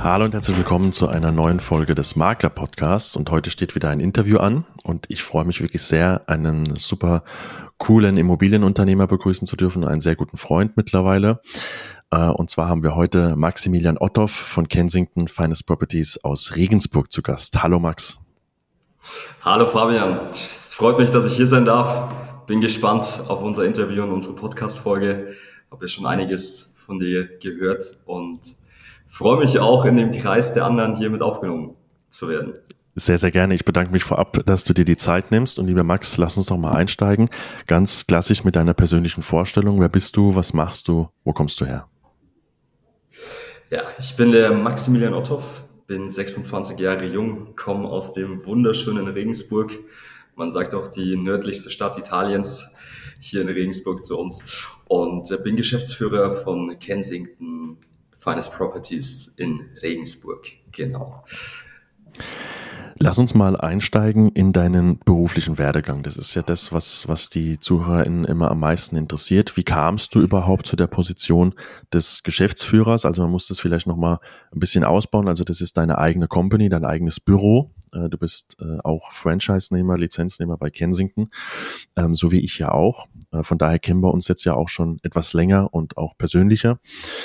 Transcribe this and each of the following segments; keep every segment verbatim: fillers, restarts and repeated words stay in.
Hallo und herzlich willkommen zu einer neuen Folge des Makler-Podcasts, und heute steht wieder ein Interview an und ich freue mich wirklich sehr, einen super coolen Immobilienunternehmer begrüßen zu dürfen, einen sehr guten Freund mittlerweile. Und zwar haben wir heute Maximilian Ottow von Kensington Finest Properties aus Regensburg zu Gast. Hallo Max. Hallo Fabian, es freut mich, dass ich hier sein darf. Bin gespannt auf unser Interview und unsere Podcast-Folge. Habe ja schon einiges von dir gehört und freue mich auch, in dem Kreis der anderen hier mit aufgenommen zu werden. Sehr, sehr gerne. Ich bedanke mich vorab, dass du dir die Zeit nimmst. Und lieber Max, lass uns doch mal einsteigen. Ganz klassisch mit deiner persönlichen Vorstellung. Wer bist du? Was machst du? Wo kommst du her? Ja, ich bin der Maximilian Ottow, bin sechsundzwanzig Jahre jung, komme aus dem wunderschönen Regensburg. Man sagt auch die nördlichste Stadt Italiens, hier in Regensburg zu uns. Und bin Geschäftsführer von Kensington Finest Properties in Regensburg. Genau. Lass uns mal einsteigen in deinen beruflichen Werdegang. Das ist ja das, was, was die ZuhörerInnen immer am meisten interessiert. Wie kamst du überhaupt zu der Position des Geschäftsführers? Also man muss das vielleicht nochmal ein bisschen ausbauen. Also das ist deine eigene Company, dein eigenes Büro. Du bist auch Franchise-Nehmer, Lizenznehmer bei Kensington, so wie ich ja auch. Von daher kennen wir uns jetzt ja auch schon etwas länger und auch persönlicher.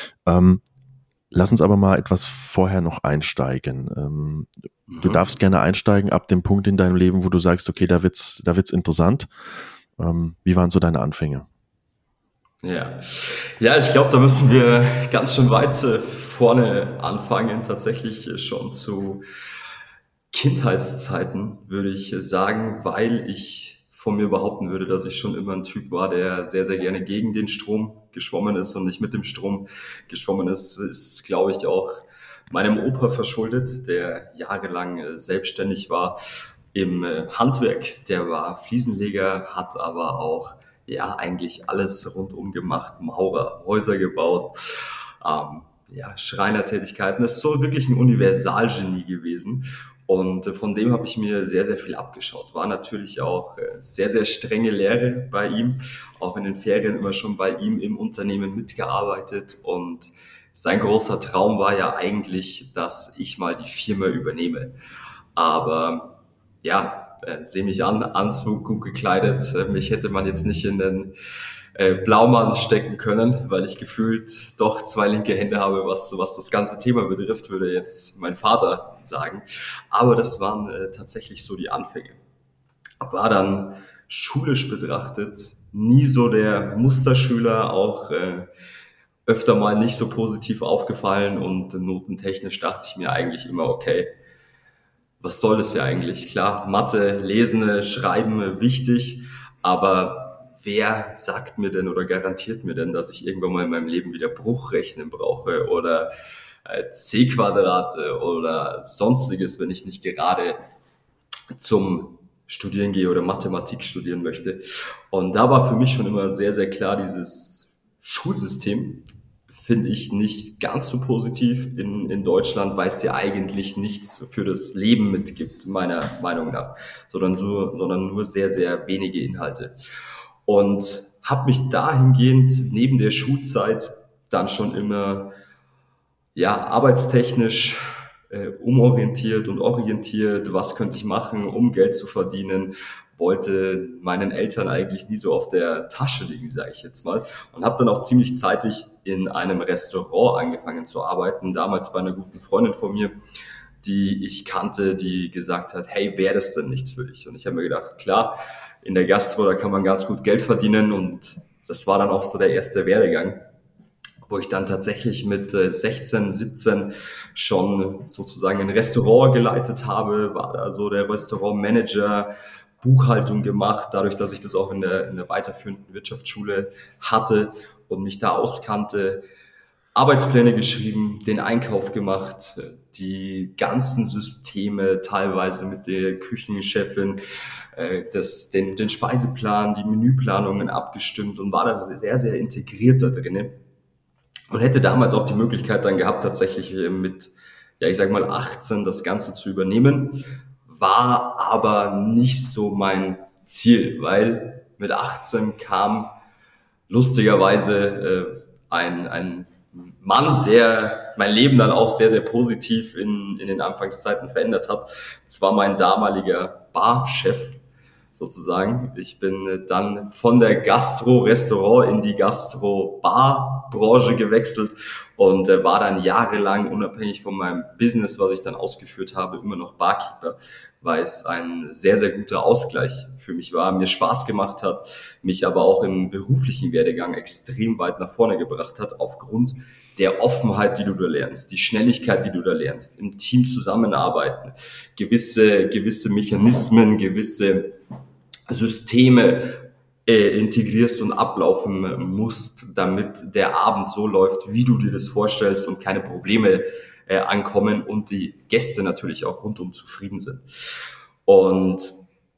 Lass uns aber mal etwas vorher noch einsteigen. Ähm, mhm. Du darfst gerne einsteigen ab dem Punkt in deinem Leben, wo du sagst, okay, da wird's, da wird's interessant. Ähm, wie waren so deine Anfänge? Ja, ja, ich glaube, da müssen wir ganz schön weit vorne anfangen. Tatsächlich schon zu Kindheitszeiten, würde ich sagen, weil ich von mir behaupten würde, dass ich schon immer ein Typ war, der sehr, sehr gerne gegen den Strom geschwommen ist und nicht mit dem Strom geschwommen ist, ist, glaube ich, auch meinem Opa verschuldet, der jahrelang selbstständig war im Handwerk. Der war Fliesenleger, hat aber auch ja eigentlich alles rundum gemacht, Maurer, Häuser gebaut, ähm, ja, Schreinertätigkeiten. Das ist so wirklich ein Universalgenie gewesen. Und von dem habe ich mir sehr, sehr viel abgeschaut. War natürlich auch sehr, sehr strenge Lehre bei ihm. Auch in den Ferien immer schon bei ihm im Unternehmen mitgearbeitet. Und sein großer Traum war ja eigentlich, dass ich mal die Firma übernehme. Aber ja, äh, sehe mich an, Anzug, gut gekleidet. Mich hätte man jetzt nicht in den äh, Blaumann stecken können, weil ich gefühlt doch zwei linke Hände habe, was, was das ganze Thema betrifft, würde jetzt mein Vater sagen. Aber das waren äh, tatsächlich so die Anfänge. War dann schulisch betrachtet nie so der Musterschüler, auch äh, öfter mal nicht so positiv aufgefallen, und notentechnisch dachte ich mir eigentlich immer, okay, was soll das ja eigentlich? Klar, Mathe, Lesen, Schreiben, wichtig, aber wer sagt mir denn oder garantiert mir denn, dass ich irgendwann mal in meinem Leben wieder Bruchrechnen brauche oder äh, C-Quadrate oder sonstiges, wenn ich nicht gerade zum Studieren gehe oder Mathematik studieren möchte. Und da war für mich schon immer sehr, sehr klar, dieses Schulsystem finde ich nicht ganz so positiv in, in Deutschland, weil es dir eigentlich nichts für das Leben mitgibt, meiner Meinung nach, sondern, so, sondern nur sehr, sehr wenige Inhalte. Und habe mich dahingehend neben der Schulzeit dann schon immer ja arbeitstechnisch äh, umorientiert und orientiert, was könnte ich machen, um Geld zu verdienen, wollte meinen Eltern eigentlich nie so auf der Tasche liegen, sage ich jetzt mal. Und habe dann auch ziemlich zeitig in einem Restaurant angefangen zu arbeiten, damals bei einer guten Freundin von mir, die ich kannte, die gesagt hat, hey, wäre das denn nichts für dich? Und ich habe mir gedacht, klar, in der Gastro, da kann man ganz gut Geld verdienen, und das war dann auch so der erste Werdegang, wo ich dann tatsächlich mit sechzehn, siebzehn schon sozusagen ein Restaurant geleitet habe, war da so der Restaurantmanager, Buchhaltung gemacht, dadurch, dass ich das auch in der, in der weiterführenden Wirtschaftsschule hatte und mich da auskannte, Arbeitspläne geschrieben, den Einkauf gemacht, die ganzen Systeme teilweise mit der Küchenchefin, äh, das, den, den Speiseplan, die Menüplanungen abgestimmt und war da sehr, sehr integriert da drinnen. Und hätte damals auch die Möglichkeit dann gehabt, tatsächlich mit, ja, ich sag mal achtzehn das Ganze zu übernehmen, war aber nicht so mein Ziel, weil mit achtzehn kam lustigerweise äh, ein, ein Mann, der mein Leben dann auch sehr, sehr positiv in, in den Anfangszeiten verändert hat. Das war mein damaliger Barchef sozusagen. Ich bin dann von der Gastro-Restaurant in die Gastro-Bar-Branche gewechselt und war dann jahrelang unabhängig von meinem Business, was ich dann ausgeführt habe, immer noch Barkeeper, weil es ein sehr, sehr guter Ausgleich für mich war, mir Spaß gemacht hat, mich aber auch im beruflichen Werdegang extrem weit nach vorne gebracht hat, aufgrund der Offenheit, die du da lernst, die Schnelligkeit, die du da lernst, im Team zusammenarbeiten, gewisse, gewisse Mechanismen, gewisse Systeme äh, integrierst und ablaufen musst, damit der Abend so läuft, wie du dir das vorstellst und keine Probleme äh, ankommen und die Gäste natürlich auch rundum zufrieden sind. Und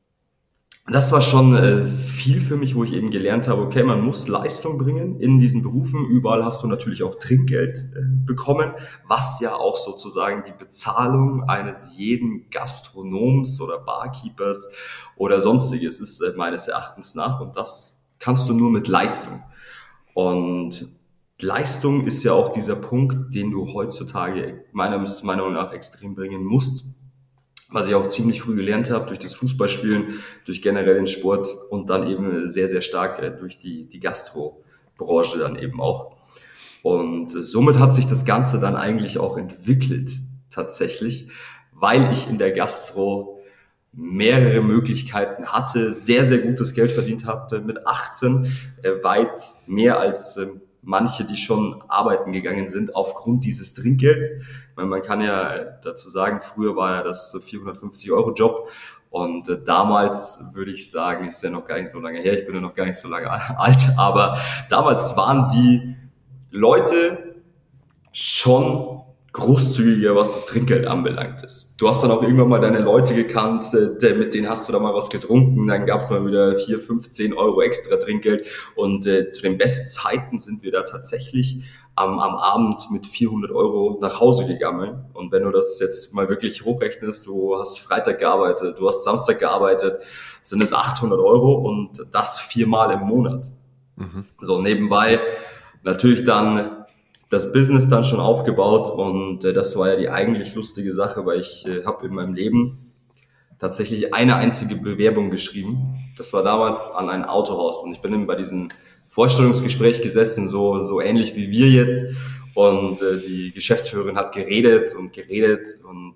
das war schon äh, viel für mich, wo ich eben gelernt habe, okay, man muss Leistung bringen in diesen Berufen. Überall hast du natürlich auch Trinkgeld äh, bekommen, was ja auch sozusagen die Bezahlung eines jeden Gastronoms oder Barkeepers oder sonstiges ist, äh, meines Erachtens nach. Und das kannst du nur mit Leistung. Und Leistung ist ja auch dieser Punkt, den du heutzutage meiner Meinung nach extrem bringen musst. Was ich auch ziemlich früh gelernt habe durch das Fußballspielen, durch generell den Sport und dann eben sehr, sehr stark durch die, die Gastro-Branche dann eben auch. Und somit hat sich das Ganze dann eigentlich auch entwickelt, tatsächlich, weil ich in der Gastro mehrere Möglichkeiten hatte, sehr, sehr gutes Geld verdient hatte mit achtzehn, äh, weit mehr als äh, manche, die schon arbeiten gegangen sind, aufgrund dieses Trinkgelds. Ich meine, man kann ja dazu sagen, früher war ja das so vierhundertfünfzig Euro Job und äh, damals würde ich sagen, ist ja noch gar nicht so lange her, ich bin ja noch gar nicht so lange alt, aber damals waren die Leute schon großzügiger, was das Trinkgeld anbelangt ist. Du hast dann auch irgendwann mal deine Leute gekannt, äh, mit denen hast du da mal was getrunken, dann gab es mal wieder vier, fünf, zehn Euro extra Trinkgeld und äh, zu den Bestzeiten sind wir da tatsächlich am, am Abend mit vierhundert Euro nach Hause gegangen. Und wenn du das jetzt mal wirklich hochrechnest, du hast Freitag gearbeitet, du hast Samstag gearbeitet, sind es achthundert Euro und das viermal im Monat. Mhm. So nebenbei natürlich dann das Business dann schon aufgebaut und äh, das war ja die eigentlich lustige Sache, weil ich äh, habe in meinem Leben tatsächlich eine einzige Bewerbung geschrieben. Das war damals an ein Autohaus und ich bin eben bei diesem Vorstellungsgespräch gesessen, so so ähnlich wie wir jetzt und äh, die Geschäftsführerin hat geredet und geredet und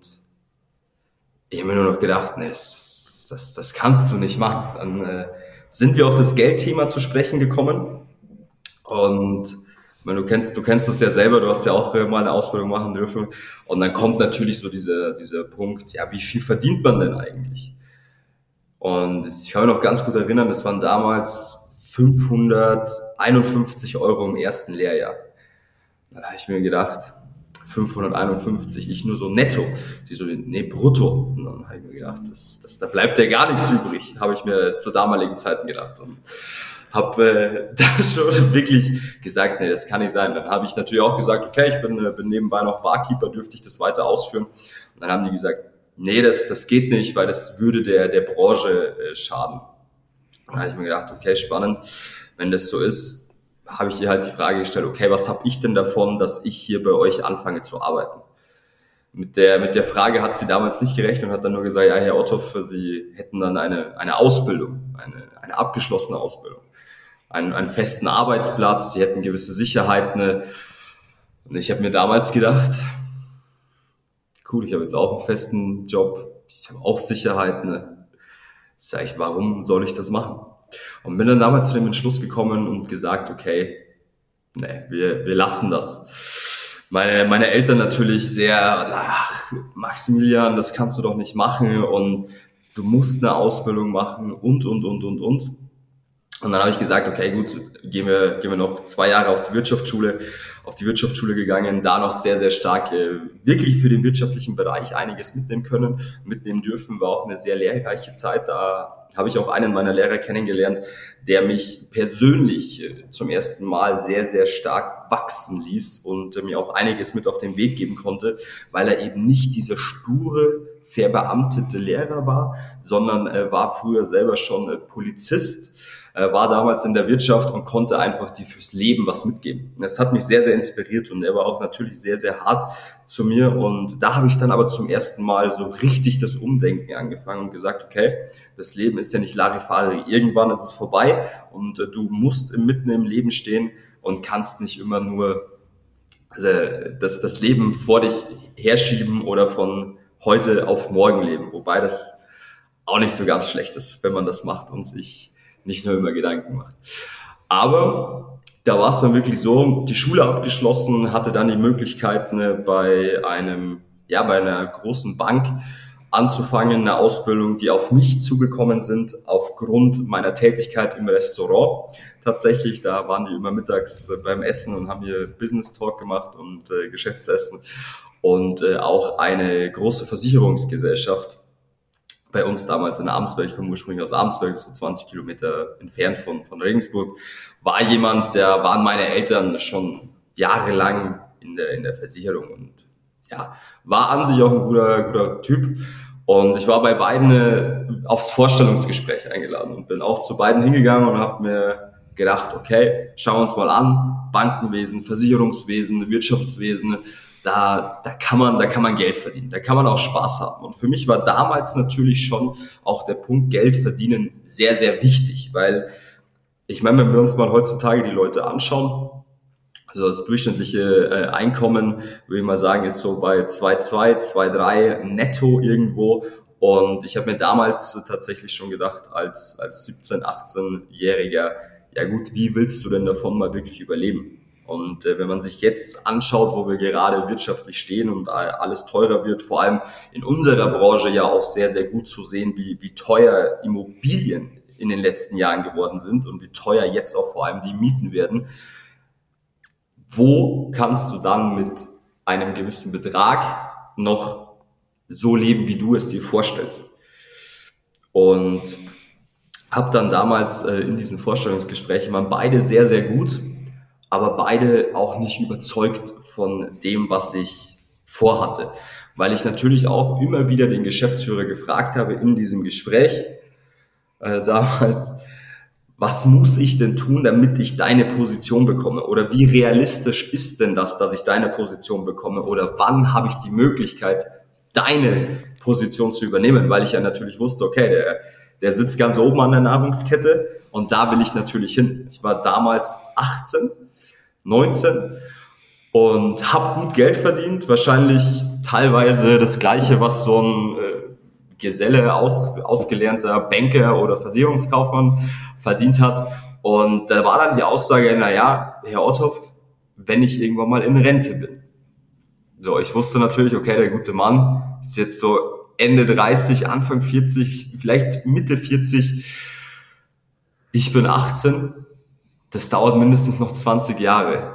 ich habe mir nur noch gedacht, nee, das, das, das kannst du nicht machen. Dann äh, sind wir auf das Geldthema zu sprechen gekommen und ich meine, du kennst, du kennst das ja selber, du hast ja auch mal eine Ausbildung machen dürfen. Und dann kommt natürlich so dieser, dieser Punkt, ja, wie viel verdient man denn eigentlich? Und ich kann mich noch ganz gut erinnern, das waren damals fünfhunderteinundfünfzig Euro im ersten Lehrjahr. Dann habe ich mir gedacht, fünfhunderteinundfünfzig, ich nur so netto. Die so, nee, brutto. Und dann habe ich mir gedacht, das, das, da bleibt ja gar nichts übrig, habe ich mir zur damaligen Zeit gedacht. Und habe äh, da schon wirklich gesagt, nee, das kann nicht sein. Dann habe ich natürlich auch gesagt, okay, ich bin, äh, bin nebenbei noch Barkeeper, dürfte ich das weiter ausführen? Und dann haben die gesagt, nee, das, das geht nicht, weil das würde der, der Branche äh, schaden. Und dann habe ich mir gedacht, okay, spannend. Wenn das so ist, habe ich ihr halt die Frage gestellt, okay, was habe ich denn davon, dass ich hier bei euch anfange zu arbeiten? Mit der, mit der Frage hat sie damals nicht gerechnet und hat dann nur gesagt, ja, Herr Ottow, Sie hätten dann eine, eine Ausbildung, eine, eine abgeschlossene Ausbildung. Einen, einen festen Arbeitsplatz, sie hätten gewisse Sicherheiten. Und ich habe mir damals gedacht, cool, ich habe jetzt auch einen festen Job, ich habe auch Sicherheiten. Sag ich, warum soll ich das machen? Und bin dann damals zu dem Entschluss gekommen und gesagt, okay, nee, wir, wir lassen das. Meine, meine Eltern natürlich sehr, ach, Maximilian, das kannst du doch nicht machen und du musst eine Ausbildung machen und, und, und, und, und. Und dann habe ich gesagt, okay, gut, gehen wir, gehen wir noch zwei Jahre auf die Wirtschaftsschule, auf die Wirtschaftsschule gegangen, da noch sehr, sehr stark äh, wirklich für den wirtschaftlichen Bereich einiges mitnehmen können, mitnehmen dürfen, war auch eine sehr lehrreiche Zeit. Da habe ich auch einen meiner Lehrer kennengelernt, der mich persönlich äh, zum ersten Mal sehr, sehr stark wachsen ließ und äh, mir auch einiges mit auf den Weg geben konnte, weil er eben nicht dieser sture, verbeamtete Lehrer war, sondern äh, war früher selber schon äh, Polizist, äh, war damals in der Wirtschaft und konnte einfach die fürs Leben was mitgeben. Das hat mich sehr, sehr inspiriert und er war auch natürlich sehr, sehr hart zu mir und da habe ich dann aber zum ersten Mal so richtig das Umdenken angefangen und gesagt, okay, das Leben ist ja nicht Larifari, irgendwann ist es vorbei und äh, du musst mitten im Leben stehen und kannst nicht immer nur also das, das Leben vor dich herschieben oder von heute auf morgen leben. Wobei das auch nicht so ganz schlecht ist, wenn man das macht und sich nicht nur immer Gedanken macht. Aber da war es dann wirklich so, die Schule abgeschlossen, hatte dann die Möglichkeit, ne, bei einem, ja, bei einer großen Bank anzufangen, eine Ausbildung, die auf mich zugekommen sind, aufgrund meiner Tätigkeit im Restaurant. Tatsächlich, da waren die immer mittags beim Essen und haben hier Business Talk gemacht und äh, Geschäftsessen und äh, auch eine große Versicherungsgesellschaft bei uns damals in Abensberg, ich komme ursprünglich aus Abensberg, so zwanzig Kilometer entfernt von, von Regensburg, war jemand, der waren meine Eltern schon jahrelang in der, in der Versicherung und ja, war an sich auch ein guter, guter Typ. Und ich war bei beiden äh, aufs Vorstellungsgespräch eingeladen und bin auch zu beiden hingegangen und habe mir gedacht, okay, schauen wir uns mal an, Bankenwesen, Versicherungswesen, Wirtschaftswesen, da, da kann man, da kann man Geld verdienen, da kann man auch Spaß haben. Und für mich war damals natürlich schon auch der Punkt Geld verdienen sehr, sehr wichtig, weil ich meine, wenn wir uns mal heutzutage die Leute anschauen, also das durchschnittliche äh, Einkommen, würde ich mal sagen, ist so bei zwei Komma zwei, zwei Komma drei netto irgendwo. Und ich habe mir damals tatsächlich schon gedacht, als als siebzehn-, achtzehnjähriger, ja gut, wie willst du denn davon mal wirklich überleben? Und äh, wenn man sich jetzt anschaut, wo wir gerade wirtschaftlich stehen und alles teurer wird, vor allem in unserer Branche ja auch sehr, sehr gut zu sehen, wie wie teuer Immobilien in den letzten Jahren geworden sind und wie teuer jetzt auch vor allem die Mieten werden. Wo kannst du dann mit einem gewissen Betrag noch so leben, wie du es dir vorstellst? Und habe dann damals äh, in diesen Vorstellungsgesprächen, waren beide sehr, sehr gut, aber beide auch nicht überzeugt von dem, was ich vorhatte. Weil ich natürlich auch immer wieder den Geschäftsführer gefragt habe in diesem Gespräch äh, damals, was muss ich denn tun, damit ich deine Position bekomme? Oder wie realistisch ist denn das, dass ich deine Position bekomme? Oder wann habe ich die Möglichkeit, deine Position zu übernehmen? Weil ich ja natürlich wusste, okay, der, der sitzt ganz oben an der Nahrungskette und da will ich natürlich hin. Ich war damals achtzehn, neunzehn und habe gut Geld verdient. Wahrscheinlich teilweise das Gleiche, was so ein äh, Geselle, aus, ausgelernter Banker oder Versicherungskaufmann verdient hat. Und da war dann die Aussage, naja, Herr Otthoff, wenn ich irgendwann mal in Rente bin. So, ich wusste natürlich, okay, der gute Mann ist jetzt so Ende dreißig, Anfang vierzig, vielleicht Mitte vierzig. Ich bin achtzehn. Das dauert mindestens noch zwanzig Jahre.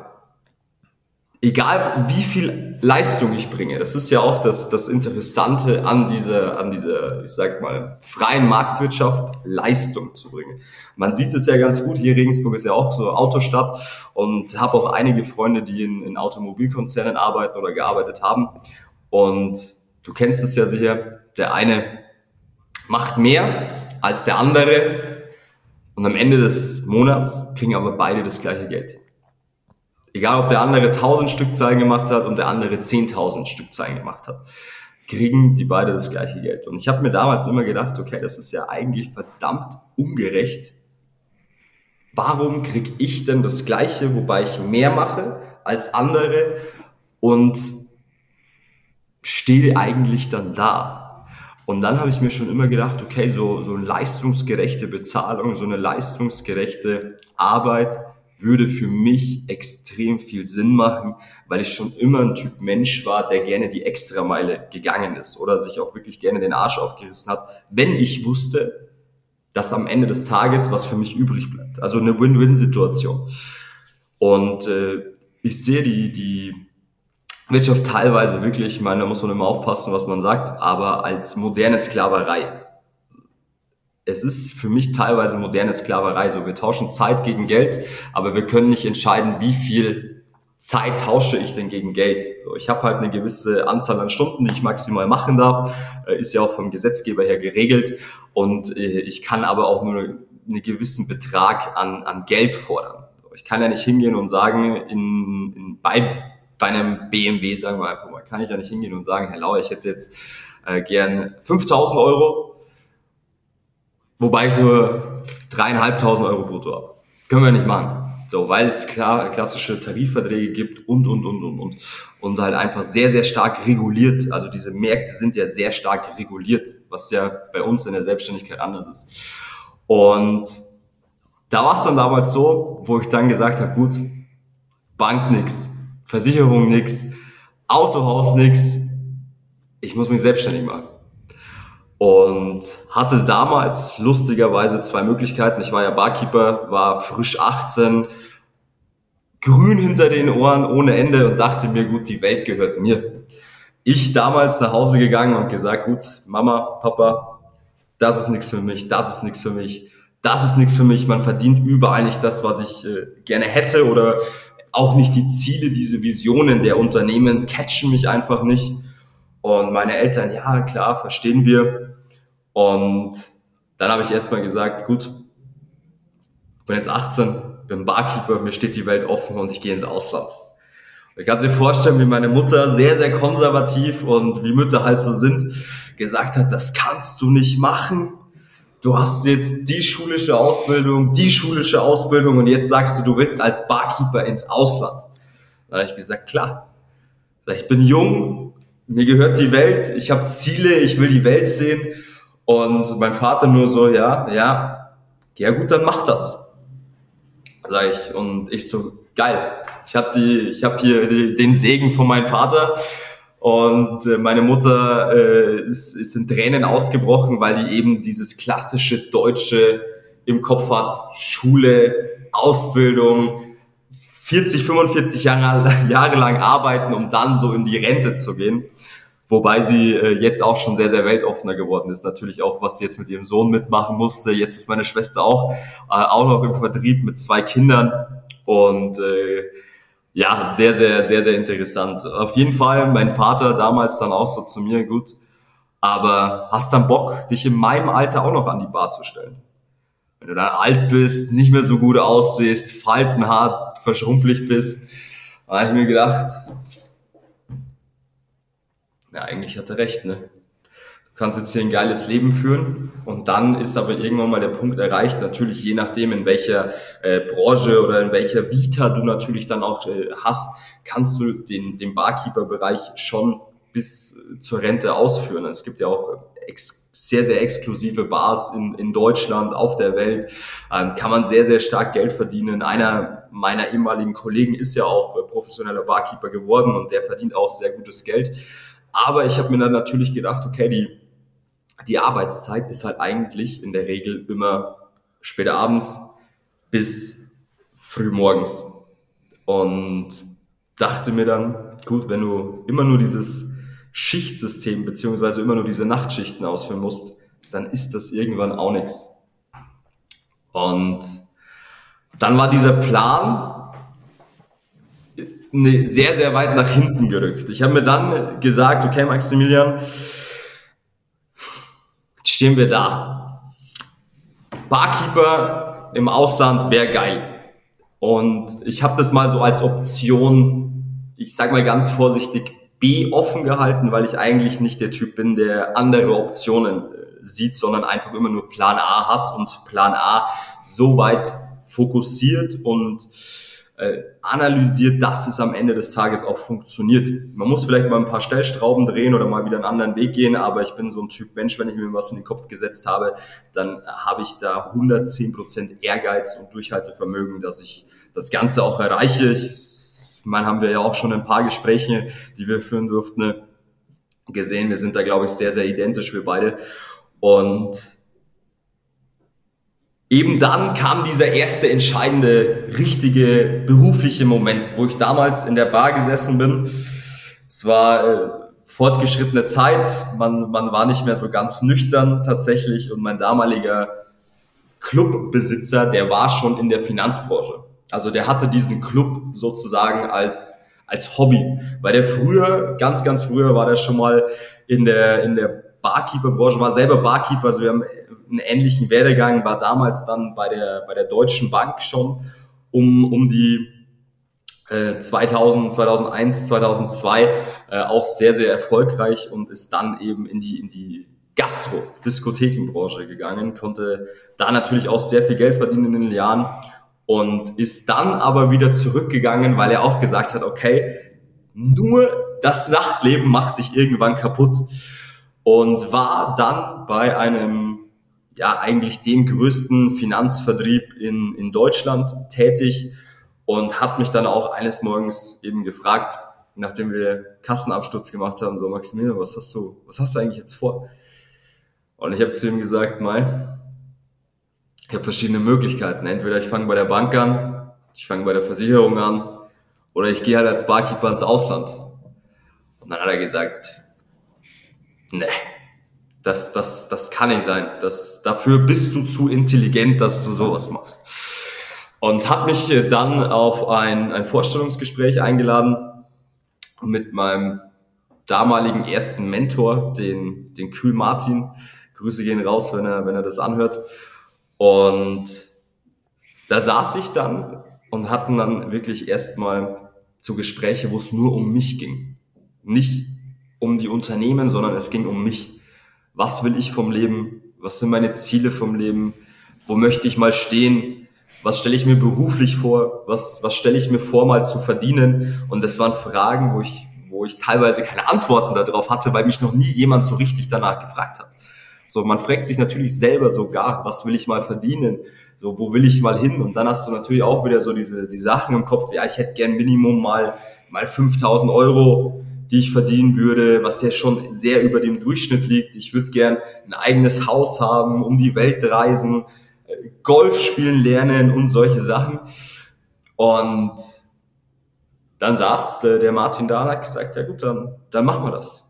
Egal wie viel Leistung ich bringe, das ist ja auch das, das Interessante an dieser, an dieser, ich sag mal, freien Marktwirtschaft, Leistung zu bringen. Man sieht es ja ganz gut, hier Regensburg ist ja auch so Autostadt und habe auch einige Freunde, die in, in Automobilkonzernen arbeiten oder gearbeitet haben. Und du kennst es ja sicher, der eine macht mehr als der andere und am Ende des Monats kriegen aber beide das gleiche Geld. Egal, ob der andere tausend Stückzahlen gemacht hat und der andere zehntausend Stückzahlen gemacht hat, kriegen die beide das gleiche Geld. Und ich habe mir damals immer gedacht, okay, das ist ja eigentlich verdammt ungerecht. Warum kriege ich denn das Gleiche, wobei ich mehr mache als andere und stehe eigentlich dann da? Und dann habe ich mir schon immer gedacht, okay, so, so eine leistungsgerechte Bezahlung, so eine leistungsgerechte Arbeit würde für mich extrem viel Sinn machen, weil ich schon immer ein Typ Mensch war, der gerne die Extrameile gegangen ist oder sich auch wirklich gerne den Arsch aufgerissen hat, wenn ich wusste, dass am Ende des Tages was für mich übrig bleibt. Also eine Win-Win-Situation. Und äh, ich sehe die, die Wirtschaft teilweise wirklich, ich meine, da muss man immer aufpassen, was man sagt, aber als moderne Sklaverei. Es ist für mich teilweise moderne Sklaverei. So, wir tauschen Zeit gegen Geld, aber wir können nicht entscheiden, wie viel Zeit tausche ich denn gegen Geld. So, ich habe halt eine gewisse Anzahl an Stunden, die ich maximal machen darf, ist ja auch vom Gesetzgeber her geregelt und ich kann aber auch nur einen gewissen Betrag an, an Geld fordern. Ich kann ja nicht hingehen und sagen, in, in, bei, bei einem B M W, sagen wir einfach mal, kann ich ja nicht hingehen und sagen, Herr Lauer, ich hätte jetzt äh, gern fünftausend Euro, wobei ich nur dreieinhalbtausend Euro brutto habe. Können wir nicht machen. So, weil es klar klassische Tarifverträge gibt und, und, und, und, und. Und halt einfach sehr, sehr stark reguliert. Also diese Märkte sind ja sehr stark reguliert, was ja bei uns in der Selbstständigkeit anders ist. Und da war es dann damals so, wo ich dann gesagt habe, gut, Bank nix, Versicherung nix, Autohaus nix, ich muss mich selbstständig machen. Und hatte damals lustigerweise zwei Möglichkeiten. Ich war ja Barkeeper, war frisch achtzehn, grün hinter den Ohren ohne Ende und dachte mir, gut, die Welt gehört mir. Ich damals nach Hause gegangen und gesagt, gut, Mama, Papa, das ist nichts für mich, das ist nichts für mich, das ist nichts für mich. Man verdient überall nicht das, was ich äh, gerne hätte oder auch nicht die Ziele, diese Visionen der Unternehmen catchen mich einfach nicht. Und meine Eltern, ja klar, verstehen wir. Und dann habe ich erstmal gesagt, gut, ich bin jetzt achtzehn, bin Barkeeper, mir steht die Welt offen und ich gehe ins Ausland. Und ich kann sich vorstellen, wie meine Mutter sehr, sehr konservativ und wie Mütter halt so sind, gesagt hat, das kannst du nicht machen. Du hast jetzt die schulische Ausbildung, die schulische Ausbildung und jetzt sagst du, du willst als Barkeeper ins Ausland. Dann habe ich gesagt, klar, ich bin jung, mir gehört die Welt, ich habe Ziele, ich will die Welt sehen. Und mein Vater nur so, ja, ja, ja gut, dann mach das, sag ich. Und ich so, geil, ich habe die, ich habe hier die, den Segen von meinem Vater. Und äh, meine Mutter äh, ist, ist in Tränen ausgebrochen, weil die eben dieses klassische Deutsche im Kopf hat. Schule, Ausbildung, vierzig, fünfundvierzig Jahre, Jahre lang arbeiten, um dann so in die Rente zu gehen. Wobei sie äh, jetzt auch schon sehr, sehr weltoffener geworden ist. Natürlich auch, was sie jetzt mit ihrem Sohn mitmachen musste. Jetzt ist meine Schwester auch, äh, auch noch im Vertrieb mit zwei Kindern. Und äh, ja, sehr, sehr, sehr, sehr interessant. Auf jeden Fall, mein Vater damals dann auch so zu mir, gut, aber hast dann Bock, dich in meinem Alter auch noch an die Bar zu stellen? Wenn du dann alt bist, nicht mehr so gut aussiehst, faltenhart, verschrumpelig bist, da habe ich mir gedacht, ja, eigentlich hat er recht, ne? Du kannst jetzt hier ein geiles Leben führen und dann ist aber irgendwann mal der Punkt erreicht, natürlich je nachdem, in welcher äh, Branche oder in welcher Vita du natürlich dann auch äh, hast, kannst du den, den Barkeeper-Bereich schon bis äh, zur Rente ausführen. Es gibt ja auch ex- sehr, sehr exklusive Bars in, in Deutschland, auf der Welt, ähm, kann man sehr, sehr stark Geld verdienen. Einer meiner ehemaligen Kollegen ist ja auch äh, professioneller Barkeeper geworden und der verdient auch sehr gutes Geld. Aber ich habe mir dann natürlich gedacht, okay, die Die Arbeitszeit ist halt eigentlich in der Regel immer später abends bis früh morgens. Und dachte mir dann, gut, wenn du immer nur dieses Schichtsystem beziehungsweise immer nur diese Nachtschichten ausführen musst, dann ist das irgendwann auch nichts. Und dann war dieser Plan sehr, sehr weit nach hinten gerückt. Ich habe mir dann gesagt, okay, Maximilian, stehen wir da. Barkeeper im Ausland wäre geil. Und ich habe das mal so als Option, ich sag mal ganz vorsichtig, B offen gehalten, weil ich eigentlich nicht der Typ bin, der andere Optionen sieht, sondern einfach immer nur Plan A hat und Plan A so weit fokussiert und äh, analysiert, dass es am Ende des Tages auch funktioniert. Man muss vielleicht mal ein paar Stellschrauben drehen oder mal wieder einen anderen Weg gehen, aber ich bin so ein Typ Mensch, wenn ich mir was in den Kopf gesetzt habe, dann habe ich da hundertzehn Prozent Ehrgeiz und Durchhaltevermögen, dass ich das Ganze auch erreiche. Ich, ich meine, haben wir ja auch schon ein paar Gespräche, die wir führen durften, gesehen. Wir sind da, glaube ich, sehr, sehr identisch, wir beide. Und eben dann kam dieser erste entscheidende, richtige, berufliche Moment, wo ich damals in der Bar gesessen bin. Es war äh, fortgeschrittene Zeit, man, man war nicht mehr so ganz nüchtern tatsächlich und mein damaliger Clubbesitzer, der war schon in der Finanzbranche. Also der hatte diesen Club sozusagen als als Hobby, weil der früher, ganz, ganz früher war der schon mal in der in der Barkeeper-Branche, war selber Barkeeper, also wir haben einen ähnlichen Werdegang, war damals dann bei der, bei der Deutschen Bank schon um, um die äh, zweitausend, zweitausendeins, zweitausendzwei äh, auch sehr, sehr erfolgreich und ist dann eben in die, in die Gastro-Diskothekenbranche gegangen, konnte da natürlich auch sehr viel Geld verdienen in den Jahren und ist dann aber wieder zurückgegangen, weil er auch gesagt hat, okay, nur das Nachtleben macht dich irgendwann kaputt und war dann bei einem, ja eigentlich dem größten Finanzvertrieb in, in Deutschland tätig und hat mich dann auch eines Morgens eben gefragt, nachdem wir Kassenabsturz gemacht haben, so Maximilian, was hast du, was hast du eigentlich jetzt vor? Und ich habe zu ihm gesagt, Mai, ich habe verschiedene Möglichkeiten. Entweder ich fange bei der Bank an, ich fange bei der Versicherung an oder ich gehe halt als Barkeeper ins Ausland. Und dann hat er gesagt, nee, das, das, das kann nicht sein. Das, dafür bist du zu intelligent, dass du sowas machst. Und hat mich dann auf ein, ein Vorstellungsgespräch eingeladen mit meinem damaligen ersten Mentor, den, den Kühl Martin. Grüße gehen raus, wenn er, wenn er das anhört. Und da saß ich dann und hatten dann wirklich erstmal so Gespräche, wo es nur um mich ging. Nicht um die Unternehmen, sondern es ging um mich. Was will ich vom Leben? Was sind meine Ziele vom Leben? Wo möchte ich mal stehen? Was stelle ich mir beruflich vor? Was, was stelle ich mir vor, mal zu verdienen? Und das waren Fragen, wo ich, wo ich teilweise keine Antworten darauf hatte, weil mich noch nie jemand so richtig danach gefragt hat. So, man fragt sich natürlich selber sogar, was will ich mal verdienen? So, wo will ich mal hin? Und dann hast du natürlich auch wieder so diese, die Sachen im Kopf, ja, ich hätte gern Minimum mal, mal fünftausend Euro, die ich verdienen würde, was ja schon sehr über dem Durchschnitt liegt. Ich würde gern ein eigenes Haus haben, um die Welt reisen, Golf spielen lernen und solche Sachen. Und dann saß der Martin da und hat gesagt, ja gut, dann, dann machen wir das.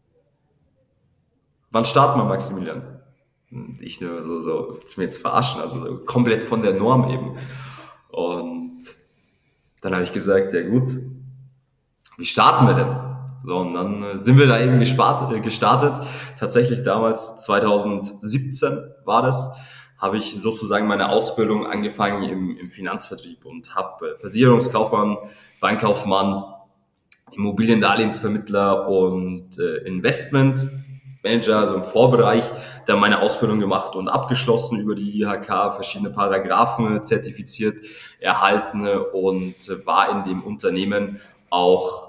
Wann starten wir, Maximilian? Ich nur so, so, willst du mir jetzt verarschen, also so komplett von der Norm eben. Und dann habe ich gesagt, ja gut, wie starten wir denn? So, und dann sind wir da eben gestartet, gestartet. Tatsächlich damals zweitausendsiebzehn war das, habe ich sozusagen meine Ausbildung angefangen im, im Finanzvertrieb und habe Versicherungskaufmann, Bankkaufmann, Immobiliendarlehensvermittler und äh, Investmentmanager, also im Vorbereich, dann meine Ausbildung gemacht und abgeschlossen über die I H K, verschiedene Paragraphen zertifiziert, erhalten und war in dem Unternehmen auch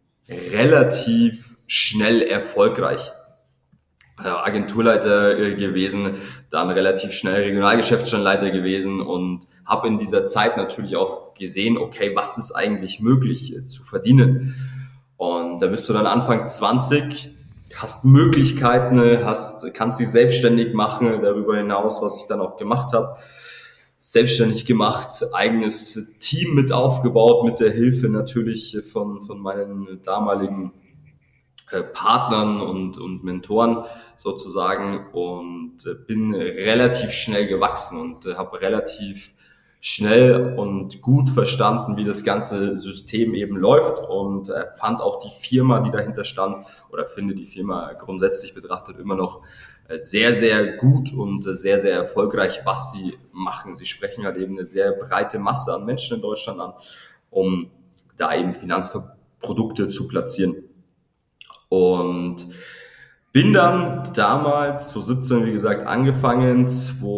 relativ schnell erfolgreich. Also Agenturleiter äh, gewesen, dann relativ schnell Regionalgeschäftsstellenleiter gewesen und habe in dieser Zeit natürlich auch gesehen, okay, was ist eigentlich möglich äh, zu verdienen? Und da bist du dann Anfang zwanzig, hast Möglichkeiten, hast, kannst dich selbstständig machen, darüber hinaus, was ich dann auch gemacht habe. Selbstständig gemacht, eigenes Team mit aufgebaut, mit der Hilfe natürlich von, von meinen damaligen äh, Partnern und, und Mentoren sozusagen und äh, bin relativ schnell gewachsen und äh, habe relativ schnell und gut verstanden, wie das ganze System eben läuft und äh, fand auch die Firma, die dahinter stand oder finde die Firma grundsätzlich betrachtet immer noch sehr, sehr gut und sehr, sehr erfolgreich, was sie machen. Sie sprechen halt eben eine sehr breite Masse an Menschen in Deutschland an, um da eben Finanzprodukte zu platzieren. Und bin dann damals zweitausendsiebzehn, wie gesagt, angefangen,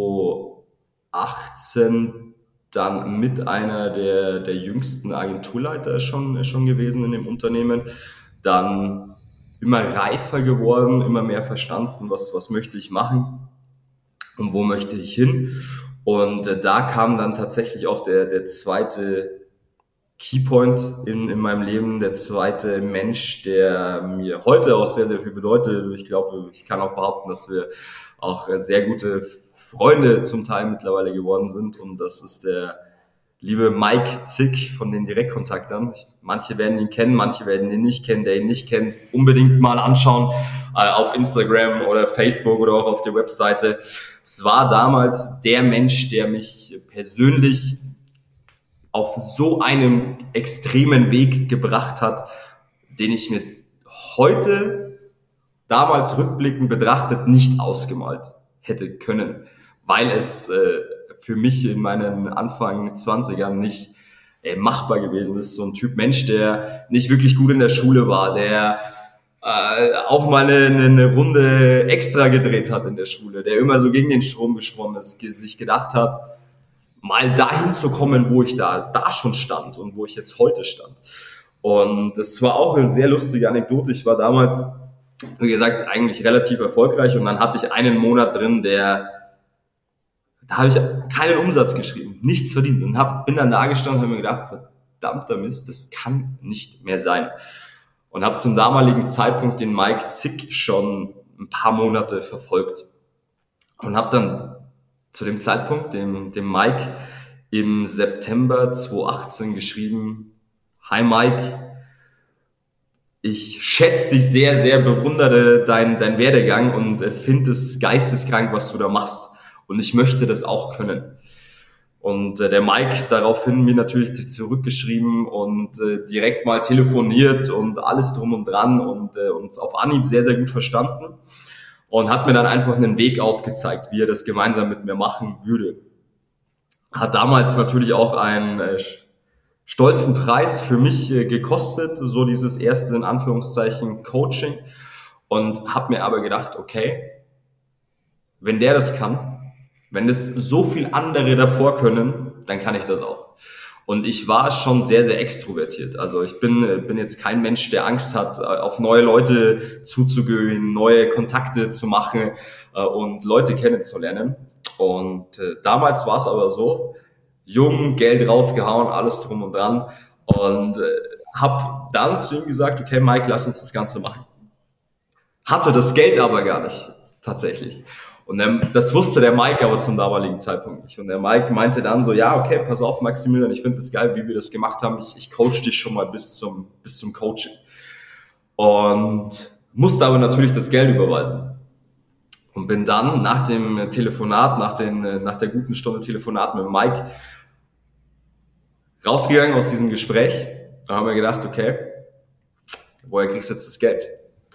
zweitausendachtzehn dann mit einer der, der jüngsten Agenturleiter schon, schon gewesen in dem Unternehmen. Dann immer reifer geworden, immer mehr verstanden, was, was möchte ich machen und wo möchte ich hin. Und äh, da kam dann tatsächlich auch der, der zweite Keypoint in, in meinem Leben, der zweite Mensch, der mir heute auch sehr, sehr viel bedeutet. Also ich glaube, ich kann auch behaupten, dass wir auch sehr gute Freunde zum Teil mittlerweile geworden sind. Und das ist der liebe Mike Zick von den Direktkontaktern. Manche werden ihn kennen, manche werden ihn nicht kennen. Der ihn nicht kennt, unbedingt mal anschauen äh, auf Instagram oder Facebook oder auch auf der Webseite. Es war damals der Mensch, der mich persönlich auf so einem extremen Weg gebracht hat, den ich mir heute damals rückblickend betrachtet nicht ausgemalt hätte können, weil es äh, für mich in meinen Anfang zwanzigern nicht äh, machbar gewesen ist. So ein Typ Mensch, der nicht wirklich gut in der Schule war, der äh, auch mal eine, eine Runde extra gedreht hat in der Schule, der immer so gegen den Strom geschwommen ist, sich gedacht hat, mal dahin zu kommen, wo ich da, da schon stand und wo ich jetzt heute stand. Und das war auch eine sehr lustige Anekdote. Ich war damals, wie gesagt, eigentlich relativ erfolgreich und dann hatte ich einen Monat drin, der, da habe ich keinen Umsatz geschrieben, nichts verdient und hab, bin dann da gestanden und habe mir gedacht, verdammter Mist, das kann nicht mehr sein. Und habe zum damaligen Zeitpunkt den Mike Zick schon ein paar Monate verfolgt und habe dann zu dem Zeitpunkt dem, dem Mike im September zweitausendachtzehn geschrieben, hi Mike, ich schätze dich sehr, sehr, bewundere deinen dein Werdegang und finde es geisteskrank, was du da machst. Und ich möchte das auch können. Und äh, der Mike daraufhin mir natürlich zurückgeschrieben und äh, direkt mal telefoniert und alles drum und dran und äh, uns auf Anhieb sehr, sehr gut verstanden. Und hat mir dann einfach einen Weg aufgezeigt, wie er das gemeinsam mit mir machen würde. Hat damals natürlich auch einen äh, stolzen Preis für mich äh, gekostet, so dieses erste, in Anführungszeichen, Coaching. Und habe mir aber gedacht, okay, wenn der das kann, wenn das so viel andere davor können, dann kann ich das auch. Und ich war schon sehr, sehr extrovertiert. Also ich bin, bin jetzt kein Mensch, der Angst hat, auf neue Leute zuzugehen, neue Kontakte zu machen äh, und Leute kennenzulernen. Und äh, damals war es aber so, jung, Geld rausgehauen, alles drum und dran. Und äh, habe dann zu ihm gesagt, okay Mike, lass uns das Ganze machen. Hatte das Geld aber gar nicht, tatsächlich. Und der, das wusste der Mike aber zum damaligen Zeitpunkt nicht. Und der Mike meinte dann so, ja, okay, pass auf Maximilian, ich finde das geil, wie wir das gemacht haben. Ich, ich coach dich schon mal bis zum, bis zum Coaching. Und musste aber natürlich das Geld überweisen. Und bin dann nach dem Telefonat, nach, den, nach der guten Stunde Telefonat mit Mike rausgegangen aus diesem Gespräch. Da haben wir gedacht, okay, woher kriegst du jetzt das Geld?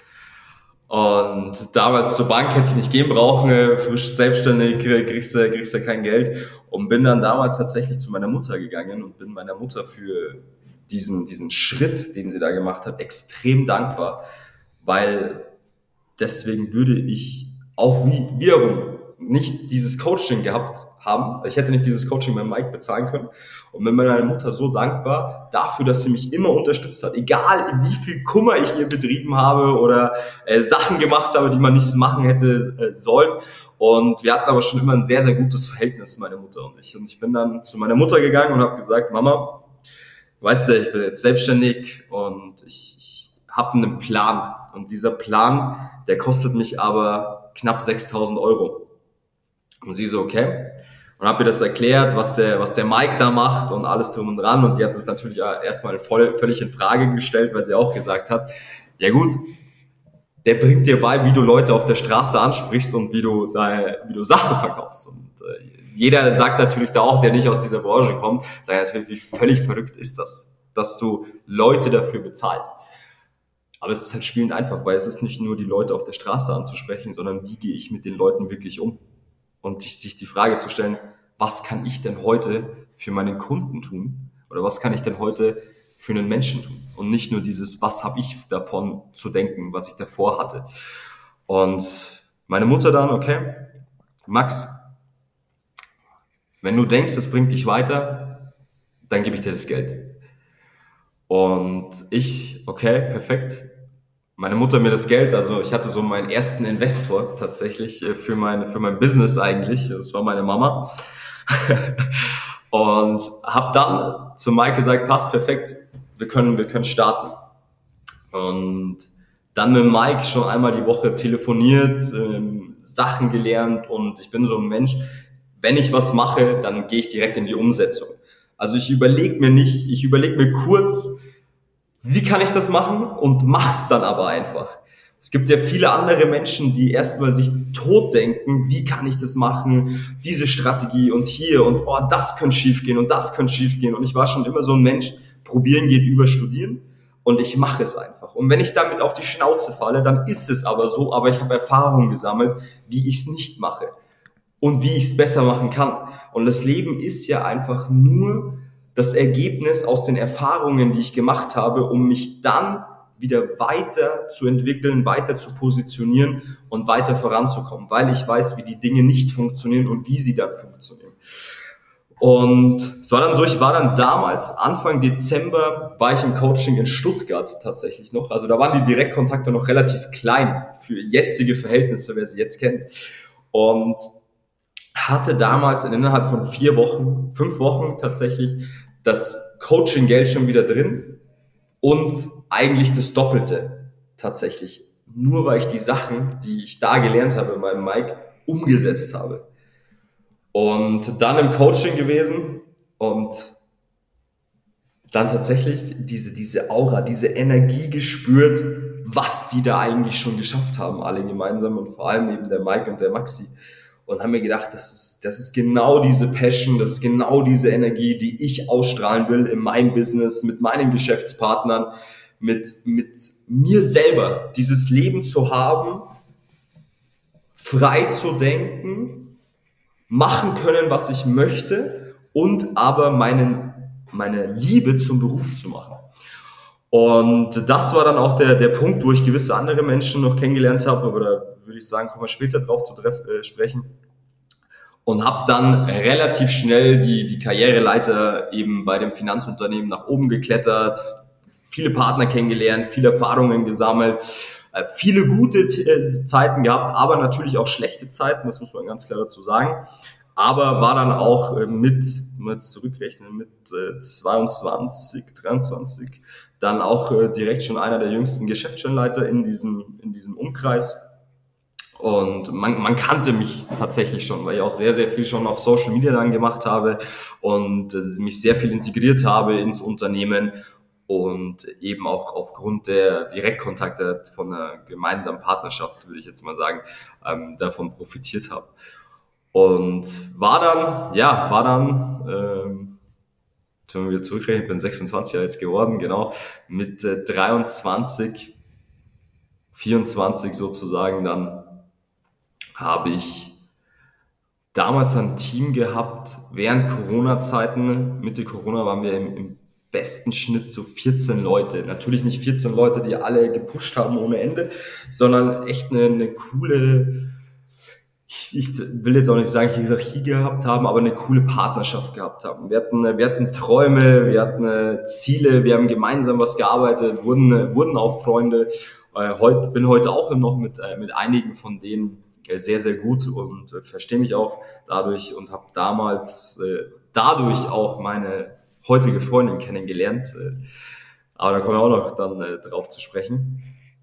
Und damals zur Bank hätte ich nicht gehen brauchen, frisch selbstständig, kriegst du, kriegst du kein Geld. Und bin dann damals tatsächlich zu meiner Mutter gegangen und bin meiner Mutter für diesen, diesen Schritt, den sie da gemacht hat, extrem dankbar. Weil deswegen würde ich auch wie, wiederum nicht dieses Coaching gehabt haben. Ich hätte nicht dieses Coaching bei Mike bezahlen können. Und bin meiner Mutter so dankbar dafür, dass sie mich immer unterstützt hat. Egal, wie viel Kummer ich ihr betrieben habe oder äh, Sachen gemacht habe, die man nicht machen hätte äh, sollen. Und wir hatten aber schon immer ein sehr, sehr gutes Verhältnis, meine Mutter und ich. Und ich bin dann zu meiner Mutter gegangen und habe gesagt, Mama, weißt du, ich bin jetzt selbstständig und ich, ich habe einen Plan. Und dieser Plan, der kostet mich aber knapp sechstausend Euro. Und sie so, okay. Und habe ihr das erklärt, was der, was der Mike da macht und alles drum und dran. Und die hat das natürlich erstmal voll, völlig in Frage gestellt, weil sie auch gesagt hat, ja gut, der bringt dir bei, wie du Leute auf der Straße ansprichst und wie du, da, wie du Sachen verkaufst. Und äh, jeder sagt natürlich da auch, der nicht aus dieser Branche kommt, sagt natürlich, wie völlig verrückt ist das, dass du Leute dafür bezahlst. Aber es ist halt spielend einfach, weil es ist nicht nur die Leute auf der Straße anzusprechen, sondern wie gehe ich mit den Leuten wirklich um? Und sich die Frage zu stellen, was kann ich denn heute für meinen Kunden tun? Oder was kann ich denn heute für einen Menschen tun? Und nicht nur dieses, was habe ich davon zu denken, was ich davor hatte. Und meine Mutter dann, okay, Max, wenn du denkst, das bringt dich weiter, dann gebe ich dir das Geld. Und ich, okay, perfekt. Meine Mutter mir das Geld, also ich hatte so meinen ersten Investor tatsächlich für mein, für mein Business eigentlich, das war meine Mama. Und habe dann zu Mike gesagt, passt perfekt, wir können, wir können starten. Und dann mit Mike schon einmal die Woche telefoniert, ähm, Sachen gelernt und ich bin so ein Mensch, wenn ich was mache, dann gehe ich direkt in die Umsetzung. Also ich überlege mir nicht, ich überlege mir kurz, wie kann ich das machen und mach's dann aber einfach. Es gibt ja viele andere Menschen, die erstmal sich tot denken, wie kann ich das machen, diese Strategie und hier und oh, das könnte schief gehen und das könnte schief gehen. Und ich war schon immer so ein Mensch, probieren geht über studieren. und ich mache es einfach. Und wenn ich damit auf die Schnauze falle, dann ist es aber so, aber ich habe Erfahrung gesammelt, wie ich es nicht mache und wie ich es besser machen kann. Und das Leben ist ja einfach nur das Ergebnis aus den Erfahrungen, die ich gemacht habe, um mich dann wieder weiter zu entwickeln, weiter zu positionieren und weiter voranzukommen, weil ich weiß, wie die Dinge nicht funktionieren und wie sie dann funktionieren. Und es war dann so, ich war dann damals, Anfang Dezember, war ich im Coaching in Stuttgart tatsächlich noch. Also da waren die Direktkontakte noch relativ klein für jetzige Verhältnisse, wer sie jetzt kennt. Und hatte damals innerhalb von vier Wochen, fünf Wochen tatsächlich das Coaching-Geld schon wieder drin und eigentlich das Doppelte tatsächlich. Nur weil ich die Sachen, die ich da gelernt habe bei Mike, umgesetzt habe. Und dann im Coaching gewesen und dann tatsächlich diese, diese Aura, diese Energie gespürt, was die da eigentlich schon geschafft haben, alle gemeinsam und vor allem eben der Mike und der Maxi. Und haben mir gedacht, das ist, das ist genau diese Passion, das ist genau diese Energie, die ich ausstrahlen will in meinem Business, mit meinen Geschäftspartnern, mit, mit mir selber, dieses Leben zu haben, frei zu denken, machen können, was ich möchte und aber meinen, meine Liebe zum Beruf zu machen. Und das war dann auch der, der Punkt, wo ich gewisse andere Menschen noch kennengelernt habe, aber da würde ich sagen, kommen wir später drauf zu treff, äh, sprechen. Und habe dann relativ schnell die, die Karriereleiter eben bei dem Finanzunternehmen nach oben geklettert, viele Partner kennengelernt, viele Erfahrungen gesammelt, äh, viele gute äh, Zeiten gehabt, aber natürlich auch schlechte Zeiten, das muss man ganz klar dazu sagen. Aber war dann auch äh, mit, wenn wir jetzt zurückrechnen, mit äh, zweiundzwanzig, dreiundzwanzig, dann auch äh, direkt schon einer der jüngsten Geschäftsstellenleiter in diesem, in diesem Umkreis. Und man, man kannte mich tatsächlich schon, weil ich auch sehr, sehr viel schon auf Social Media dann gemacht habe und äh, mich sehr viel integriert habe ins Unternehmen und eben auch aufgrund der Direktkontakte von einer gemeinsamen Partnerschaft, würde ich jetzt mal sagen, ähm, davon profitiert habe. Und war dann, ja, war dann, ähm, wenn wir wieder zurückrechnen, ich bin sechsundzwanzig Jahre jetzt geworden, genau, mit äh, dreiundzwanzig, vierundzwanzig sozusagen, dann habe ich damals ein Team gehabt, während Corona-Zeiten, Mitte Corona waren wir im, im besten Schnitt so vierzehn Leute. Natürlich nicht vierzehn Leute, die alle gepusht haben ohne Ende, sondern echt eine, eine coole, ich will jetzt auch nicht sagen Hierarchie gehabt haben, aber eine coole Partnerschaft gehabt haben. Wir hatten, wir hatten Träume, wir hatten Ziele, wir haben gemeinsam was gearbeitet, wurden, wurden auch Freunde. Heute, bin heute auch noch mit, mit einigen von denen sehr, sehr gut und verstehe mich auch dadurch und habe damals dadurch auch meine heutige Freundin kennengelernt. Aber da kommen wir auch noch dann drauf zu sprechen.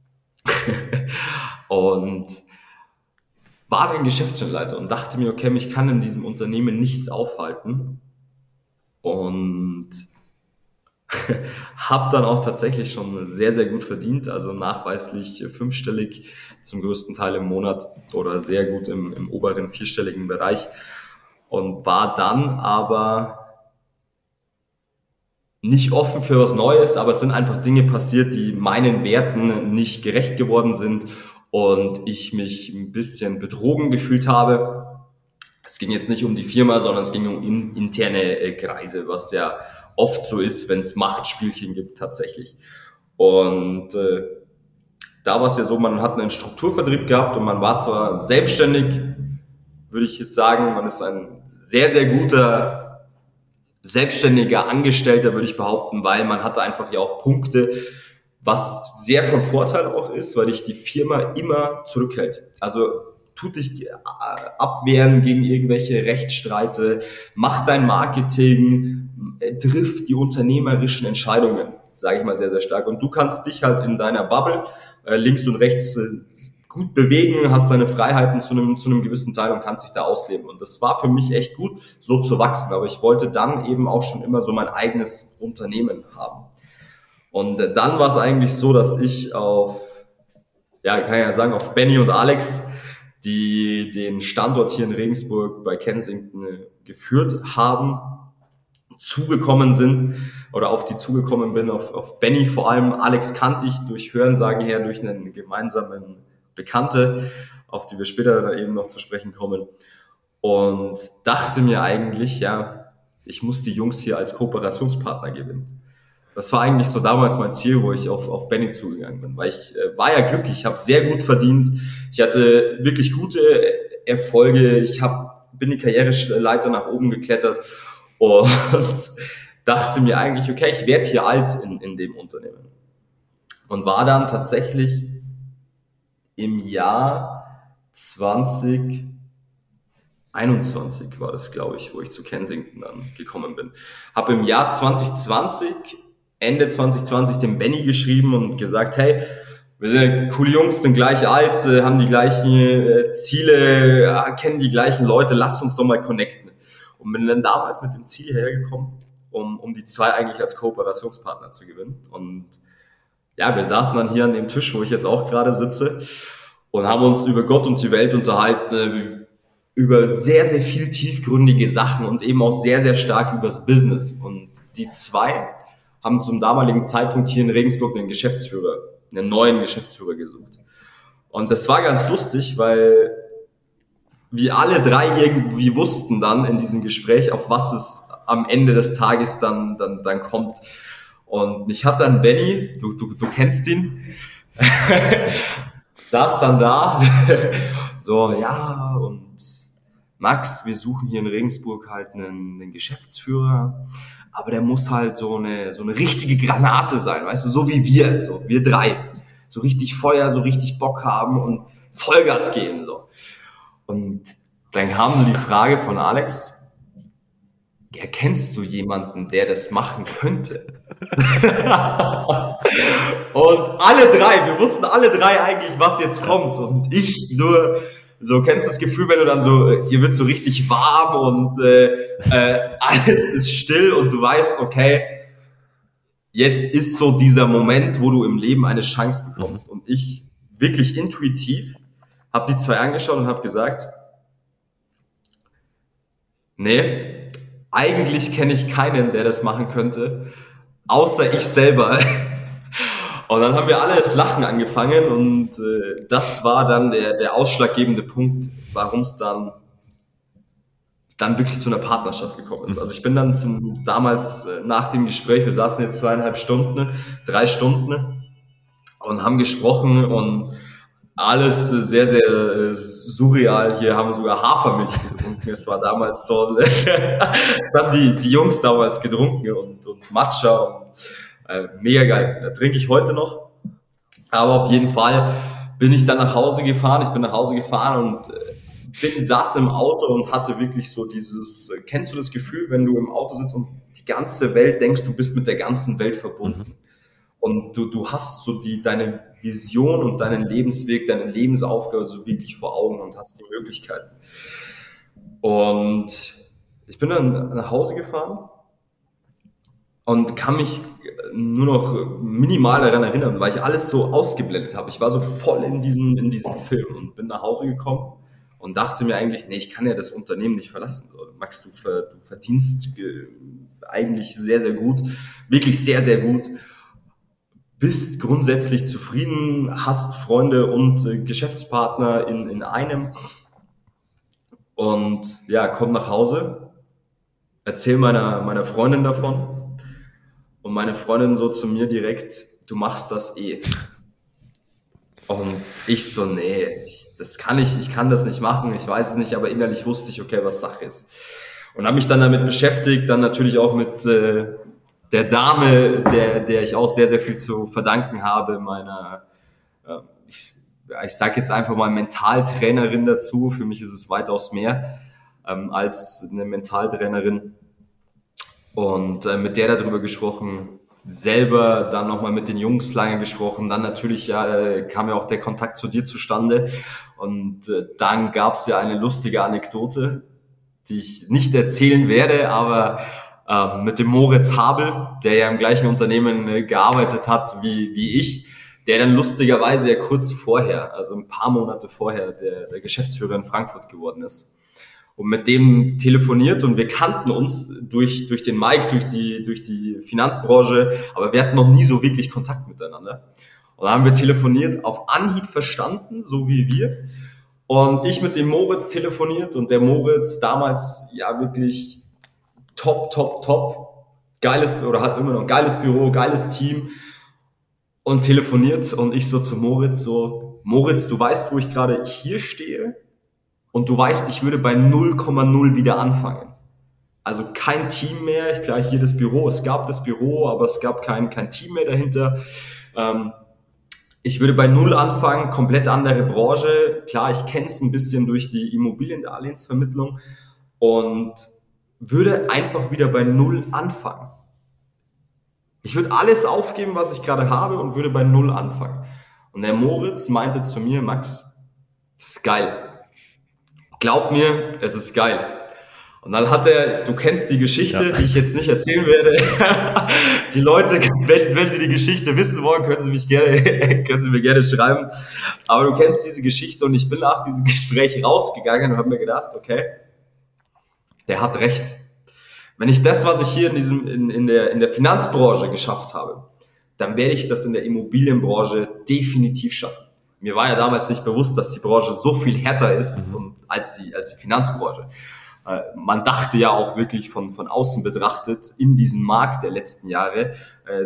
Und war dann Geschäftsstellenleiter und dachte mir, okay, mich kann in diesem Unternehmen nichts aufhalten. Und habe dann auch tatsächlich schon sehr, sehr gut verdient, also nachweislich fünfstellig zum größten Teil im Monat oder sehr gut im, im oberen vierstelligen Bereich und war dann aber nicht offen für was Neues, aber es sind einfach Dinge passiert, die meinen Werten nicht gerecht geworden sind und ich mich ein bisschen betrogen gefühlt habe. Es ging jetzt nicht um die Firma, sondern es ging um in, interne Kreise, was ja oft so ist, wenn es Machtspielchen gibt tatsächlich. Und äh, da war es ja so, man hat einen Strukturvertrieb gehabt und man war zwar selbstständig, würde ich jetzt sagen, man ist ein sehr, sehr guter selbstständiger Angestellter, würde ich behaupten, weil man hatte einfach ja auch Punkte, was sehr von Vorteil auch ist, weil dich die Firma immer zurückhält. Also tut dich abwehren gegen irgendwelche Rechtsstreite, mach dein Marketing, trifft die unternehmerischen Entscheidungen, sage ich mal sehr, sehr stark. Und du kannst dich halt in deiner Bubble äh, links und rechts äh, gut bewegen, hast deine Freiheiten zu einem, zu einem gewissen Teil und kannst dich da ausleben. Und das war für mich echt gut, so zu wachsen. Aber ich wollte dann eben auch schon immer so mein eigenes Unternehmen haben. Und äh, dann war es eigentlich so, dass ich auf, ja, kann ich ja sagen, auf Benny und Alex, die den Standort hier in Regensburg bei Kensington geführt haben, zugekommen sind, oder auf die zugekommen bin, auf, auf Benny vor allem. Alex kannte ich durch Hörensagen her, durch einen gemeinsamen Bekannte, auf die wir später dann eben noch zu sprechen kommen. Und dachte mir eigentlich, ja, ich muss die Jungs hier als Kooperationspartner gewinnen. Das war eigentlich so damals mein Ziel, wo ich auf, auf Benny zugegangen bin, weil ich äh, war ja glücklich, ich habe sehr gut verdient, ich hatte wirklich gute Erfolge, ich hab, bin die Karriereleiter nach oben geklettert und dachte mir eigentlich, okay, ich werde hier alt in, in dem Unternehmen. Und war dann tatsächlich im Jahr zwanzig einundzwanzig war das, glaube ich, wo ich zu Kensington dann gekommen bin. Habe im Jahr zwanzig zwanzig, Ende zwanzig zwanzig dem Benny geschrieben und gesagt, hey, wir sind coole Jungs, sind gleich alt, haben die gleichen Ziele, kennen die gleichen Leute, lasst uns doch mal connecten. Und bin dann damals mit dem Ziel hergekommen, um, um die zwei eigentlich als Kooperationspartner zu gewinnen. Und ja, wir saßen dann hier an dem Tisch, wo ich jetzt auch gerade sitze und haben uns über Gott und die Welt unterhalten, über sehr, sehr viel tiefgründige Sachen und eben auch sehr, sehr stark übers Business. Und die zwei haben zum damaligen Zeitpunkt hier in Regensburg einen Geschäftsführer, einen neuen Geschäftsführer gesucht. Und das war ganz lustig, weil wir alle drei irgendwie wussten dann in diesem Gespräch, auf was es am Ende des Tages dann, dann, dann kommt. Und mich hat dann Benny, du, du, du kennst ihn, saß dann da, so, ja, und Max, wir suchen hier in Regensburg halt einen, einen Geschäftsführer, aber der muss halt so eine, so eine richtige Granate sein, weißt du, so wie wir, so, wir drei. So richtig Feuer, so richtig Bock haben und Vollgas geben, so. Und dann kam so die Frage von Alex, erkennst du jemanden, der das machen könnte? Und alle drei, wir wussten alle drei eigentlich, was jetzt kommt. Und ich nur, so kennst du das Gefühl, wenn du dann so, dir wird so richtig warm und äh, äh, alles ist still und du weißt, okay, jetzt ist so dieser Moment, wo du im Leben eine Chance bekommst. Und ich wirklich intuitiv habe die zwei angeschaut und habe gesagt, nee, eigentlich kenne ich keinen, der das machen könnte, außer ich selber. Und dann haben wir alle das Lachen angefangen und äh, das war dann der, der ausschlaggebende Punkt, warum es dann, dann wirklich zu einer Partnerschaft gekommen ist. Also ich bin dann zum damals äh, nach dem Gespräch, wir saßen jetzt zweieinhalb Stunden, drei Stunden und haben gesprochen und alles sehr, sehr äh, surreal. Hier haben wir sogar Hafermilch getrunken. Es war damals so, das haben die, die Jungs damals getrunken und, und Matcha und äh, mega geil. Da trinke ich heute noch. Aber auf jeden Fall bin ich dann nach Hause gefahren. Ich bin nach Hause gefahren und äh, bin, saß im Auto und hatte wirklich so dieses, äh, kennst du das Gefühl, wenn du im Auto sitzt und die ganze Welt denkst, du bist mit der ganzen Welt verbunden. Mhm. Und du, du hast so die, deine Vision und deinen Lebensweg, deine Lebensaufgabe so wirklich vor Augen und hast die Möglichkeiten. Und ich bin dann nach Hause gefahren und kann mich nur noch minimal daran erinnern, weil ich alles so ausgeblendet habe. Ich war so voll in diesem, in diesem Film und bin nach Hause gekommen und dachte mir eigentlich, nee, ich kann ja das Unternehmen nicht verlassen. Max, du, ver, du verdienst eigentlich sehr, sehr gut, wirklich sehr, sehr gut. Bist grundsätzlich zufrieden, hast Freunde und äh, Geschäftspartner in, in einem und ja, komm nach Hause, erzähl meiner, meiner Freundin davon und meine Freundin so zu mir direkt, du machst das eh. Und ich so, nee, ich, das kann ich, ich kann das nicht machen, ich weiß es nicht, aber innerlich wusste ich, okay, was Sache ist. Und habe mich dann damit beschäftigt, dann natürlich auch mit äh, der Dame, der, der ich auch sehr, sehr viel zu verdanken habe, meiner, äh, ich, ich sage jetzt einfach mal Mentaltrainerin dazu, für mich ist es weitaus mehr ähm, als eine Mentaltrainerin und äh, mit der darüber gesprochen, selber dann nochmal mit den Jungs lange gesprochen, dann natürlich ja äh, kam ja auch der Kontakt zu dir zustande und äh, dann gab es ja eine lustige Anekdote, die ich nicht erzählen werde, aber mit dem Moritz Habel, der ja im gleichen Unternehmen äh, gearbeitet hat wie, wie ich, der dann lustigerweise ja kurz vorher, also ein paar Monate vorher, der, der Geschäftsführer in Frankfurt geworden ist. und mit dem telefoniert und wir kannten uns durch, durch den Mike, durch die, durch die Finanzbranche, aber wir hatten noch nie so wirklich Kontakt miteinander. Und dann haben wir telefoniert, auf Anhieb verstanden, so wie wir. Und ich mit dem Moritz telefoniert und der Moritz damals ja wirklich top, top, top, geiles, oder hat immer noch ein geiles Büro, geiles Team und telefoniert und ich so zu Moritz so, Moritz, du weißt, wo ich gerade hier stehe und du weißt, ich würde bei null Komma null wieder anfangen. Also kein Team mehr, klar hier das Büro, es gab das Büro, aber es gab kein, kein Team mehr dahinter. Ähm, ich würde bei null anfangen, komplett andere Branche. Klar, ich kenne es ein bisschen durch die Immobiliendarlehensvermittlung und würde einfach wieder bei null anfangen. Ich würde alles aufgeben, was ich gerade habe und würde bei null anfangen. Und der Moritz meinte zu mir, Max, das ist geil. Glaub mir, es ist geil. Und dann hat er, du kennst die Geschichte, ja, die ich jetzt nicht erzählen werde. Die Leute, wenn, wenn sie die Geschichte wissen wollen, können sie mich gerne, können sie mir gerne schreiben. Aber du kennst diese Geschichte und ich bin nach diesem Gespräch rausgegangen und habe mir gedacht, okay, der hat recht. Wenn ich das, was ich hier in diesem, in, in der, in der Finanzbranche geschafft habe, dann werde ich das in der Immobilienbranche definitiv schaffen. Mir war ja damals nicht bewusst, dass die Branche so viel härter ist mhm. als die, als die Finanzbranche. Äh, man dachte ja auch wirklich von, von außen betrachtet in diesem Markt der letzten Jahre, äh,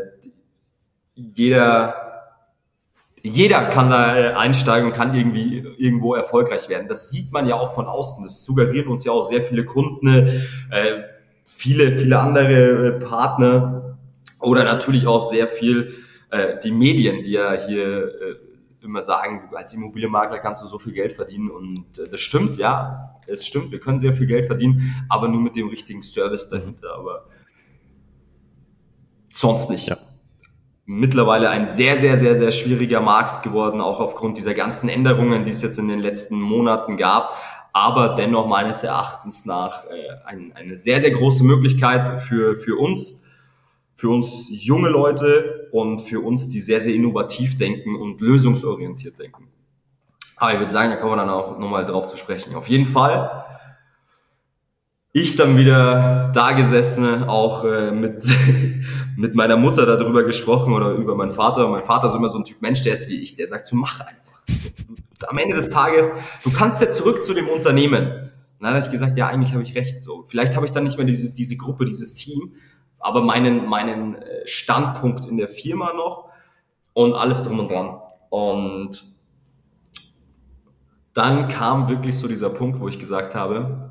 jeder, jeder kann da einsteigen und kann irgendwie irgendwo erfolgreich werden. Das sieht man ja auch von außen. Das suggerieren uns ja auch sehr viele Kunden, äh, viele, viele andere Partner oder natürlich auch sehr viel äh, die Medien, die ja hier äh, immer sagen, als Immobilienmakler kannst du so viel Geld verdienen und äh, das stimmt, ja, es stimmt, wir können sehr viel Geld verdienen, aber nur mit dem richtigen Service dahinter, aber sonst nicht. Ja. Mittlerweile ein sehr, sehr, sehr, sehr schwieriger Markt geworden, auch aufgrund dieser ganzen Änderungen, die es jetzt in den letzten Monaten gab, aber dennoch meines Erachtens nach äh, ein, eine sehr, sehr große Möglichkeit für, für uns, für uns junge Leute und für uns, die sehr, sehr innovativ denken und lösungsorientiert denken. Aber ich würde sagen, da kommen wir dann auch nochmal drauf zu sprechen. Auf jeden Fall, ich dann wieder da gesessen, auch äh, mit, mit meiner Mutter darüber gesprochen oder über meinen Vater. Mein Vater ist immer so ein Typ Mensch, der ist wie ich, der sagt so, mach einfach. Und am Ende des Tages, du kannst ja zurück zu dem Unternehmen. Und dann habe ich gesagt, ja, eigentlich habe ich recht. So, vielleicht habe ich dann nicht mehr diese, diese Gruppe, dieses Team, aber meinen, meinen Standpunkt in der Firma noch und alles drum und dran. Und dann kam wirklich so dieser Punkt, wo ich gesagt habe,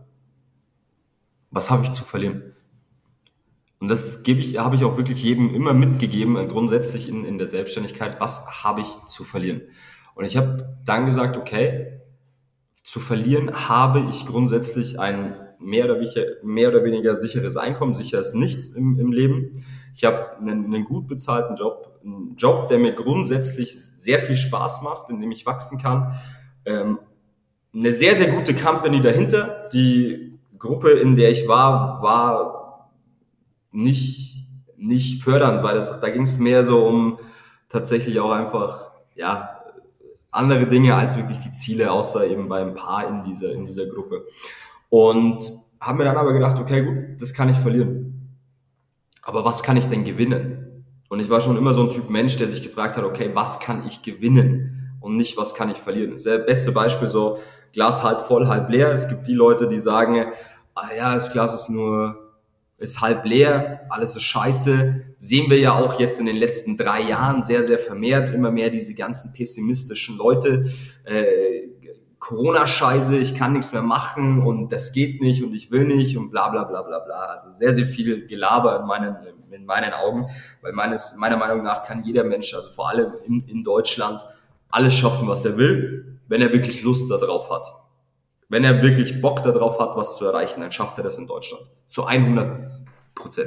was habe ich zu verlieren? Und das gebe ich, habe ich auch wirklich jedem immer mitgegeben, grundsätzlich in, in der Selbstständigkeit, was habe ich zu verlieren? Und ich habe dann gesagt, okay, zu verlieren habe ich grundsätzlich ein mehr oder weniger, mehr oder weniger sicheres Einkommen, sicher ist nichts im, im Leben. Ich habe einen, einen gut bezahlten Job, einen Job, der mir grundsätzlich sehr viel Spaß macht, in dem ich wachsen kann. Ähm, eine sehr, sehr gute Company dahinter. Die Gruppe, in der ich war, war nicht, nicht fördernd, weil das, da ging es mehr so um tatsächlich auch einfach, ja, andere Dinge als wirklich die Ziele, außer eben bei ein paar in dieser, in dieser Gruppe. Und habe mir dann aber gedacht, okay, gut, das kann ich verlieren. Aber was kann ich denn gewinnen? Und ich war schon immer so ein Typ Mensch, der sich gefragt hat, okay, was kann ich gewinnen? Und nicht, was kann ich verlieren? Das beste Beispiel so, Glas halb voll, halb leer. Es gibt die Leute, die sagen, ah ja, das Glas ist nur, ist halb leer, alles ist scheiße. Sehen wir ja auch jetzt in den letzten drei Jahren sehr, sehr vermehrt, immer mehr diese ganzen pessimistischen Leute, äh, Corona-Scheiße, ich kann nichts mehr machen und das geht nicht und ich will nicht und bla bla bla bla bla. Also sehr, sehr viel Gelaber in meinen, in meinen Augen, weil meines, meiner Meinung nach kann jeder Mensch, also vor allem in, in Deutschland, alles schaffen, was er will, wenn er wirklich Lust darauf hat. Wenn er wirklich Bock darauf hat, was zu erreichen, dann schafft er das in Deutschland. Zu hundert Prozent.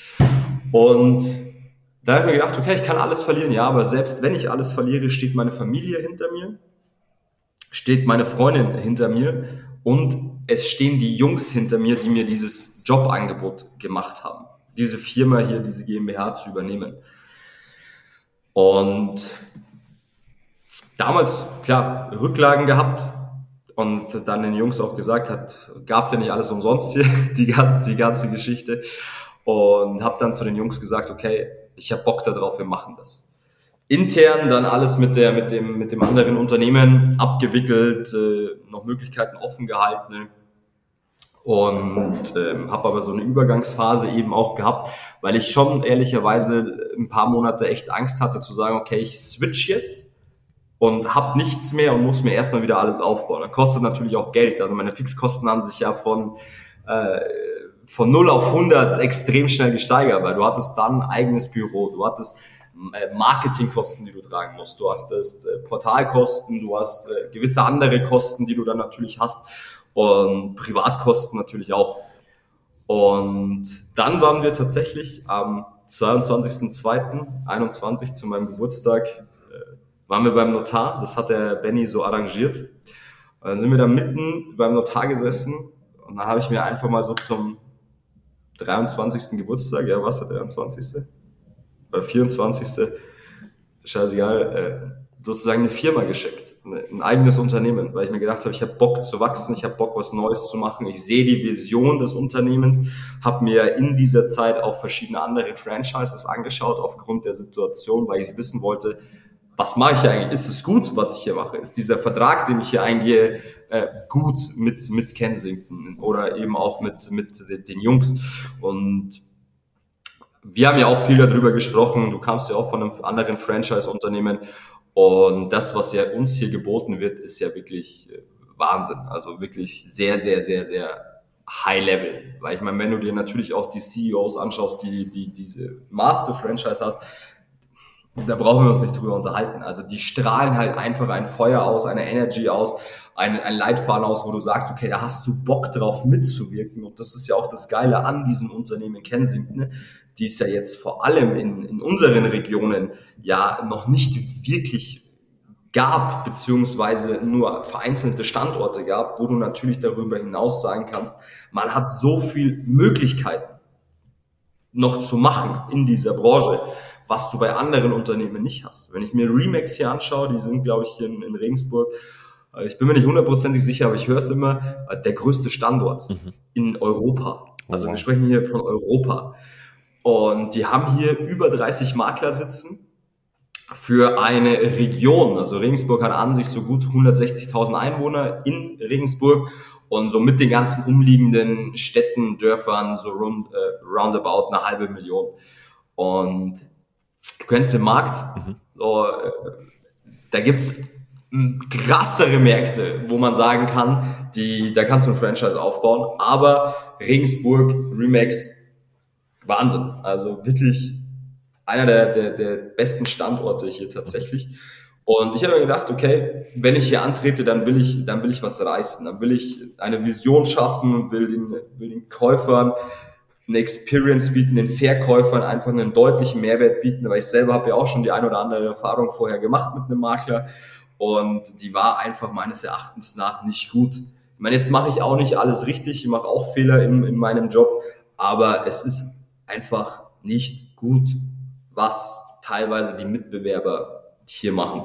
Und da habe ich mir gedacht, okay, ich kann alles verlieren, ja, aber selbst wenn ich alles verliere, steht meine Familie hinter mir, steht meine Freundin hinter mir und es stehen die Jungs hinter mir, die mir dieses Jobangebot gemacht haben, diese Firma hier, diese GmbH zu übernehmen. Und damals, klar, Rücklagen gehabt, und dann den Jungs auch gesagt hat, gab's ja nicht alles umsonst hier, die ganze, die ganze Geschichte. Und habe dann zu den Jungs gesagt, okay, ich habe Bock darauf, wir machen das. Intern dann alles mit der mit dem mit dem anderen Unternehmen abgewickelt, äh, noch Möglichkeiten offen gehalten, ne? Und ähm, habe aber so eine Übergangsphase eben auch gehabt, weil ich schon ehrlicherweise ein paar Monate echt Angst hatte zu sagen, okay, ich switch jetzt und habe nichts mehr und muss mir erstmal wieder alles aufbauen. Das kostet natürlich auch Geld. Also meine Fixkosten haben sich ja von äh, von null auf hundert extrem schnell gesteigert, weil du hattest dann ein eigenes Büro, du hattest Marketingkosten, die du tragen musst, du hast das Portalkosten, du hast äh, gewisse andere Kosten, die du dann natürlich hast und Privatkosten natürlich auch. Und dann waren wir tatsächlich am zweiundzwanzigsten zweiten einundzwanzig zu meinem Geburtstag, äh, waren wir beim Notar, das hat der Benny so arrangiert. Und dann sind wir da mitten beim Notar gesessen und dann habe ich mir einfach mal so zum dreiundzwanzigsten Geburtstag, ja was, der dreiundzwanzigste Oder vierundzwanzigste scheißegal, äh, sozusagen eine Firma geschickt, ein eigenes Unternehmen, weil ich mir gedacht habe, ich habe Bock zu wachsen, ich habe Bock, was Neues zu machen, ich sehe die Vision des Unternehmens, habe mir in dieser Zeit auch verschiedene andere Franchises angeschaut aufgrund der Situation, weil ich wissen wollte, was mache ich hier eigentlich? Ist es gut, was ich hier mache? Ist dieser Vertrag, den ich hier eingehe, äh, gut mit mit Kensington oder eben auch mit mit den Jungs? Und wir haben ja auch viel darüber gesprochen, du kamst ja auch von einem anderen Franchise-Unternehmen und das, was ja uns hier geboten wird, ist ja wirklich Wahnsinn, also wirklich sehr, sehr, sehr, sehr High-Level, weil ich meine, wenn du dir natürlich auch die C E Os anschaust, die, die diese Master-Franchise hast, da brauchen wir uns nicht drüber unterhalten, also die strahlen halt einfach ein Feuer aus, eine Energy aus, ein, ein Leitfaden aus, wo du sagst, okay, da hast du Bock drauf mitzuwirken und das ist ja auch das Geile an diesem Unternehmen Kensington, ne? Die es ja jetzt vor allem in, in unseren Regionen ja noch nicht wirklich gab, beziehungsweise nur vereinzelte Standorte gab, wo du natürlich darüber hinaus sagen kannst, man hat so viel Möglichkeiten noch zu machen in dieser Branche, was du bei anderen Unternehmen nicht hast. Wenn ich mir Remax hier anschaue, die sind, glaube ich, hier in, in Regensburg, ich bin mir nicht hundertprozentig sicher, aber ich höre es immer, der größte Standort mhm. in Europa. Also wir sprechen hier von Europa. Und die haben hier über dreißig Makler sitzen für eine Region. Also Regensburg hat an sich so gut hundertsechzigtausend Einwohner in Regensburg und so mit den ganzen umliegenden Städten, Dörfern so rund, äh, roundabout eine halbe Million. Und du kennst den Markt, mhm. so, äh, da gibt's krassere Märkte, wo man sagen kann, die, da kannst du ein Franchise aufbauen, aber Regensburg, Remax, Wahnsinn, also wirklich einer der, der, der besten Standorte hier tatsächlich. Und ich habe mir gedacht, okay, wenn ich hier antrete, dann will ich, dann will ich was reißen, dann will ich eine Vision schaffen und will den, will den Käufern eine Experience bieten, den Verkäufern einfach einen deutlichen Mehrwert bieten, weil ich selber habe ja auch schon die ein oder andere Erfahrung vorher gemacht mit einem Makler und die war einfach meines Erachtens nach nicht gut. Ich meine, jetzt mache ich auch nicht alles richtig, ich mache auch Fehler in, in meinem Job, aber es ist einfach nicht gut, was teilweise die Mitbewerber hier machen.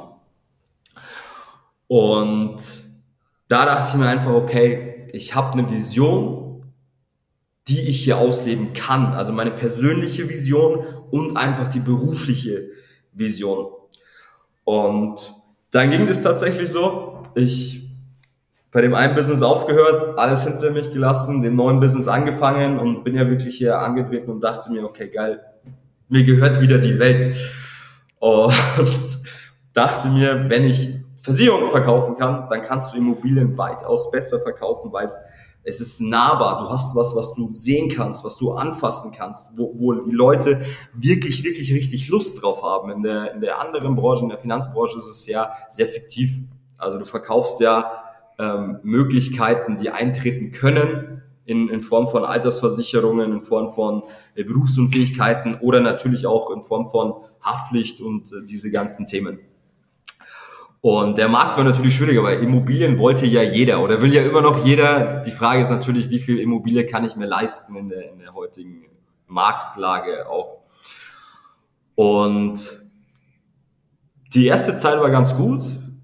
Und da dachte ich mir einfach, okay, ich habe eine Vision, die ich hier ausleben kann. Also meine persönliche Vision und einfach die berufliche Vision. Und dann ging das tatsächlich so. Ich bei dem einen Business aufgehört, alles hinter mich gelassen, dem neuen Business angefangen und bin ja wirklich hier angetreten und dachte mir, okay, geil, mir gehört wieder die Welt. Und dachte mir, wenn ich Versicherungen verkaufen kann, dann kannst du Immobilien weitaus besser verkaufen, weil es, es ist nahbar. Du hast was, was du sehen kannst, was du anfassen kannst, wo, wo die Leute wirklich, wirklich richtig Lust drauf haben. In der, in der anderen Branche, in der Finanzbranche ist es ja sehr fiktiv. Also du verkaufst ja ähm, Möglichkeiten, die eintreten können, in, in Form von Altersversicherungen, in Form von äh, Berufsunfähigkeiten oder natürlich auch in Form von Haftpflicht und äh, diese ganzen Themen. Und der Markt war natürlich schwieriger, weil Immobilien wollte ja jeder oder will ja immer noch jeder. Die Frage ist natürlich, wie viel Immobilie kann ich mir leisten in der, in der heutigen Marktlage auch. Und die erste Zeit war ganz gut.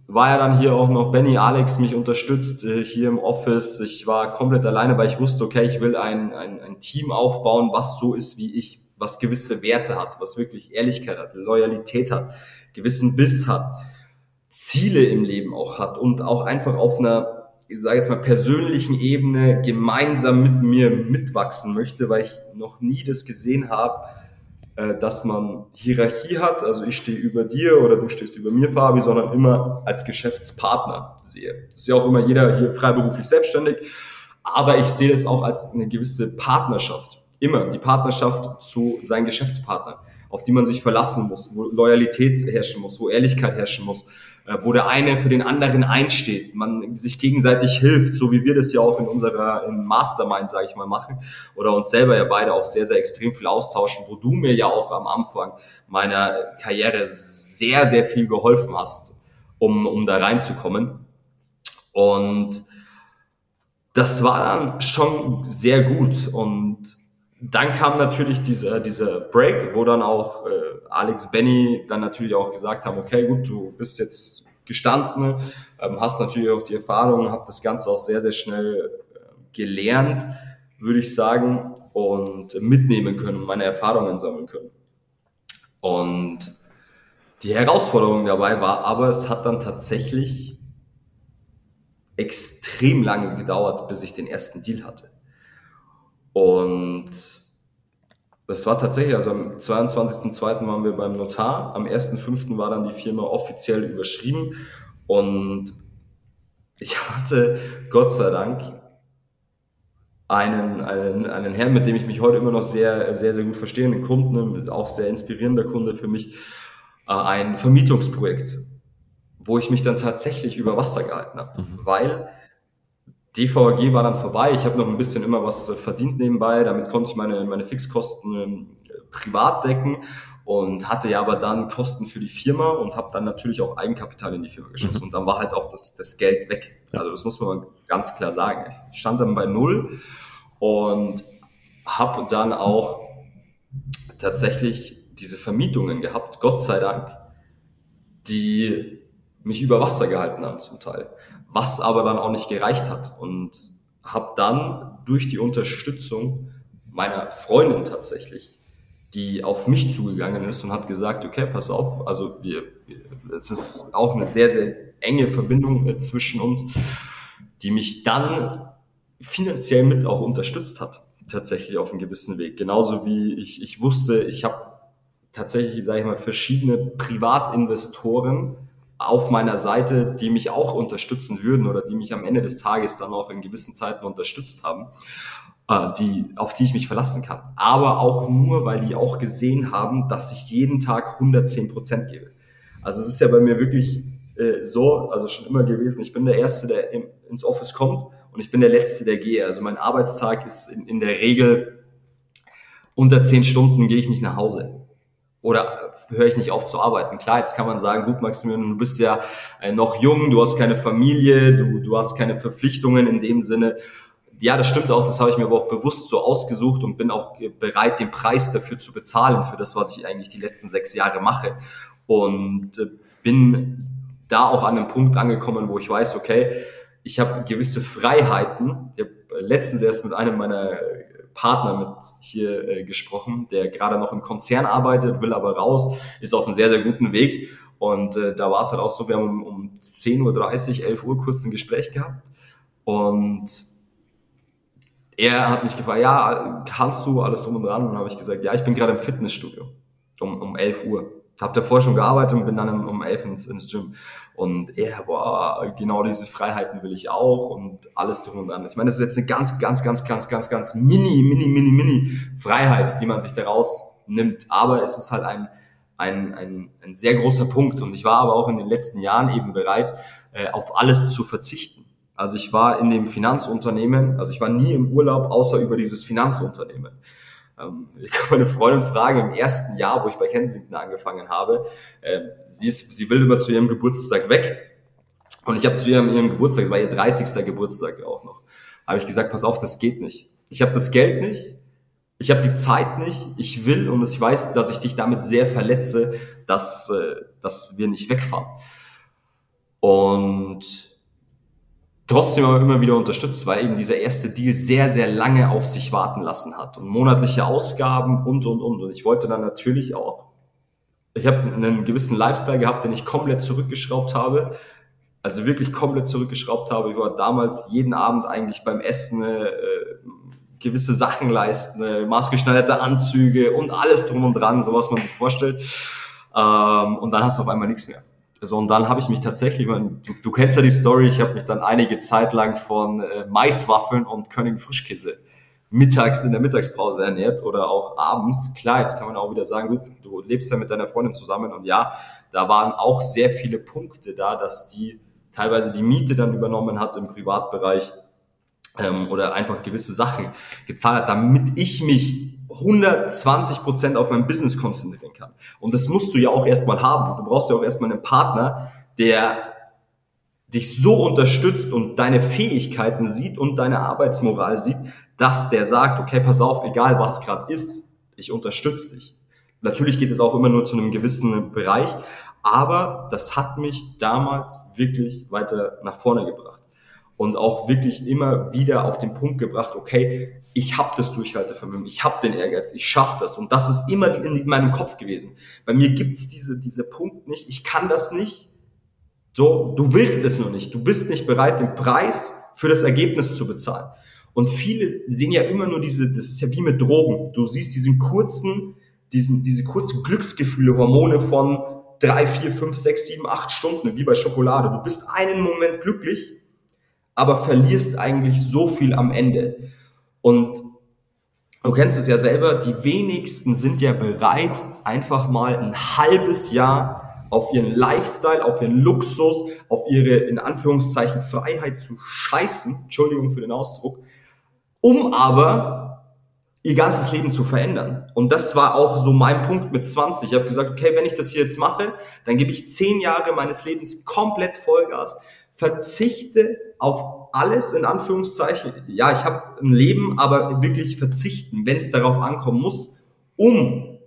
war ja dann hier auch noch Benny, Alex mich unterstützt äh, hier im Office. Ich war komplett alleine, weil ich wusste, okay, ich will ein, ein, ein Team aufbauen, was so ist wie ich, was gewisse Werte hat, was wirklich Ehrlichkeit hat, Loyalität hat, gewissen Biss hat, Ziele im Leben auch hat und auch einfach auf einer, ich sage jetzt mal, persönlichen Ebene gemeinsam mit mir mitwachsen möchte, weil ich noch nie das gesehen habe, dass man Hierarchie hat, also ich stehe über dir oder du stehst über mir, Fabi, sondern immer als Geschäftspartner sehe. Das ist ja auch immer jeder hier freiberuflich selbstständig, aber ich sehe das auch als eine gewisse Partnerschaft. Immer die Partnerschaft zu seinen Geschäftspartnern, auf die man sich verlassen muss, wo Loyalität herrschen muss, wo Ehrlichkeit herrschen muss, wo der eine für den anderen einsteht, man sich gegenseitig hilft, so wie wir das ja auch in unserer im Mastermind, sage ich mal, machen oder uns selber ja beide auch sehr, sehr extrem viel austauschen, wo du mir ja auch am Anfang meiner Karriere sehr, sehr viel geholfen hast, um, um da reinzukommen. Und das war dann schon sehr gut. Und dann kam natürlich dieser, dieser Break, wo dann auch äh, Alex, Benny dann natürlich auch gesagt haben, okay, gut, du bist jetzt gestanden, ähm, hast natürlich auch die Erfahrung, hab das Ganze auch sehr, sehr schnell äh, gelernt, würde ich sagen, und mitnehmen können, meine Erfahrungen sammeln können. Und die Herausforderung dabei war, aber es hat dann tatsächlich extrem lange gedauert, bis ich den ersten Deal hatte. Und das war tatsächlich, also am zweiundzwanzigsten zweiten waren wir beim Notar, am ersten fünften war dann die Firma offiziell überschrieben und ich hatte Gott sei Dank einen, einen, einen Herrn, mit dem ich mich heute immer noch sehr, sehr, sehr gut verstehe, einen Kunden, auch sehr inspirierender Kunde für mich, ein Vermietungsprojekt, wo ich mich dann tatsächlich über Wasser gehalten habe, mhm. weil D V A G war dann vorbei, ich habe noch ein bisschen immer was verdient nebenbei, damit konnte ich meine, meine Fixkosten äh, privat decken und hatte ja aber dann Kosten für die Firma und habe dann natürlich auch Eigenkapital in die Firma geschossen mhm. und dann war halt auch das, das Geld weg. Ja. Also das muss man mal ganz klar sagen. Ich stand dann bei null und habe dann auch tatsächlich diese Vermietungen gehabt, Gott sei Dank, die mich über Wasser gehalten haben zum Teil, was aber dann auch nicht gereicht hat und habe dann durch die Unterstützung meiner Freundin tatsächlich, die auf mich zugegangen ist und hat gesagt, okay, pass auf, also wir, wir es ist auch eine sehr, sehr enge Verbindung äh, zwischen uns, die mich dann finanziell mit auch unterstützt hat, tatsächlich auf einem gewissen Weg. Genauso wie ich, ich wusste, ich habe tatsächlich, sage ich mal, verschiedene Privatinvestoren auf meiner Seite, die mich auch unterstützen würden oder die mich am Ende des Tages dann auch in gewissen Zeiten unterstützt haben, äh, die, auf die ich mich verlassen kann. Aber auch nur, weil die auch gesehen haben, dass ich jeden Tag hundertzehn Prozent gebe. Also es ist ja bei mir wirklich äh, so, also schon immer gewesen, ich bin der Erste, der im, ins Office kommt und ich bin der Letzte, der gehe. Also mein Arbeitstag ist in, in der Regel unter zehn Stunden gehe ich nicht nach Hause. Oder höre ich nicht auf zu arbeiten. Klar, jetzt kann man sagen, gut, Maximilian, du bist ja noch jung, du hast keine Familie, du, du hast keine Verpflichtungen in dem Sinne. Ja, das stimmt auch, das habe ich mir aber auch bewusst so ausgesucht und bin auch bereit, den Preis dafür zu bezahlen, für das, was ich eigentlich die letzten sechs Jahre mache. Und bin da auch an einem Punkt angekommen, wo ich weiß, okay, ich habe gewisse Freiheiten. Ich habe letztens erst mit einem meiner Partner mit hier äh, gesprochen, der gerade noch im Konzern arbeitet, will aber raus, ist auf einem sehr, sehr guten Weg. Und äh, da war es halt auch so, wir haben um, um zehn Uhr dreißig, elf Uhr kurz ein Gespräch gehabt. Und er hat mich gefragt, ja, kannst du alles drum und dran? Und dann habe ich gesagt, ja, ich bin gerade im Fitnessstudio um, um elf Uhr. Hab davor schon gearbeitet und bin dann um elf ins, ins Gym. Und er, boah, genau diese Freiheiten will ich auch und alles drum und dran. Ich meine, das ist jetzt eine ganz, ganz, ganz, ganz, ganz, ganz mini, mini, mini, mini Freiheit, die man sich daraus nimmt. Aber es ist halt ein, ein, ein, ein sehr großer Punkt. Und ich war aber auch in den letzten Jahren eben bereit, äh, auf alles zu verzichten. Also ich war in dem Finanzunternehmen, also ich war nie im Urlaub, außer über dieses Finanzunternehmen. Ich kann meine Freundin fragen, im ersten Jahr, wo ich bei Kensington angefangen habe, äh, sie, ist, sie will immer zu ihrem Geburtstag weg. Und ich habe zu ihrem, ihrem Geburtstag, es war ihr dreißigster Geburtstag auch noch, habe ich gesagt, pass auf, das geht nicht. Ich habe das Geld nicht, ich habe die Zeit nicht, ich will und ich weiß, dass ich dich damit sehr verletze, dass, äh, dass wir nicht wegfahren. und trotzdem aber immer wieder unterstützt, weil eben dieser erste Deal sehr, sehr lange auf sich warten lassen hat und monatliche Ausgaben und, und, und. Und ich wollte dann natürlich auch, ich habe einen gewissen Lifestyle gehabt, den ich komplett zurückgeschraubt habe, also wirklich komplett zurückgeschraubt habe. Ich war damals jeden Abend eigentlich beim Essen, äh, gewisse Sachen leisten, äh, maßgeschneiderte Anzüge und alles drum und dran, so was man sich vorstellt. Ähm, und dann hast du auf einmal nichts mehr. Also, und dann habe ich mich tatsächlich, du, du kennst ja die Story, ich habe mich dann einige Zeit lang von äh, Maiswaffeln und Königin Frischkäse mittags in der Mittagspause ernährt oder auch abends. Klar, jetzt kann man auch wieder sagen, gut, du lebst ja mit deiner Freundin zusammen und ja, da waren auch sehr viele Punkte da, dass die teilweise die Miete dann übernommen hat im Privatbereich ähm, oder einfach gewisse Sachen gezahlt hat, damit ich mich hundertzwanzig Prozent auf mein Business konzentrieren kann. Und das musst du ja auch erstmal haben. Du brauchst ja auch erstmal einen Partner, der dich so unterstützt und deine Fähigkeiten sieht und deine Arbeitsmoral sieht, dass der sagt, okay, pass auf, egal was gerade ist, ich unterstütze dich. Natürlich geht es auch immer nur zu einem gewissen Bereich, aber das hat mich damals wirklich weiter nach vorne gebracht und auch wirklich immer wieder auf den Punkt gebracht, okay, ich habe das Durchhaltevermögen, ich habe den Ehrgeiz, ich schaffe das und das ist immer in meinem Kopf gewesen. Bei mir gibt's diese, diese Punkt nicht, ich kann das nicht, so, du willst es nur nicht, du bist nicht bereit, den Preis für das Ergebnis zu bezahlen. Und viele sehen ja immer nur diese, das ist ja wie mit Drogen, du siehst diesen kurzen, diesen, diese kurzen Glücksgefühle, Hormone von drei, vier, fünf, sechs, sieben, acht Stunden, wie bei Schokolade. Du bist einen Moment glücklich, aber verlierst eigentlich so viel am Ende. Und du kennst es ja selber, die wenigsten sind ja bereit, einfach mal ein halbes Jahr auf ihren Lifestyle, auf ihren Luxus, auf ihre, in Anführungszeichen, Freiheit zu scheißen, Entschuldigung für den Ausdruck, um aber ihr ganzes Leben zu verändern. Und das war auch so mein Punkt mit zwanzig. Ich habe gesagt, okay, wenn ich das hier jetzt mache, dann gebe ich zehn Jahre meines Lebens komplett Vollgas, verzichte auf alles, in Anführungszeichen. Ja, ich habe ein Leben, aber wirklich verzichten, wenn es darauf ankommen muss, um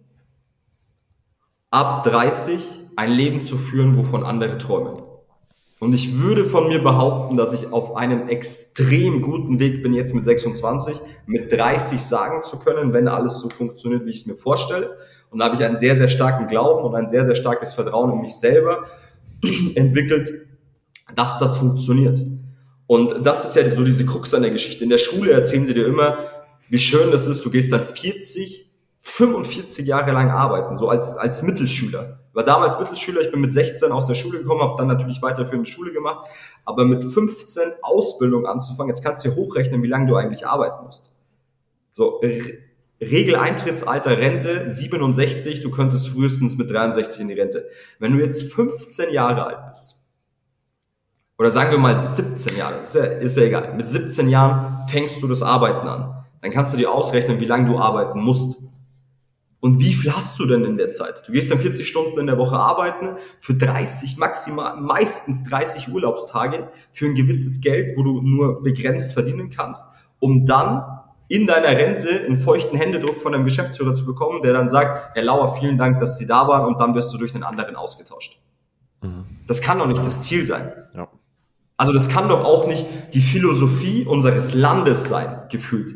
ab dreißig ein Leben zu führen, wovon andere träumen. Und ich würde von mir behaupten, dass ich auf einem extrem guten Weg bin, jetzt mit sechsundzwanzig, mit dreißig sagen zu können, wenn alles so funktioniert, wie ich es mir vorstelle. Und da habe ich einen sehr, sehr starken Glauben und ein sehr, sehr starkes Vertrauen in mich selber entwickelt, dass das funktioniert. Und das ist ja so diese Krux an der Geschichte. In der Schule erzählen sie dir immer, wie schön das ist, du gehst dann vierzig, fünfundvierzig Jahre lang arbeiten, so als, als Mittelschüler. Ich war damals Mittelschüler, ich bin mit sechzehn aus der Schule gekommen, habe dann natürlich weiterführende Schule gemacht, aber mit fünfzehn Ausbildung anzufangen, jetzt kannst du dir hochrechnen, wie lange du eigentlich arbeiten musst. So, Re- Regeleintrittsalter Rente siebenundsechzig, du könntest frühestens mit dreiundsechzig in die Rente. Wenn du jetzt fünfzehn Jahre alt bist, oder sagen wir mal siebzehn Jahre, ist ja, ist ja egal, mit siebzehn Jahren fängst du das Arbeiten an. Dann kannst du dir ausrechnen, wie lange du arbeiten musst. Und wie viel hast du denn in der Zeit? Du gehst dann vierzig Stunden in der Woche arbeiten, für dreißig, maximal, meistens dreißig Urlaubstage, für ein gewisses Geld, wo du nur begrenzt verdienen kannst, um dann in deiner Rente einen feuchten Händedruck von deinem Geschäftsführer zu bekommen, der dann sagt, Herr Lauer, vielen Dank, dass Sie da waren, und dann wirst du durch einen anderen ausgetauscht. Mhm. Das kann doch nicht das Ziel sein. Ja. Also das kann doch auch nicht die Philosophie unseres Landes sein, gefühlt.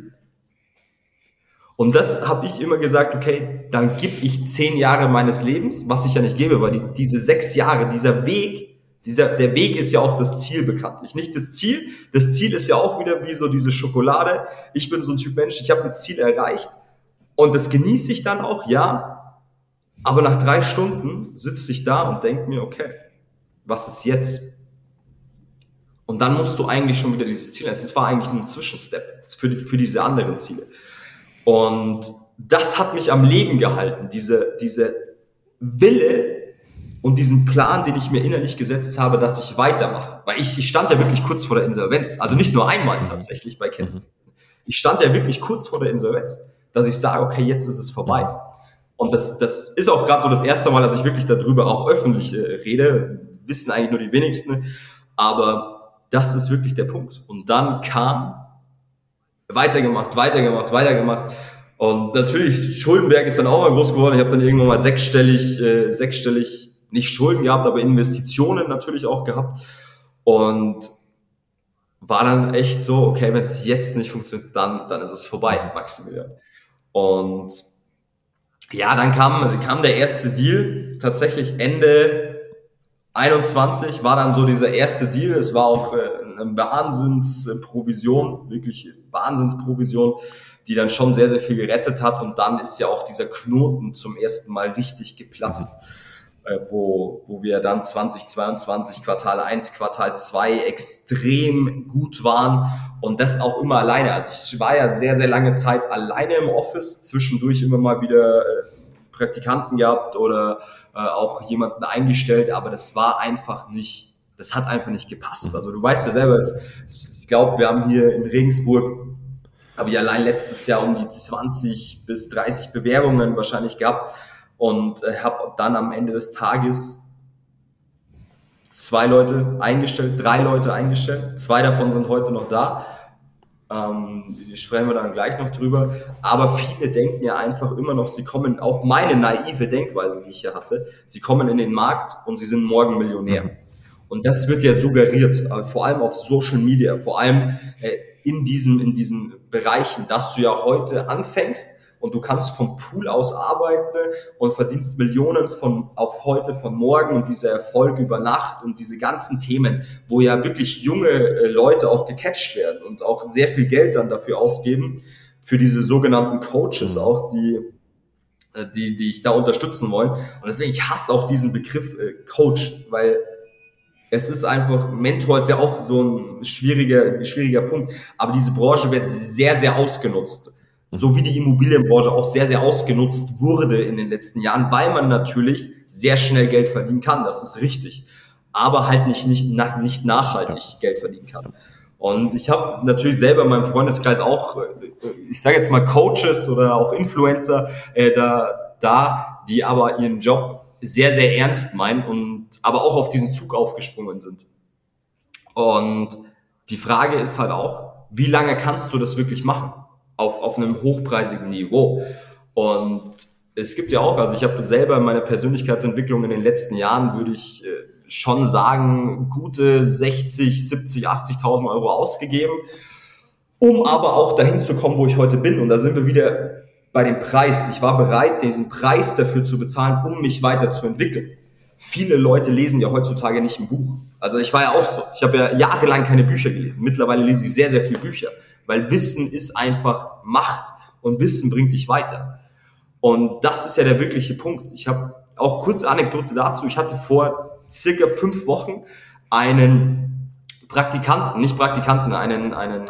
Und das habe ich immer gesagt, okay, dann gebe ich zehn Jahre meines Lebens, was ich ja nicht gebe, weil die, diese sechs Jahre, dieser Weg, dieser, der Weg ist ja auch das Ziel bekanntlich, nicht das Ziel. Das Ziel ist ja auch wieder wie so diese Schokolade. Ich bin so ein Typ Mensch, ich habe ein Ziel erreicht und das genieße ich dann auch, ja. Aber nach drei Stunden sitze ich da und denke mir, okay, was ist jetzt? Und dann musst du eigentlich schon wieder dieses Ziel, es war eigentlich nur ein Zwischenstep für, die, für diese anderen Ziele. Und das hat mich am Leben gehalten, diese, diese Wille und diesen Plan, den ich mir innerlich gesetzt habe, dass ich weitermache. Weil ich, ich stand ja wirklich kurz vor der Insolvenz, also nicht nur einmal tatsächlich bei Ken. Ich stand ja wirklich kurz vor der Insolvenz, dass ich sage, okay, jetzt ist es vorbei. Und das, das ist auch gerade so das erste Mal, dass ich wirklich darüber auch öffentlich äh, rede, wissen eigentlich nur die wenigsten, aber das ist wirklich der Punkt. Und dann kam weitergemacht, weitergemacht, weitergemacht. Und natürlich, Schuldenberg ist dann auch mal groß geworden. Ich habe dann irgendwann mal sechsstellig, äh, sechsstellig, nicht Schulden gehabt, aber Investitionen natürlich auch gehabt. Und war dann echt so, okay, wenn es jetzt nicht funktioniert, dann, dann ist es vorbei, Maximilian. Und ja, dann kam, kam der erste Deal, tatsächlich Ende einundzwanzig war dann so dieser erste Deal. Es war auch eine Wahnsinnsprovision, wirklich Wahnsinnsprovision, die dann schon sehr, sehr viel gerettet hat. Und dann ist ja auch dieser Knoten zum ersten Mal richtig geplatzt, wo, wo wir dann zweitausendzweiundzwanzig Quartal eins, Quartal zwei extrem gut waren und das auch immer alleine. Also ich war ja sehr, sehr lange Zeit alleine im Office, zwischendurch immer mal wieder äh, Praktikanten gehabt oder äh, auch jemanden eingestellt, aber das war einfach nicht, das hat einfach nicht gepasst. Also du weißt ja selber, es, es, ich glaube, wir haben hier in Regensburg, habe ich allein letztes Jahr um die zwanzig bis dreißig Bewerbungen wahrscheinlich gehabt. Und äh, habe dann am Ende des Tages zwei Leute eingestellt, drei Leute eingestellt. Zwei davon sind heute noch da. Ähm, sprechen wir dann gleich noch drüber. Aber viele denken ja einfach immer noch, sie kommen, auch meine naive Denkweise, die ich hier hatte, sie kommen in den Markt und sie sind morgen Millionär. Und das wird ja suggeriert, vor allem auf Social Media, vor allem äh, in diesen, in diesen Bereichen, dass du ja heute anfängst, und du kannst vom Pool aus arbeiten und verdienst Millionen von auf heute, von morgen und dieser Erfolg über Nacht und diese ganzen Themen, wo ja wirklich junge Leute auch gecatcht werden und auch sehr viel Geld dann dafür ausgeben, für diese sogenannten Coaches auch, die, die, die ich da unterstützen wollen. Und deswegen, ich hasse auch diesen Begriff äh, Coach, weil es ist einfach, Mentor ist ja auch so ein schwieriger, schwieriger Punkt, aber diese Branche wird sehr, sehr ausgenutzt. So wie die Immobilienbranche auch sehr, sehr ausgenutzt wurde in den letzten Jahren, weil man natürlich sehr schnell Geld verdienen kann, das ist richtig, aber halt nicht, nicht, nicht nachhaltig Geld verdienen kann. Und ich habe natürlich selber in meinem Freundeskreis auch, ich sage jetzt mal Coaches oder auch Influencer äh, da, da, die aber ihren Job sehr, sehr ernst meinen und aber auch auf diesen Zug aufgesprungen sind. Und die Frage ist halt auch, wie lange kannst du das wirklich machen? Auf, auf einem hochpreisigen Niveau. Und es gibt ja auch, also ich habe selber meine Persönlichkeitsentwicklung in den letzten Jahren, würde ich äh, schon sagen, gute sechzig, siebzig, achtzigtausend Euro ausgegeben, um aber auch dahin zu kommen, wo ich heute bin. Und da sind wir wieder bei dem Preis. Ich war bereit, diesen Preis dafür zu bezahlen, um mich weiterzuentwickeln. Viele Leute lesen ja heutzutage nicht ein Buch. Also ich war ja auch so. Ich habe ja jahrelang keine Bücher gelesen. Mittlerweile lese ich sehr, sehr viele Bücher. Weil Wissen ist einfach Macht und Wissen bringt dich weiter. Und das ist ja der wirkliche Punkt. Ich habe auch kurze Anekdote dazu. Ich hatte vor circa fünf Wochen einen Praktikanten, nicht Praktikanten, einen, einen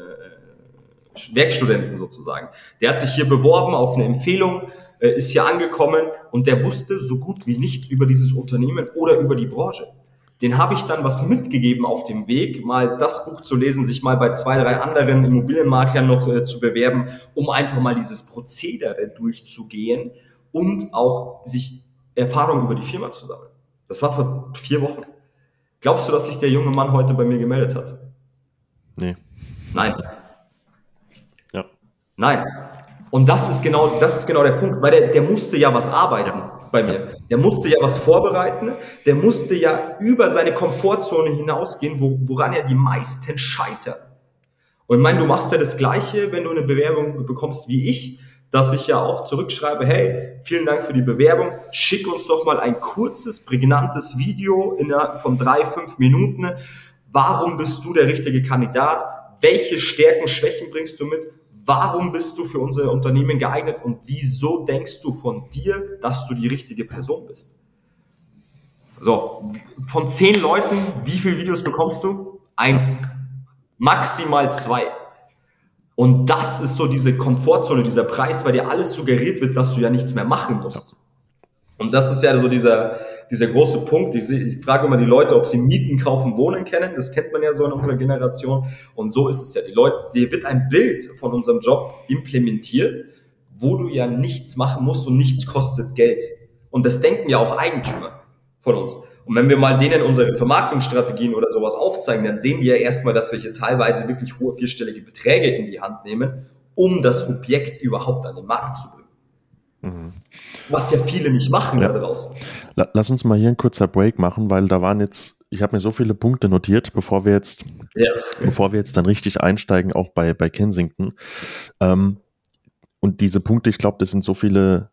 äh, Werkstudenten sozusagen. Der hat sich hier beworben auf eine Empfehlung, äh, ist hier angekommen und der wusste so gut wie nichts über dieses Unternehmen oder über die Branche. Den habe ich dann was mitgegeben auf dem Weg, mal das Buch zu lesen, sich mal bei zwei, drei anderen Immobilienmaklern noch äh, zu bewerben, um einfach mal dieses Prozedere durchzugehen und auch sich Erfahrung über die Firma zu sammeln. Das war vor vier Wochen. Glaubst du, dass sich der junge Mann heute bei mir gemeldet hat? Nee. Nein. Ja. Nein. Und das ist genau, das ist genau der Punkt, weil der, der musste ja was arbeiten. Bei mir. Der musste ja was vorbereiten, der musste ja über seine Komfortzone hinausgehen, wo, woran ja die meisten scheitern. Und ich meine, du machst ja das Gleiche, wenn du eine Bewerbung bekommst wie ich, dass ich ja auch zurückschreibe, hey, vielen Dank für die Bewerbung, schick uns doch mal ein kurzes, prägnantes Video innerhalb von drei, fünf Minuten. Warum bist du der richtige Kandidat? Welche Stärken, Schwächen bringst du mit? Warum bist du für unser Unternehmen geeignet und wieso denkst du von dir, dass du die richtige Person bist? So, von zehn Leuten, wie viele Videos bekommst du? Eins, maximal zwei. Und das ist so diese Komfortzone, dieser Preis, weil dir alles suggeriert wird, dass du ja nichts mehr machen musst. Und das ist ja so dieser, dieser große Punkt. Ich, ich frage immer die Leute, ob sie Mieten, Kaufen, Wohnen kennen. Das kennt man ja so in unserer Generation. Und so ist es ja. Die Leute, dir wird ein Bild von unserem Job implementiert, wo du ja nichts machen musst und nichts kostet Geld. Und das denken ja auch Eigentümer von uns. Und wenn wir mal denen unsere Vermarktungsstrategien oder sowas aufzeigen, dann sehen die ja erstmal, dass wir hier teilweise wirklich hohe vierstellige Beträge in die Hand nehmen, um das Objekt überhaupt an den Markt zu bringen. Mhm. Was ja viele nicht machen Ja. da draußen. Lass uns mal hier ein kurzer Break machen, weil da waren jetzt, ich habe mir so viele Punkte notiert, bevor wir jetzt, Ja. bevor wir jetzt dann richtig einsteigen, auch bei, bei Kensington. Ähm, und diese Punkte, ich glaube, das sind so viele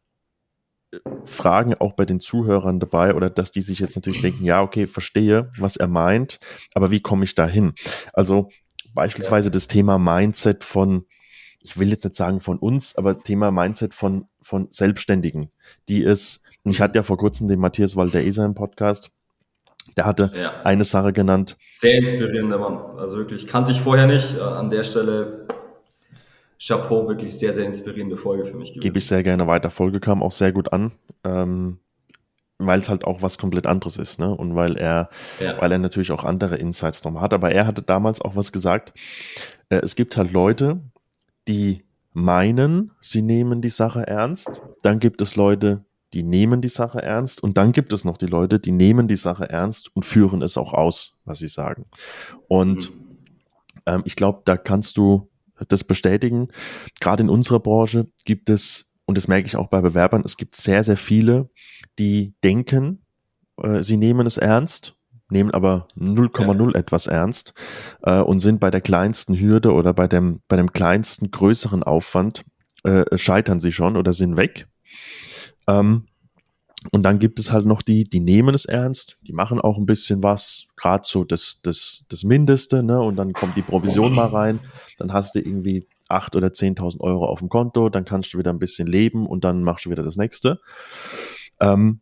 Fragen auch bei den Zuhörern dabei, oder dass die sich jetzt natürlich denken, ja, okay, verstehe, was er meint, aber wie komme ich da hin? Also beispielsweise das Thema Mindset von, ich will jetzt nicht sagen von uns, aber Thema Mindset von, von Selbstständigen, die es, und ich hatte ja vor kurzem den Matthias Valdeser im Podcast, der hatte Ja. eine Sache genannt. Sehr inspirierender Mann. Also wirklich, kannte ich vorher nicht. Äh, An der Stelle Chapeau, wirklich sehr, sehr inspirierende Folge für mich gewesen. Gebe ich sehr gerne weiter. Folge kam auch sehr gut an, ähm, weil es halt auch was komplett anderes ist, ne? Und weil er, Ja. weil er natürlich auch andere Insights nochmal hat. Aber er hatte damals auch was gesagt. Äh, es gibt halt Leute, die meinen, sie nehmen die Sache ernst. Dann gibt es Leute, die nehmen die Sache ernst. Und dann gibt es noch die Leute, die nehmen die Sache ernst und führen es auch aus, was sie sagen. Und Mhm. ähm, ich glaube, da kannst du das bestätigen. Gerade in unserer Branche gibt es, und das merke ich auch bei Bewerbern, es gibt sehr, sehr viele, die denken, äh, sie nehmen es ernst, nehmen aber null Komma null etwas ernst äh, und sind bei der kleinsten Hürde oder bei dem, bei dem kleinsten, größeren Aufwand, äh, scheitern sie schon oder sind weg. Ähm, und dann gibt es halt noch die, die nehmen es ernst, die machen auch ein bisschen was, gerade so das, das, das Mindeste, ne? Und dann kommt die Provision mal rein, dann hast du irgendwie acht oder zehntausend Euro auf dem Konto, dann kannst du wieder ein bisschen leben und dann machst du wieder das Nächste. Ähm,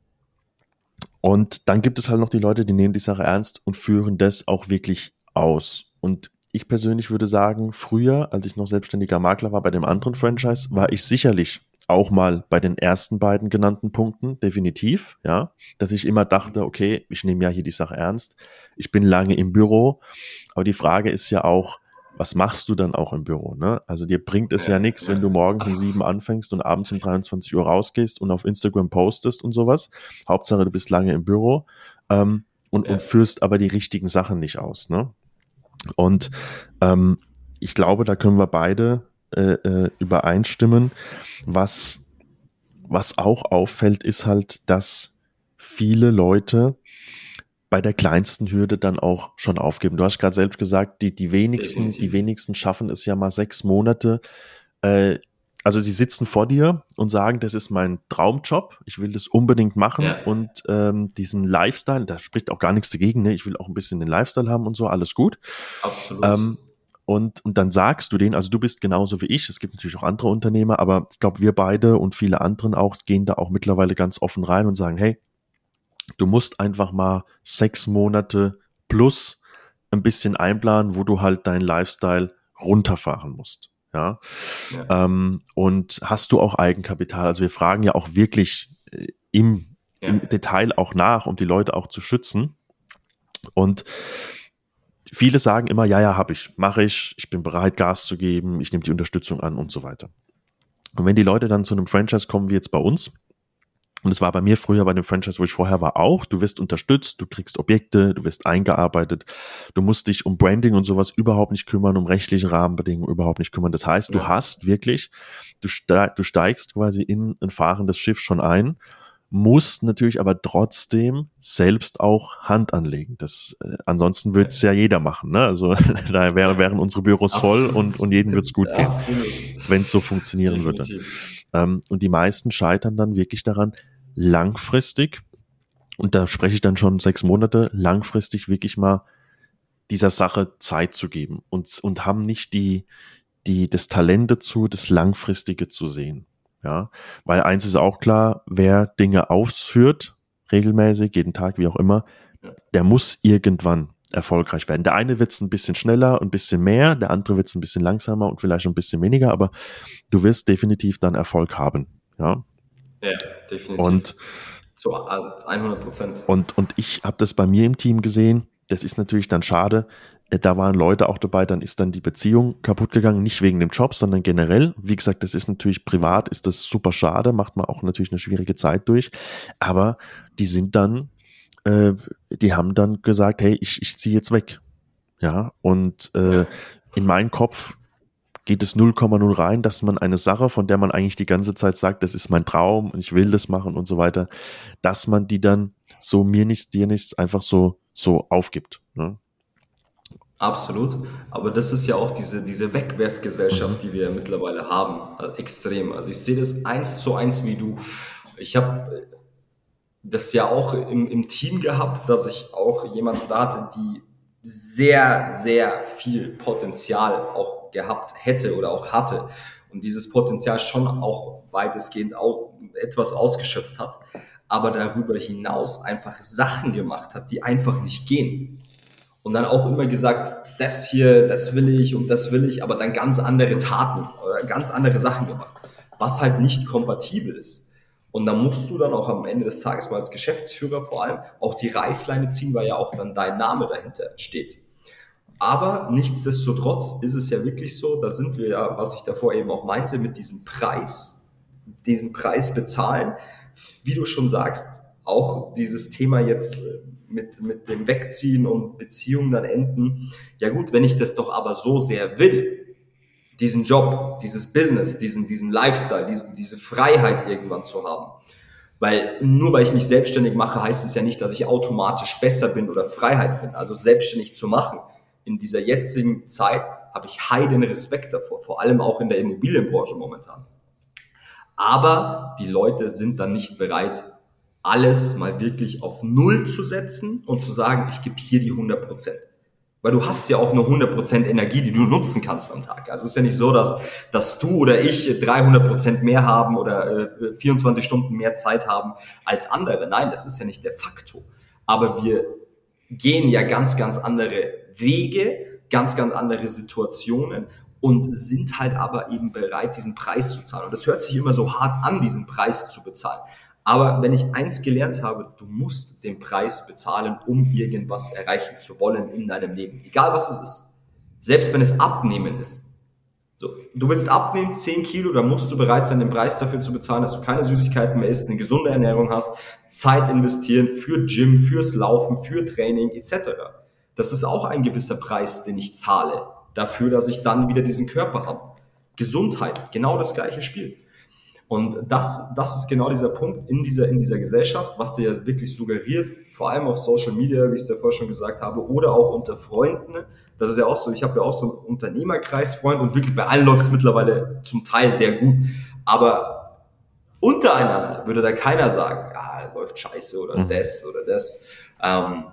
und dann gibt es halt noch die Leute, die nehmen die Sache ernst und führen das auch wirklich aus. Und ich persönlich würde sagen, früher, als ich noch selbstständiger Makler war bei dem anderen Franchise, war ich sicherlich auch mal bei den ersten beiden genannten Punkten, definitiv, ja, dass ich immer dachte, okay, ich nehme ja hier die Sache ernst, ich bin lange im Büro, aber die Frage ist ja auch, was machst du dann auch im Büro, ne? Also dir bringt es ja, ja nichts, ja, wenn du morgens um sieben anfängst und abends um dreiundzwanzig Uhr rausgehst und auf Instagram postest und sowas. Hauptsache, du bist lange im Büro ähm, und, ja. und führst aber die richtigen Sachen nicht aus, ne? Und ähm, ich glaube, da können wir beide äh, äh, übereinstimmen. Was, was auch auffällt, ist halt, dass viele Leute bei der kleinsten Hürde dann auch schon aufgeben. Du hast gerade selbst gesagt, die, die wenigsten, Definitiv. die wenigsten schaffen es ja mal sechs Monate. Äh, also sie sitzen vor dir und sagen, das ist mein Traumjob, ich will das unbedingt machen ja. und ähm, diesen Lifestyle, da spricht auch gar nichts dagegen, ne? Ich will auch ein bisschen den Lifestyle haben und so, alles gut. Absolut. Ähm, und, und dann sagst du denen, also du bist genauso wie ich, es gibt natürlich auch andere Unternehmer, aber ich glaube, wir beide und viele anderen auch gehen da auch mittlerweile ganz offen rein und sagen, hey, du musst einfach mal sechs Monate plus ein bisschen einplanen, wo du halt deinen Lifestyle runterfahren musst. Ja. ja. Ähm, und hast du auch Eigenkapital? Also wir fragen ja auch wirklich äh, im, ja. im Detail auch nach, um die Leute auch zu schützen. Und viele sagen immer, ja, ja, habe ich, mache ich, ich bin bereit, Gas zu geben, ich nehme die Unterstützung an und so weiter. Und wenn die Leute dann zu einem Franchise kommen, wie jetzt bei uns, und es war bei mir früher bei dem Franchise, wo ich vorher war, auch. Du wirst unterstützt, du kriegst Objekte, du wirst eingearbeitet. Du musst dich um Branding und sowas überhaupt nicht kümmern, um rechtliche Rahmenbedingungen überhaupt nicht kümmern. Das heißt, du ja. hast wirklich, du, ste- du steigst quasi in ein fahrendes Schiff schon ein, musst natürlich aber trotzdem selbst auch Hand anlegen. Das, äh, ansonsten würde es ja jeder machen, ne? Also da wären, wären unsere Büros Absolut. voll und, und jedem wird es gut gehen, wenn es so funktionieren Definitiv. würde. Ähm, und die meisten scheitern dann wirklich daran, langfristig, und da spreche ich dann schon sechs Monate, langfristig wirklich mal dieser Sache Zeit zu geben und, und haben nicht die, die, das Talent dazu, das Langfristige zu sehen. Ja, weil eins ist auch klar, wer Dinge ausführt, regelmäßig, jeden Tag, wie auch immer, der muss irgendwann erfolgreich werden. Der eine wird es ein bisschen schneller und ein bisschen mehr, der andere wird es ein bisschen langsamer und vielleicht ein bisschen weniger, aber du wirst definitiv dann Erfolg haben. Ja, ja definitiv. Und zu hundert Prozent. Und, und ich habe das bei mir im Team gesehen, das ist natürlich dann schade, da waren Leute auch dabei, dann ist dann die Beziehung kaputt gegangen, nicht wegen dem Job, sondern generell. Wie gesagt, das ist natürlich privat, ist das super schade, macht man auch natürlich eine schwierige Zeit durch, aber die sind dann, äh, die haben dann gesagt, hey, ich, ich ziehe jetzt weg. Ja, und äh, in meinem Kopf geht es null Komma null rein, dass man eine Sache, von der man eigentlich die ganze Zeit sagt, das ist mein Traum und ich will das machen und so weiter, dass man die dann so mir nichts, dir nichts einfach so, so aufgibt. Ne? Absolut. Aber das ist ja auch diese, diese Wegwerfgesellschaft, Mhm. die wir mittlerweile haben, also extrem. Also ich sehe das eins zu eins wie du. Ich habe das ja auch im, im Team gehabt, dass ich auch jemanden da hatte, die sehr, sehr viel Potenzial auch gehabt hätte oder auch hatte und dieses Potenzial schon auch weitestgehend auch etwas ausgeschöpft hat, aber darüber hinaus einfach Sachen gemacht hat, die einfach nicht gehen. Und dann auch immer gesagt, das hier, das will ich und das will ich, aber dann ganz andere Taten oder ganz andere Sachen gemacht, was halt nicht kompatibel ist. Und da musst du dann auch am Ende des Tages mal als Geschäftsführer vor allem auch die Reißleine ziehen, weil ja auch dann dein Name dahinter steht. Aber nichtsdestotrotz ist es ja wirklich so, da sind wir ja, was ich davor eben auch meinte, mit diesem Preis, diesen Preis bezahlen, wie du schon sagst, auch dieses Thema jetzt mit, mit dem Wegziehen und Beziehungen dann enden. Ja gut, wenn ich das doch aber so sehr will, diesen Job, dieses Business, diesen, diesen Lifestyle, diesen, diese Freiheit irgendwann zu haben. Weil nur weil ich mich selbstständig mache, heißt es ja nicht, dass ich automatisch besser bin oder Freiheit bin. Also selbstständig zu machen in dieser jetzigen Zeit habe ich heiden Respekt davor, vor allem auch in der Immobilienbranche momentan. Aber die Leute sind dann nicht bereit, alles mal wirklich auf Null zu setzen und zu sagen, ich gebe hier die hundert Prozent. Weil du hast ja auch nur hundert Prozent Energie, die du nutzen kannst am Tag. Also es ist ja nicht so, dass, dass du oder ich dreihundert Prozent mehr haben oder äh, vierundzwanzig Stunden mehr Zeit haben als andere. Nein, das ist ja nicht der Faktor. Aber wir gehen ja ganz, ganz andere Wege, ganz, ganz andere Situationen und sind halt aber eben bereit, diesen Preis zu zahlen. Und das hört sich immer so hart an, diesen Preis zu bezahlen. Aber wenn ich eins gelernt habe, du musst den Preis bezahlen, um irgendwas erreichen zu wollen in deinem Leben. Egal was es ist. Selbst wenn es Abnehmen ist. So, du willst abnehmen, zehn Kilo, dann musst du bereit sein, den Preis dafür zu bezahlen, dass du keine Süßigkeiten mehr isst, eine gesunde Ernährung hast, Zeit investieren für Gym, fürs Laufen, für Training et cetera. Das ist auch ein gewisser Preis, den ich zahle, dafür, dass ich dann wieder diesen Körper habe. Gesundheit, genau das gleiche Spiel. Und das, das ist genau dieser Punkt in dieser, in dieser Gesellschaft, was dir ja wirklich suggeriert, vor allem auf Social Media, wie ich es dir vorher schon gesagt habe, oder auch unter Freunden. Das ist ja auch so, ich habe ja auch so einen Unternehmerkreisfreund und wirklich bei allen läuft es mittlerweile zum Teil sehr gut. Aber untereinander würde da keiner sagen, ja, läuft scheiße oder mhm. das oder das. Ähm,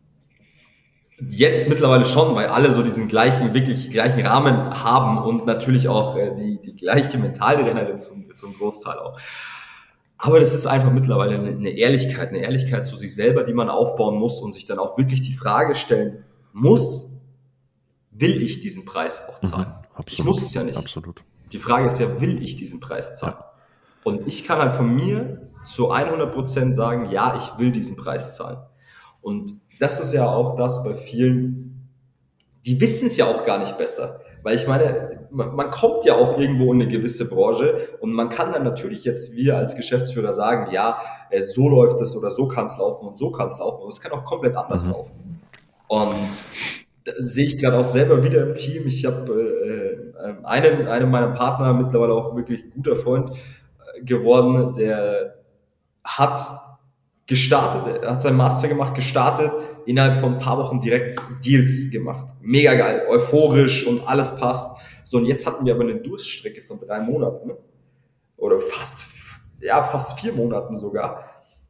Jetzt mittlerweile schon, weil alle so diesen gleichen, wirklich gleichen Rahmen haben und natürlich auch äh, die, die gleiche Mentaltrainerin zum, zum Großteil auch. Aber das ist einfach mittlerweile eine, eine Ehrlichkeit, eine Ehrlichkeit zu sich selber, die man aufbauen muss und sich dann auch wirklich die Frage stellen muss, will ich diesen Preis auch zahlen? Mhm, absolut, ich muss es ja nicht. Absolut. Die Frage ist ja, will ich diesen Preis zahlen? Ja. Und ich kann halt von mir zu hundert Prozent sagen, ja, ich will diesen Preis zahlen. Und das ist ja auch das bei vielen, die wissen es ja auch gar nicht besser. Weil ich meine, man, man kommt ja auch irgendwo in eine gewisse Branche und man kann dann natürlich jetzt, wir als Geschäftsführer sagen, ja, so läuft es oder so kann es laufen und so kann es laufen. Und es kann auch komplett anders mhm. laufen. Und da sehe ich gerade auch selber wieder im Team. Ich habe äh, einen, einen meiner Partner, mittlerweile auch wirklich ein guter Freund geworden, der hat gestartet, er hat seinen Master gemacht, gestartet, innerhalb von ein paar Wochen direkt Deals gemacht. Mega geil, euphorisch und alles passt. So, und jetzt hatten wir aber eine Durststrecke von drei Monaten, oder fast, ja, fast vier Monaten sogar,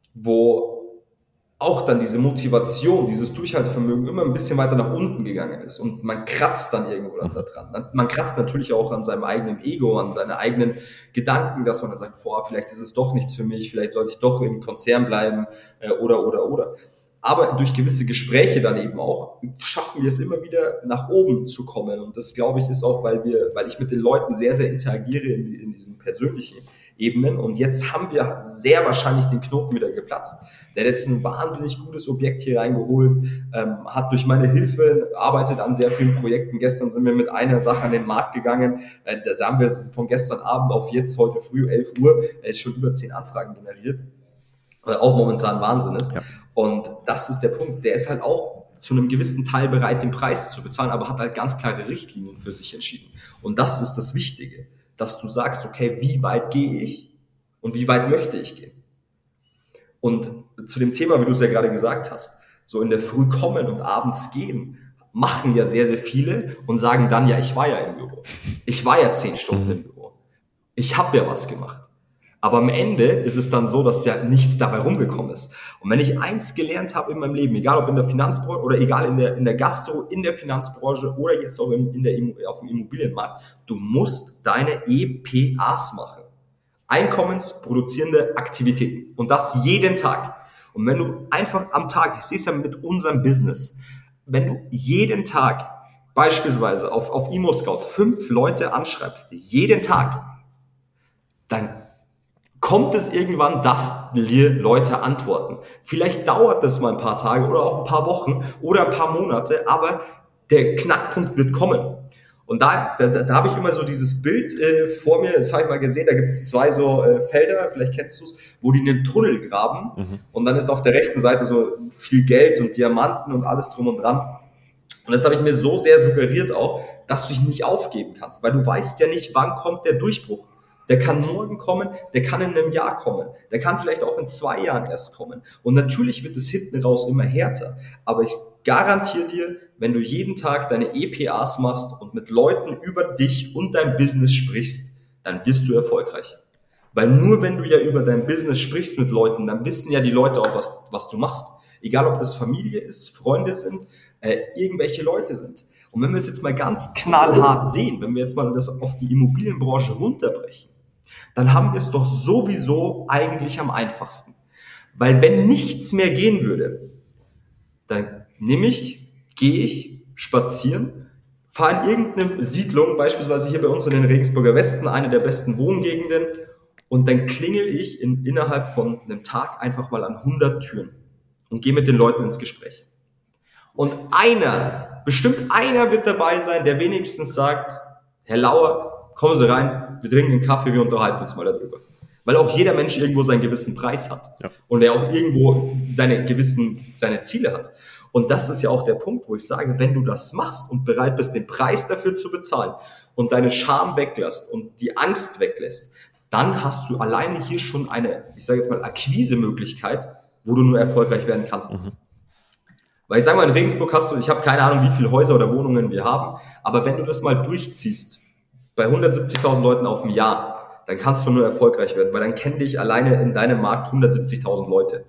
wo auch dann diese Motivation, dieses Durchhaltevermögen immer ein bisschen weiter nach unten gegangen ist und man kratzt dann irgendwo dann da dran. Man kratzt natürlich auch an seinem eigenen Ego, an seinen eigenen Gedanken, dass man dann sagt, boah, vielleicht ist es doch nichts für mich, vielleicht sollte ich doch im Konzern bleiben äh, oder, oder, oder. Aber durch gewisse Gespräche dann eben auch schaffen wir es immer wieder nach oben zu kommen und das, glaube ich, ist auch, weil wir, weil ich mit den Leuten sehr, sehr interagiere in, in diesen persönlichen Ebenen und jetzt haben wir sehr wahrscheinlich den Knoten wieder geplatzt. Der hat jetzt ein wahnsinnig gutes Objekt hier reingeholt, ähm, hat durch meine Hilfe, arbeitet an sehr vielen Projekten. Gestern sind wir mit einer Sache an den Markt gegangen, äh, da, da haben wir von gestern Abend auf jetzt, heute früh, elf Uhr, äh, schon über zehn Anfragen generiert, äh, auch momentan Wahnsinn ist. Ja. Und das ist der Punkt, der ist halt auch zu einem gewissen Teil bereit, den Preis zu bezahlen, aber hat halt ganz klare Richtlinien für sich entschieden. Und das ist das Wichtige, dass du sagst, okay, wie weit gehe ich und wie weit möchte ich gehen? Und zu dem Thema, wie du es ja gerade gesagt hast, so in der Früh kommen und abends gehen, machen ja sehr, sehr viele und sagen dann, ja, ich war ja im Büro. Ich war ja zehn Stunden im Büro. Ich habe ja was gemacht. Aber am Ende ist es dann so, dass ja nichts dabei rumgekommen ist. Und wenn ich eins gelernt habe in meinem Leben, egal ob in der Finanzbranche oder egal in der, in der Gastro, in der Finanzbranche oder jetzt auch in, in der, auf dem Immobilienmarkt, du musst deine E P As machen. Einkommensproduzierende Aktivitäten. Und das jeden Tag. Und wenn du einfach am Tag, ich sehe es ja mit unserem Business, wenn du jeden Tag beispielsweise auf, auf ImmoScout fünf Leute anschreibst, jeden Tag, dann kommt es irgendwann, dass dir Leute antworten. Vielleicht dauert das mal ein paar Tage oder auch ein paar Wochen oder ein paar Monate, aber der Knackpunkt wird kommen. Und da, da, da habe ich immer so dieses Bild äh, vor mir, das habe ich mal gesehen, da gibt es zwei so äh, Felder, vielleicht kennst du es, wo die einen Tunnel graben mhm. und dann ist auf der rechten Seite so viel Geld und Diamanten und alles drum und dran. Und das habe ich mir so sehr suggeriert auch, dass du dich nicht aufgeben kannst, weil du weißt ja nicht, wann kommt der Durchbruch. Der kann morgen kommen, der kann in einem Jahr kommen, der kann vielleicht auch in zwei Jahren erst kommen. Und natürlich wird es hinten raus immer härter. Aber ich garantiere dir, wenn du jeden Tag deine E P As machst und mit Leuten über dich und dein Business sprichst, dann wirst du erfolgreich. Weil nur wenn du ja über dein Business sprichst mit Leuten, dann wissen ja die Leute auch, was, was du machst. Egal, ob das Familie ist, Freunde sind, äh, irgendwelche Leute sind. Und wenn wir es jetzt mal ganz knallhart sehen, wenn wir jetzt mal das auf die Immobilienbranche runterbrechen, dann haben wir es doch sowieso eigentlich am einfachsten. Weil wenn nichts mehr gehen würde, dann nehme ich, gehe ich spazieren, fahre in irgendeine Siedlung, beispielsweise hier bei uns in den Regensburger Westen, eine der besten Wohngegenden, und dann klingel ich in, innerhalb von einem Tag einfach mal an hundert Türen und gehe mit den Leuten ins Gespräch. Und einer, bestimmt einer wird dabei sein, der wenigstens sagt, Herr Lauer, kommen Sie rein, wir trinken einen Kaffee, wir unterhalten uns mal darüber. Weil auch jeder Mensch irgendwo seinen gewissen Preis hat. Ja. Und er auch irgendwo seine gewissen, seine Ziele hat. Und das ist ja auch der Punkt, wo ich sage, wenn du das machst und bereit bist, den Preis dafür zu bezahlen und deine Scham weglässt und die Angst weglässt, dann hast du alleine hier schon eine, ich sage jetzt mal, Akquise-Möglichkeit, wo du nur erfolgreich werden kannst. Mhm. Weil ich sage mal, in Regensburg hast du, ich habe keine Ahnung, wie viele Häuser oder Wohnungen wir haben, aber wenn du das mal durchziehst, bei hundertsiebzigtausend Leuten auf dem Jahr, dann kannst du nur erfolgreich werden, weil dann kennen dich alleine in deinem Markt hundertsiebzigtausend Leute.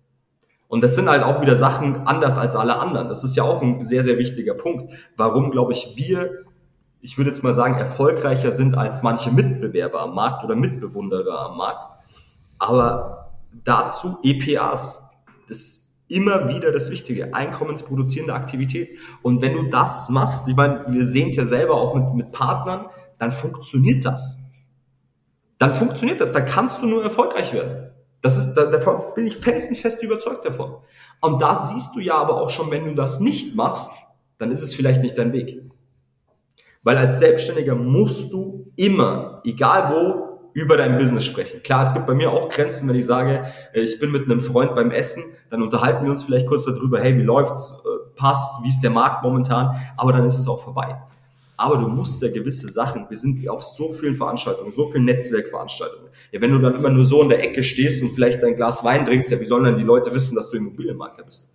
Und das sind halt auch wieder Sachen anders als alle anderen. Das ist ja auch ein sehr, sehr wichtiger Punkt. Warum, glaube ich, wir, ich würde jetzt mal sagen, erfolgreicher sind als manche Mitbewerber am Markt oder Mitbewunderer am Markt. Aber dazu E P As, das ist immer wieder das Wichtige, einkommensproduzierende Aktivität. Und wenn du das machst, ich meine, wir sehen es ja selber auch mit, mit Partnern, dann funktioniert das. Dann funktioniert das, da kannst du nur erfolgreich werden. Das ist, da, davon bin ich felsenfest überzeugt davon. Und da siehst du ja aber auch schon, wenn du das nicht machst, dann ist es vielleicht nicht dein Weg. Weil als Selbstständiger musst du immer, egal wo, über dein Business sprechen. Klar, es gibt bei mir auch Grenzen, wenn ich sage, ich bin mit einem Freund beim Essen, dann unterhalten wir uns vielleicht kurz darüber, hey, wie läuft's, passt, wie ist der Markt momentan, aber dann ist es auch vorbei. Aber du musst ja gewisse Sachen, wir sind auf so vielen Veranstaltungen, so vielen Netzwerkveranstaltungen. Ja, wenn du dann immer nur so in der Ecke stehst und vielleicht dein Glas Wein trinkst, ja, wie sollen dann die Leute wissen, dass du Immobilienmakler bist?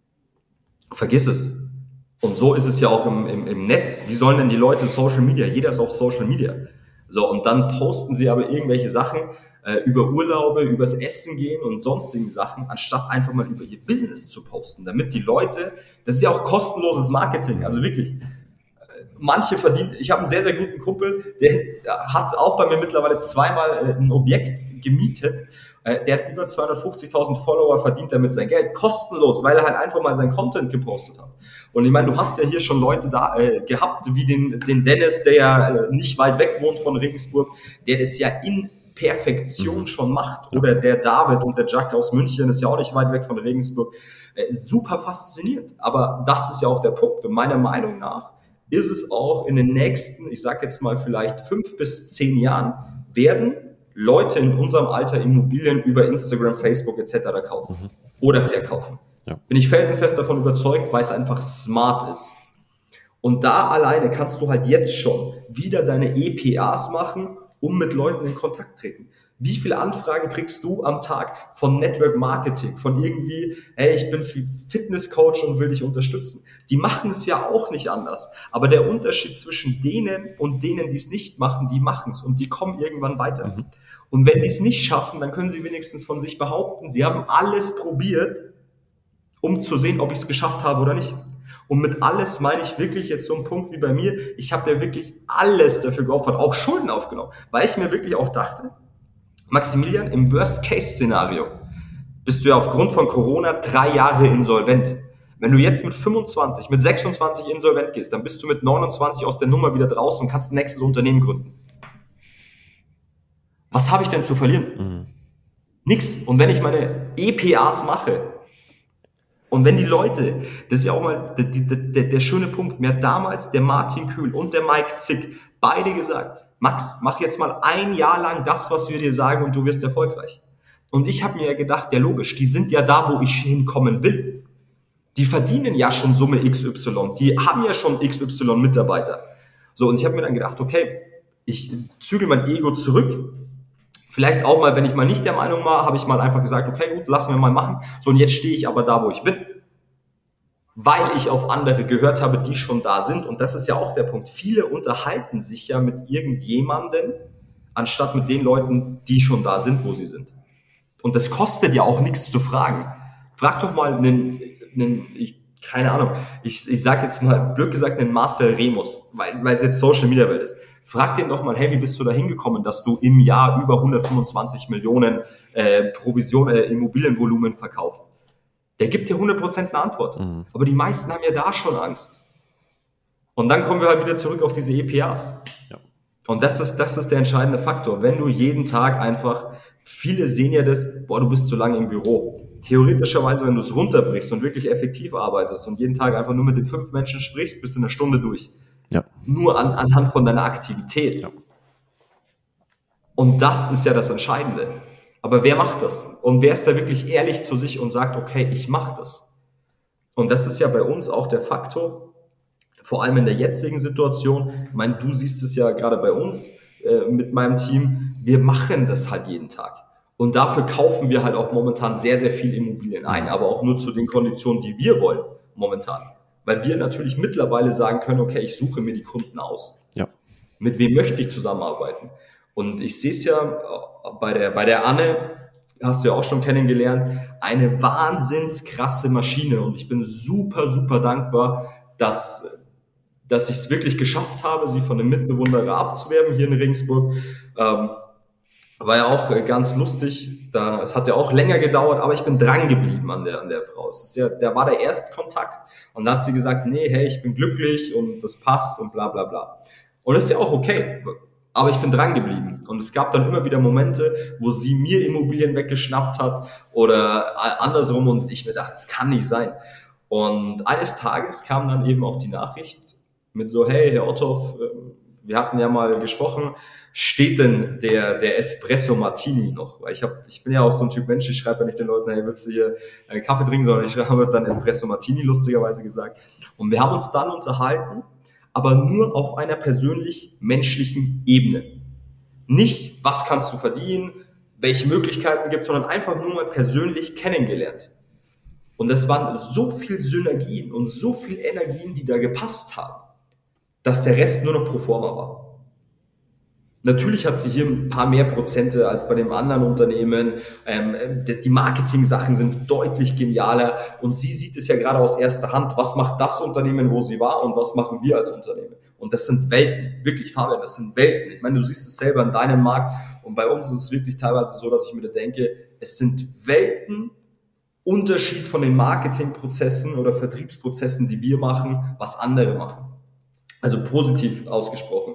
Vergiss es. Und so ist es ja auch im, im, im Netz. Wie sollen denn die Leute Social Media? Jeder ist auf Social Media. So, und dann posten sie aber irgendwelche Sachen äh, über Urlaube, übers Essen gehen und sonstigen Sachen, anstatt einfach mal über ihr Business zu posten, damit die Leute, das ist ja auch kostenloses Marketing, also wirklich. Manche verdienen, ich habe einen sehr, sehr guten Kumpel, der hat auch bei mir mittlerweile zweimal ein Objekt gemietet, der hat über zweihundertfünfzigtausend Follower, verdient damit sein Geld, kostenlos, weil er halt einfach mal seinen Content gepostet hat. Und ich meine, du hast ja hier schon Leute da äh, gehabt, wie den, den Dennis, der ja äh, nicht weit weg wohnt von Regensburg, der das ja in Perfektion schon macht. Oder der David und der Jack aus München, ist ja auch nicht weit weg von Regensburg. Äh, super faszinierend. Aber das ist ja auch der Punkt. Und meiner Meinung nach ist es auch in den nächsten, ich sage jetzt mal vielleicht fünf bis zehn Jahren, werden Leute in unserem Alter Immobilien über Instagram, Facebook et cetera kaufen mhm. oder verkaufen. Ja. Bin ich felsenfest davon überzeugt, weil es einfach smart ist. Und da alleine kannst du halt jetzt schon wieder deine E P As machen, um mit Leuten in Kontakt treten. Wie viele Anfragen kriegst du am Tag von Network Marketing, von irgendwie, hey, ich bin Fitnesscoach und will dich unterstützen. Die machen es ja auch nicht anders. Aber der Unterschied zwischen denen und denen, die es nicht machen, die machen es und die kommen irgendwann weiter. Mhm. Und wenn die es nicht schaffen, dann können sie wenigstens von sich behaupten, sie haben alles probiert, um zu sehen, ob ich es geschafft habe oder nicht. Und mit alles meine ich wirklich jetzt so einen Punkt wie bei mir. Ich habe ja wirklich alles dafür geopfert, auch Schulden aufgenommen, weil ich mir wirklich auch dachte, Maximilian, im Worst-Case-Szenario bist du ja aufgrund von Corona drei Jahre insolvent. Wenn du jetzt mit fünfundzwanzig, mit sechsundzwanzig insolvent gehst, dann bist du mit neunundzwanzig aus der Nummer wieder draußen und kannst ein nächstes Unternehmen gründen. Was habe ich denn zu verlieren? Mhm. Nix. Und wenn ich meine E P As mache und wenn die Leute, das ist ja auch mal der, der, der, der schöne Punkt, mir hat damals der Martin Kühl und der Mike Zick beide gesagt, Max, mach jetzt mal ein Jahr lang das, was wir dir sagen und du wirst erfolgreich. Und ich habe mir ja gedacht, ja logisch, die sind ja da, wo ich hinkommen will. Die verdienen ja schon Summe X Y, die haben ja schon X Y Mitarbeiter. So, und ich habe mir dann gedacht, okay, ich zügel mein Ego zurück. Vielleicht auch mal, wenn ich mal nicht der Meinung war, habe ich mal einfach gesagt, okay, gut, lassen wir mal machen. So, und jetzt stehe ich aber da, wo ich bin. Weil ich auf andere gehört habe, die schon da sind. Und das ist ja auch der Punkt. Viele unterhalten sich ja mit irgendjemandem, anstatt mit den Leuten, die schon da sind, wo sie sind. Und das kostet ja auch nichts zu fragen. Frag doch mal einen, einen ich, keine Ahnung, ich, ich sage jetzt mal, blöd gesagt, einen Marcel Remus, weil, weil es jetzt Social Media Welt ist. Frag den doch mal, hey, wie bist du da hingekommen, dass du im Jahr über hundertfünfundzwanzig Millionen äh, Provision, äh, Immobilienvolumen verkaufst? Der gibt dir hundert Prozent eine Antwort. Mhm. Aber die meisten haben ja da schon Angst. Und dann kommen wir halt wieder zurück auf diese E P As. Ja. Und das ist, das ist der entscheidende Faktor. Wenn du jeden Tag einfach, viele sehen ja das, boah, du bist zu lange im Büro. Theoretischerweise, wenn du es runterbrichst und wirklich effektiv arbeitest und jeden Tag einfach nur mit den fünf Menschen sprichst, bist du in einer Stunde durch. Ja. Nur an, anhand von deiner Aktivität. Ja. Und das ist ja das Entscheidende. Aber wer macht das? Und wer ist da wirklich ehrlich zu sich und sagt, okay, ich mache das? Und das ist ja bei uns auch der Faktor, vor allem in der jetzigen Situation. Ich meine, du siehst es ja gerade bei uns äh, mit meinem Team. Wir machen das halt jeden Tag. Und dafür kaufen wir halt auch momentan sehr, sehr viel Immobilien ein, aber auch nur zu den Konditionen, die wir wollen momentan. Weil wir natürlich mittlerweile sagen können, okay, ich suche mir die Kunden aus. Ja. Mit wem möchte ich zusammenarbeiten? Und ich sehe es ja bei der, bei der Anne, hast du ja auch schon kennengelernt, eine wahnsinns krasse Maschine. Und ich bin super, super dankbar, dass, dass ich es wirklich geschafft habe, sie von dem Mitbewohner abzuwerben hier in Regensburg. Ähm, war ja auch ganz lustig. Da, es hat ja auch länger gedauert, aber ich bin dran geblieben an der, an der Frau. Es ist ja, der war der Erstkontakt. Und da hat sie gesagt, nee, hey, ich bin glücklich und das passt und bla, bla, bla. Und das ist ja auch okay. Aber ich bin dran geblieben. Und es gab dann immer wieder Momente, wo sie mir Immobilien weggeschnappt hat oder andersrum und ich mir dachte, das kann nicht sein. Und eines Tages kam dann eben auch die Nachricht mit so, hey, Herr Ottow, wir hatten ja mal gesprochen, steht denn der, der Espresso Martini noch? Weil ich hab, ich bin ja auch so ein Typ Mensch, ich schreibe ja nicht den Leuten, hey, willst du hier einen Kaffee trinken, sondern ich habe dann Espresso Martini lustigerweise gesagt. Und wir haben uns dann unterhalten, aber nur auf einer persönlich-menschlichen Ebene. Nicht, was kannst du verdienen, welche Möglichkeiten gibt es, sondern einfach nur mal persönlich kennengelernt. Und das waren so viel Synergien und so viel Energien, die da gepasst haben, dass der Rest nur noch pro forma war. Natürlich hat sie hier ein paar mehr Prozente als bei dem anderen Unternehmen. Ähm, die Marketing-Sachen sind deutlich genialer und sie sieht es ja gerade aus erster Hand. Was macht das Unternehmen, wo sie war und was machen wir als Unternehmen? Und das sind Welten, wirklich, Fabian, das sind Welten. Ich meine, du siehst es selber in deinem Markt und bei uns ist es wirklich teilweise so, dass ich mir da denke, es sind Welten, Unterschied von den Marketingprozessen oder Vertriebsprozessen, die wir machen, was andere machen. Also positiv ausgesprochen.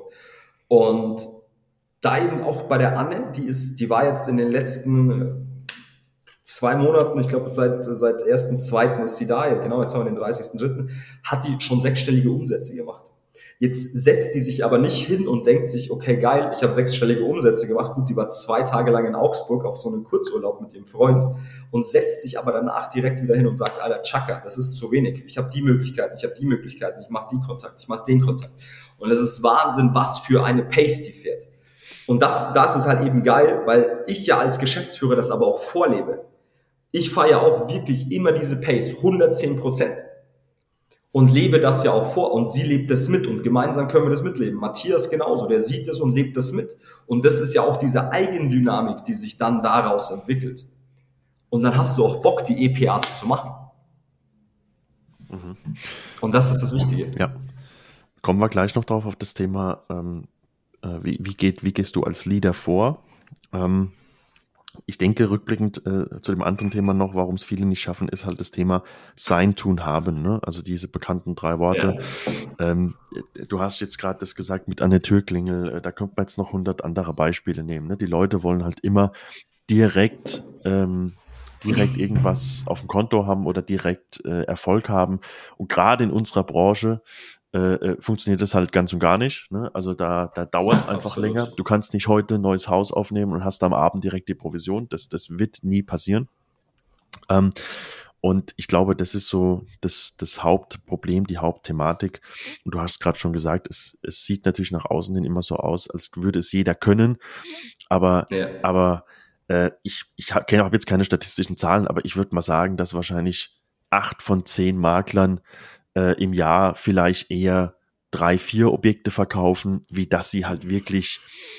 Und da eben auch bei der Anne, die ist, die war jetzt in den letzten zwei Monaten, ich glaube seit seit ersten zweiten ist sie da, genau, jetzt haben wir den dreißigsten dritten, hat die schon sechsstellige Umsätze gemacht. Jetzt setzt die sich aber nicht hin und denkt sich, okay, geil, ich habe sechsstellige Umsätze gemacht. Gut, die war zwei Tage lang in Augsburg auf so einem Kurzurlaub mit ihrem Freund und setzt sich aber danach direkt wieder hin und sagt, Alter, Chaka, das ist zu wenig. Ich habe die Möglichkeiten, ich habe die Möglichkeiten, ich mache die Kontakt, ich mache den Kontakt. Und es ist Wahnsinn, was für eine Pace die fährt. Und das, das ist halt eben geil, weil ich ja als Geschäftsführer das aber auch vorlebe. Ich fahre ja auch wirklich immer diese Pace, hundertzehn Prozent. Und lebe das ja auch vor und sie lebt das mit und gemeinsam können wir das mitleben. Matthias genauso, der sieht es und lebt das mit. Und das ist ja auch diese Eigendynamik, die sich dann daraus entwickelt. Und dann hast du auch Bock, die E P As zu machen. Mhm. Und das ist das Wichtige. Ja, kommen wir gleich noch drauf auf das Thema, ähm, äh, wie, wie, geht, wie gehst du als Leader vor? Ähm, Ich denke, rückblickend äh, zu dem anderen Thema noch, warum es viele nicht schaffen, ist halt das Thema Sein, Tun, Haben. Ne? Also diese bekannten drei Worte. Ja. Ähm, du hast jetzt gerade das gesagt mit an der Türklingel, äh, da könnte man jetzt noch hundert andere Beispiele nehmen. Ne? Die Leute wollen halt immer direkt, ähm, direkt irgendwas auf dem Konto haben oder direkt äh, Erfolg haben. Und gerade in unserer Branche Äh, funktioniert das halt ganz und gar nicht. Ne? Also da, da dauert es einfach Absolut. länger. Du kannst nicht heute ein neues Haus aufnehmen und hast am Abend direkt die Provision. Das, das wird nie passieren. Ähm, und ich glaube, das ist so das, das Hauptproblem, die Hauptthematik. Und du hast gerade schon gesagt, es, es sieht natürlich nach außen hin immer so aus, als würde es jeder können. Aber, ja. aber äh, ich, ich kenne auch jetzt keine statistischen Zahlen, aber ich würde mal sagen, dass wahrscheinlich acht von zehn Maklern Äh, im Jahr vielleicht eher drei, vier Objekte verkaufen, wie dass sie halt wirklich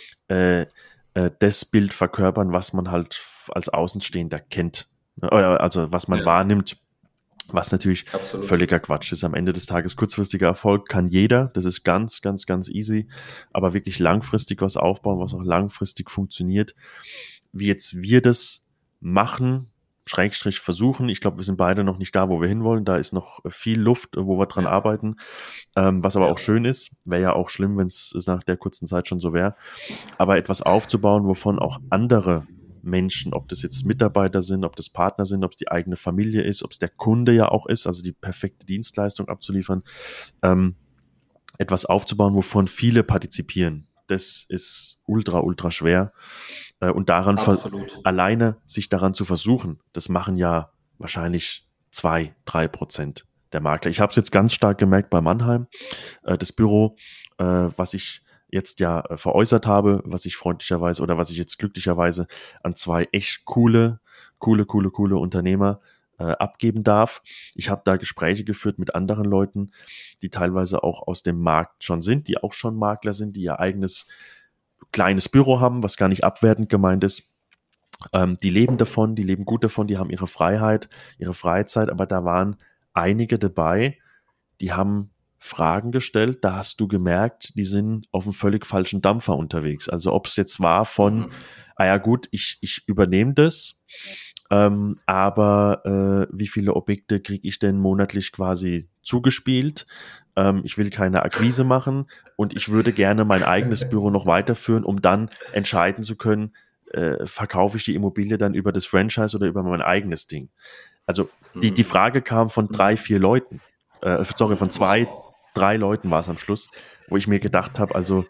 äh, äh, das Bild verkörpern, was man halt als Außenstehender kennt. Oder also was man ja. wahrnimmt, was natürlich Absolut. völliger Quatsch ist. Am Ende des Tages kurzfristiger Erfolg kann jeder, das ist ganz, ganz, ganz easy, aber wirklich langfristig was aufbauen, was auch langfristig funktioniert, wie jetzt wir das machen, Schrägstrich versuchen. Ich glaube, wir sind beide noch nicht da, wo wir hinwollen. Da ist noch viel Luft, wo wir dran ja. arbeiten. Ähm, was aber ja. auch schön ist. Wäre ja auch schlimm, wenn es nach der kurzen Zeit schon so wäre. Aber etwas aufzubauen, wovon auch andere Menschen, ob das jetzt Mitarbeiter sind, ob das Partner sind, ob es die eigene Familie ist, ob es der Kunde ja auch ist, also die perfekte Dienstleistung abzuliefern, ähm, etwas aufzubauen, wovon viele partizipieren. Das ist ultra, ultra schwer. Und daran ver- alleine sich daran zu versuchen, das machen ja wahrscheinlich zwei, drei Prozent der Makler. Ich habe es jetzt ganz stark gemerkt bei Mannheim, äh, das Büro, äh, was ich jetzt ja äh, veräußert habe, was ich freundlicherweise oder was ich jetzt glücklicherweise an zwei echt coole, coole, coole, coole Unternehmer äh, abgeben darf. Ich habe da Gespräche geführt mit anderen Leuten, die teilweise auch aus dem Markt schon sind, die auch schon Makler sind, die ihr eigenes kleines Büro haben, was gar nicht abwertend gemeint ist. Ähm, die leben davon, die leben gut davon, die haben ihre Freiheit, ihre Freizeit, aber da waren einige dabei, die haben Fragen gestellt, da hast du gemerkt, die sind auf einem völlig falschen Dampfer unterwegs. Also ob es jetzt war von, mhm. ah ja gut, ich, ich übernehme das, ähm, aber äh, wie viele Objekte kriege ich denn monatlich quasi zugespielt? Ähm, ich will keine Akquise machen und ich würde gerne mein eigenes Büro noch weiterführen, um dann entscheiden zu können, äh, verkaufe ich die Immobilie dann über das Franchise oder über mein eigenes Ding. Also die, die Frage kam von drei, vier Leuten, äh, sorry, von zwei, drei Leuten war es am Schluss, wo ich mir gedacht habe, also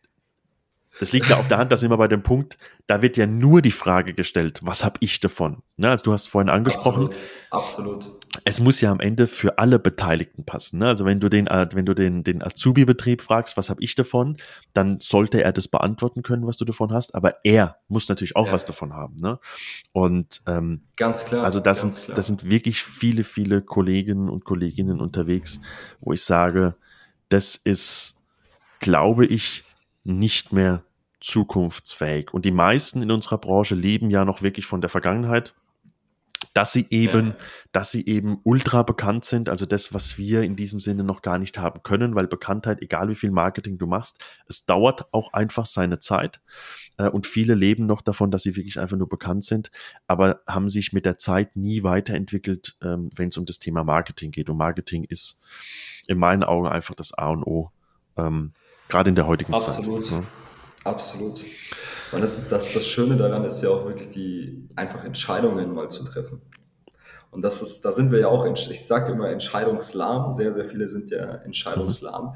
das liegt ja auf der Hand, da sind wir bei dem Punkt, da wird ja nur die Frage gestellt, was habe ich davon? Ne, also du hast vorhin angesprochen, absolut, absolut. Es muss ja am Ende für alle Beteiligten passen. Ne? Also wenn du den, wenn du den, den Azubi-Betrieb fragst, was habe ich davon, dann sollte er das beantworten können, was du davon hast, aber er muss natürlich auch ja. was davon haben. Ne? Und ähm, ganz klar. Also das sind, klar. das sind wirklich viele, viele Kolleginnen und Kolleginnen unterwegs, wo ich sage, das ist, glaube ich, nicht mehr zukunftsfähig. Und die meisten in unserer Branche leben ja noch wirklich von der Vergangenheit, dass sie eben, ja. dass sie eben ultra bekannt sind, also das, was wir in diesem Sinne noch gar nicht haben können, weil Bekanntheit, egal wie viel Marketing du machst, es dauert auch einfach seine Zeit. Und viele leben noch davon, dass sie wirklich einfach nur bekannt sind, aber haben sich mit der Zeit nie weiterentwickelt, wenn es um das Thema Marketing geht. Und Marketing ist in meinen Augen einfach das A und O. Gerade in der heutigen Absolut. Zeit. Absolut. Absolut. Und das, das, das Schöne daran ist ja auch wirklich die einfach Entscheidungen mal zu treffen. Und das ist, da sind wir ja auch, ich sage immer entscheidungslahm, sehr, sehr viele sind ja entscheidungslahm.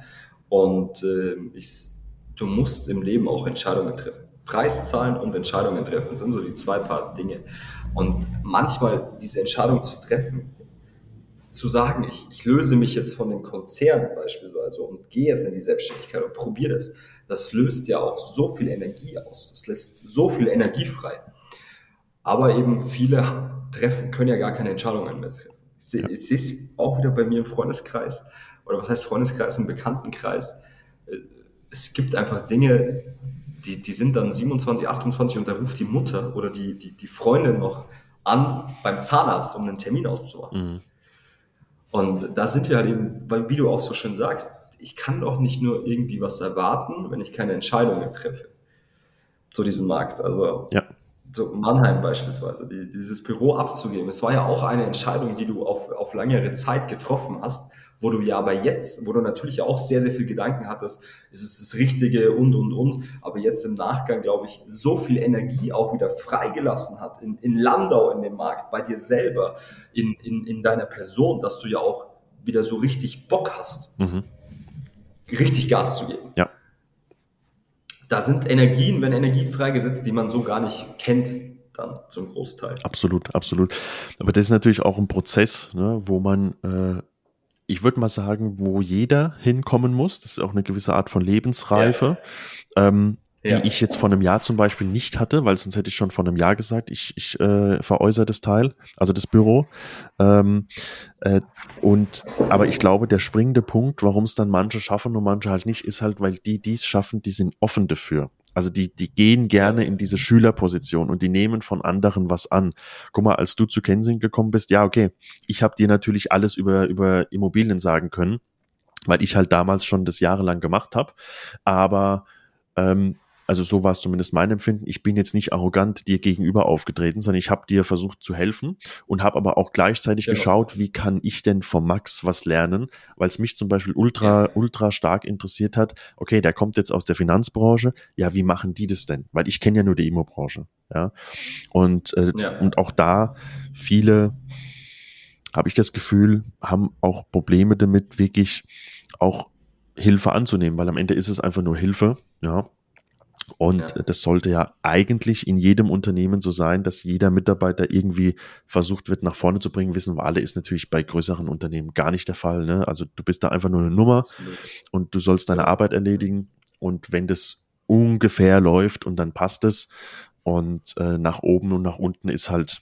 Und äh, ich, du musst im Leben auch Entscheidungen treffen. Preis zahlen und Entscheidungen treffen sind so die zwei Paar Dinge. Und manchmal diese Entscheidung zu treffen, zu sagen, ich, ich löse mich jetzt von dem Konzern beispielsweise und gehe jetzt in die Selbstständigkeit und probiere das, das löst ja auch so viel Energie aus. Das lässt so viel Energie frei. Aber eben viele treffen, können ja gar keine Entscheidungen mehr treffen. Ich sehe, ich sehe es auch wieder bei mir im Freundeskreis, oder was heißt Freundeskreis, im Bekanntenkreis. Es gibt einfach Dinge, die, die sind dann siebenundzwanzig, achtundzwanzig und da ruft die Mutter oder die, die, die Freundin noch an beim Zahnarzt, um einen Termin auszumachen. Mhm. Und da sind wir halt eben, weil, wie du auch so schön sagst, ich kann doch nicht nur irgendwie was erwarten, wenn ich keine Entscheidungen treffe zu diesem Markt. Also ja. So Mannheim beispielsweise, die, dieses Büro abzugeben. Es war ja auch eine Entscheidung, die du auf, auf längere Zeit getroffen hast, wo du ja aber jetzt, wo du natürlich auch sehr, sehr viel Gedanken hattest, ist es das Richtige und, und, und, aber jetzt im Nachgang, glaube ich, so viel Energie auch wieder freigelassen hat in, in Landau, in dem Markt, bei dir selber, in, in, in deiner Person, dass du ja auch wieder so richtig Bock hast, mhm. richtig Gas zu geben. Ja. Da sind Energien, wenn Energie freigesetzt, die man so gar nicht kennt, dann zum Großteil. Absolut, absolut. Aber das ist natürlich auch ein Prozess, ne, wo man, äh, ich würde mal sagen, wo jeder hinkommen muss. Das ist auch eine gewisse Art von Lebensreife, ja. ähm, die ja. ich jetzt vor einem Jahr zum Beispiel nicht hatte, weil sonst hätte ich schon vor einem Jahr gesagt, ich, ich äh, veräußere das Teil, also das Büro. Ähm, äh, und aber ich glaube, der springende Punkt, warum es dann manche schaffen und manche halt nicht, ist halt, weil die, die es schaffen, die sind offen dafür. Also die, die gehen gerne in diese Schülerposition und die nehmen von anderen was an. Guck mal, als du zu Kensington gekommen bist, ja, okay, ich habe dir natürlich alles über, über Immobilien sagen können, weil ich halt damals schon das jahrelang gemacht habe. Aber ähm, also so war es zumindest mein Empfinden. Ich bin jetzt nicht arrogant dir gegenüber aufgetreten, sondern ich habe dir versucht zu helfen und habe aber auch gleichzeitig genau. geschaut, wie kann ich denn vom Max was lernen, weil es mich zum Beispiel ultra, ja. ultra stark interessiert hat. Okay, der kommt jetzt aus der Finanzbranche. Ja, wie machen die das denn? Weil ich kenne ja nur die Immobranche. Ja, und, äh, ja. und auch da viele, habe ich das Gefühl, haben auch Probleme damit, wirklich auch Hilfe anzunehmen, weil am Ende ist es einfach nur Hilfe, ja. Und ja. das sollte ja eigentlich in jedem Unternehmen so sein, dass jeder Mitarbeiter irgendwie versucht wird, nach vorne zu bringen. Wissen wir alle, ist natürlich bei größeren Unternehmen gar nicht der Fall, ne? Also du bist da einfach nur eine Nummer Absolut. Und du sollst deine ja. Arbeit erledigen. Und wenn das ungefähr läuft und dann passt es und äh, nach oben und nach unten ist halt,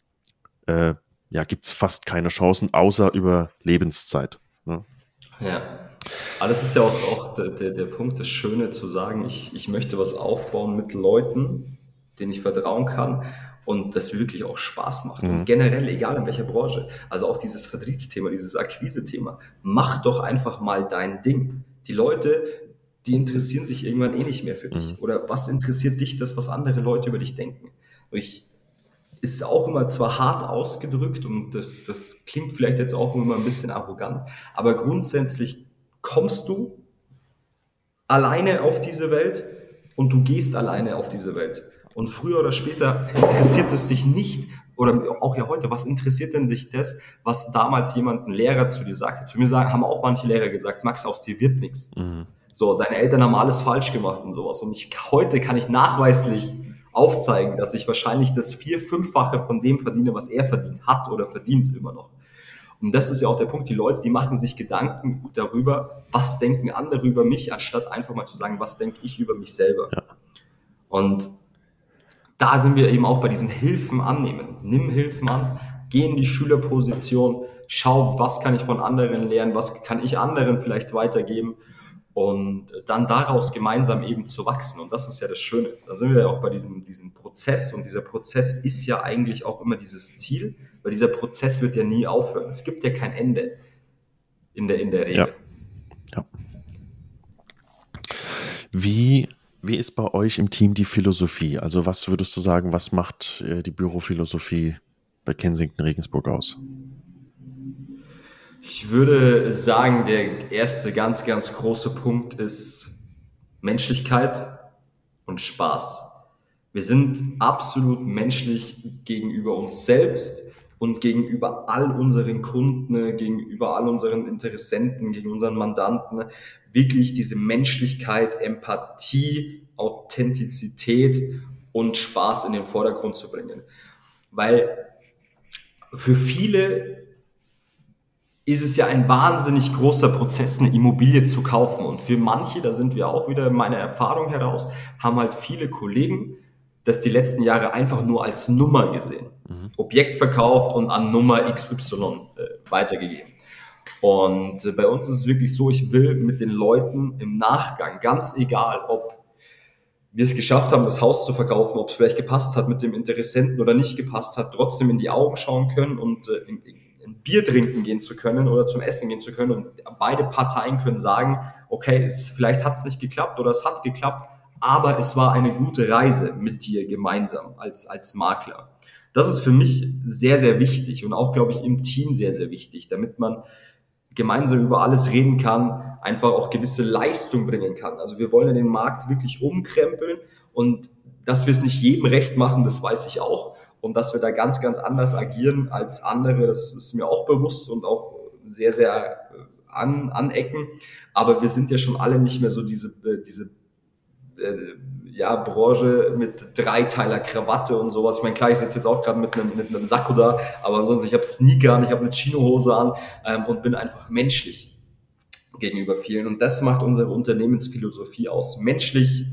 äh, ja, gibt's fast keine Chancen, außer über Lebenszeit. Ne? Ja. Aber das ist ja auch, auch der, der, der Punkt, das Schöne zu sagen, ich, ich möchte was aufbauen mit Leuten, denen ich vertrauen kann und das wirklich auch Spaß macht. Mhm. Und generell, egal in welcher Branche, also auch dieses Vertriebsthema, dieses Akquise-Thema, mach doch einfach mal dein Ding. Die Leute, die interessieren sich irgendwann eh nicht mehr für dich. Mhm. Oder was interessiert dich das, was andere Leute über dich denken? Und ich ist auch immer zwar hart ausgedrückt und das, das klingt vielleicht jetzt auch immer ein bisschen arrogant, aber grundsätzlich kommst du alleine auf diese Welt und du gehst alleine auf diese Welt. Und früher oder später interessiert es dich nicht, oder auch ja heute, was interessiert denn dich das, was damals jemand, ein Lehrer zu dir sagte? Zu mir sagen, haben auch manche Lehrer gesagt, Max, aus dir wird nichts. Mhm. So, deine Eltern haben alles falsch gemacht und sowas. Und ich, heute kann ich nachweislich aufzeigen, dass ich wahrscheinlich das vier-, fünffache von dem verdiene, was er verdient hat oder verdient immer noch. Und das ist ja auch der Punkt, die Leute, die machen sich Gedanken darüber, was denken andere über mich, anstatt einfach mal zu sagen, was denke ich über mich selber. Ja. Und da sind wir eben auch bei diesen Hilfen annehmen. Nimm Hilfen an, geh in die Schülerposition, schau, was kann ich von anderen lernen, was kann ich anderen vielleicht weitergeben und dann daraus gemeinsam eben zu wachsen. Und das ist ja das Schöne. Da sind wir ja auch bei diesem, diesem Prozess und dieser Prozess ist ja eigentlich auch immer dieses Ziel, weil dieser Prozess wird ja nie aufhören. Es gibt ja kein Ende in der, in der Regel. Ja. Ja. Wie, wie ist bei euch im Team die Philosophie? Also was würdest du sagen, was macht äh, die Bürophilosophie bei Kensington Regensburg aus? Ich würde sagen, der erste ganz, ganz große Punkt ist Menschlichkeit und Spaß. Wir sind absolut menschlich gegenüber uns selbst und gegenüber all unseren Kunden, gegenüber all unseren Interessenten, gegen unseren Mandanten wirklich diese Menschlichkeit, Empathie, Authentizität und Spaß in den Vordergrund zu bringen. Weil für viele ist es ja ein wahnsinnig großer Prozess, eine Immobilie zu kaufen. Und für manche, da sind wir auch wieder in meiner Erfahrung heraus, haben halt viele Kollegen das die letzten Jahre einfach nur als Nummer gesehen. Mhm. Objekt verkauft und an Nummer X Y äh, weitergegeben. Und äh, bei uns ist es wirklich so, ich will mit den Leuten im Nachgang, ganz egal, ob wir es geschafft haben, das Haus zu verkaufen, ob es vielleicht gepasst hat mit dem Interessenten oder nicht gepasst hat, trotzdem in die Augen schauen können und äh, in, in Bier trinken gehen zu können oder zum Essen gehen zu können. Und beide Parteien können sagen, okay, es, vielleicht hat es nicht geklappt oder es hat geklappt, aber es war eine gute Reise mit dir gemeinsam als, als Makler. Das ist für mich sehr, sehr wichtig und auch, glaube ich, im Team sehr, sehr wichtig, damit man gemeinsam über alles reden kann, einfach auch gewisse Leistung bringen kann. Also wir wollen ja den Markt wirklich umkrempeln und dass wir es nicht jedem recht machen, das weiß ich auch. Und dass wir da ganz, ganz anders agieren als andere, das ist mir auch bewusst und auch sehr, sehr an, anecken. Aber wir sind ja schon alle nicht mehr so diese, diese äh, ja, Branche mit Dreiteiler Krawatte und sowas. Ich meine, klar, ich sitze jetzt auch gerade mit einem, mit einem Sakko da, aber sonst, ich habe Sneaker an, ich habe eine Chinohose an ähm, und bin einfach menschlich gegenüber vielen. Und das macht unsere Unternehmensphilosophie aus. Menschlich,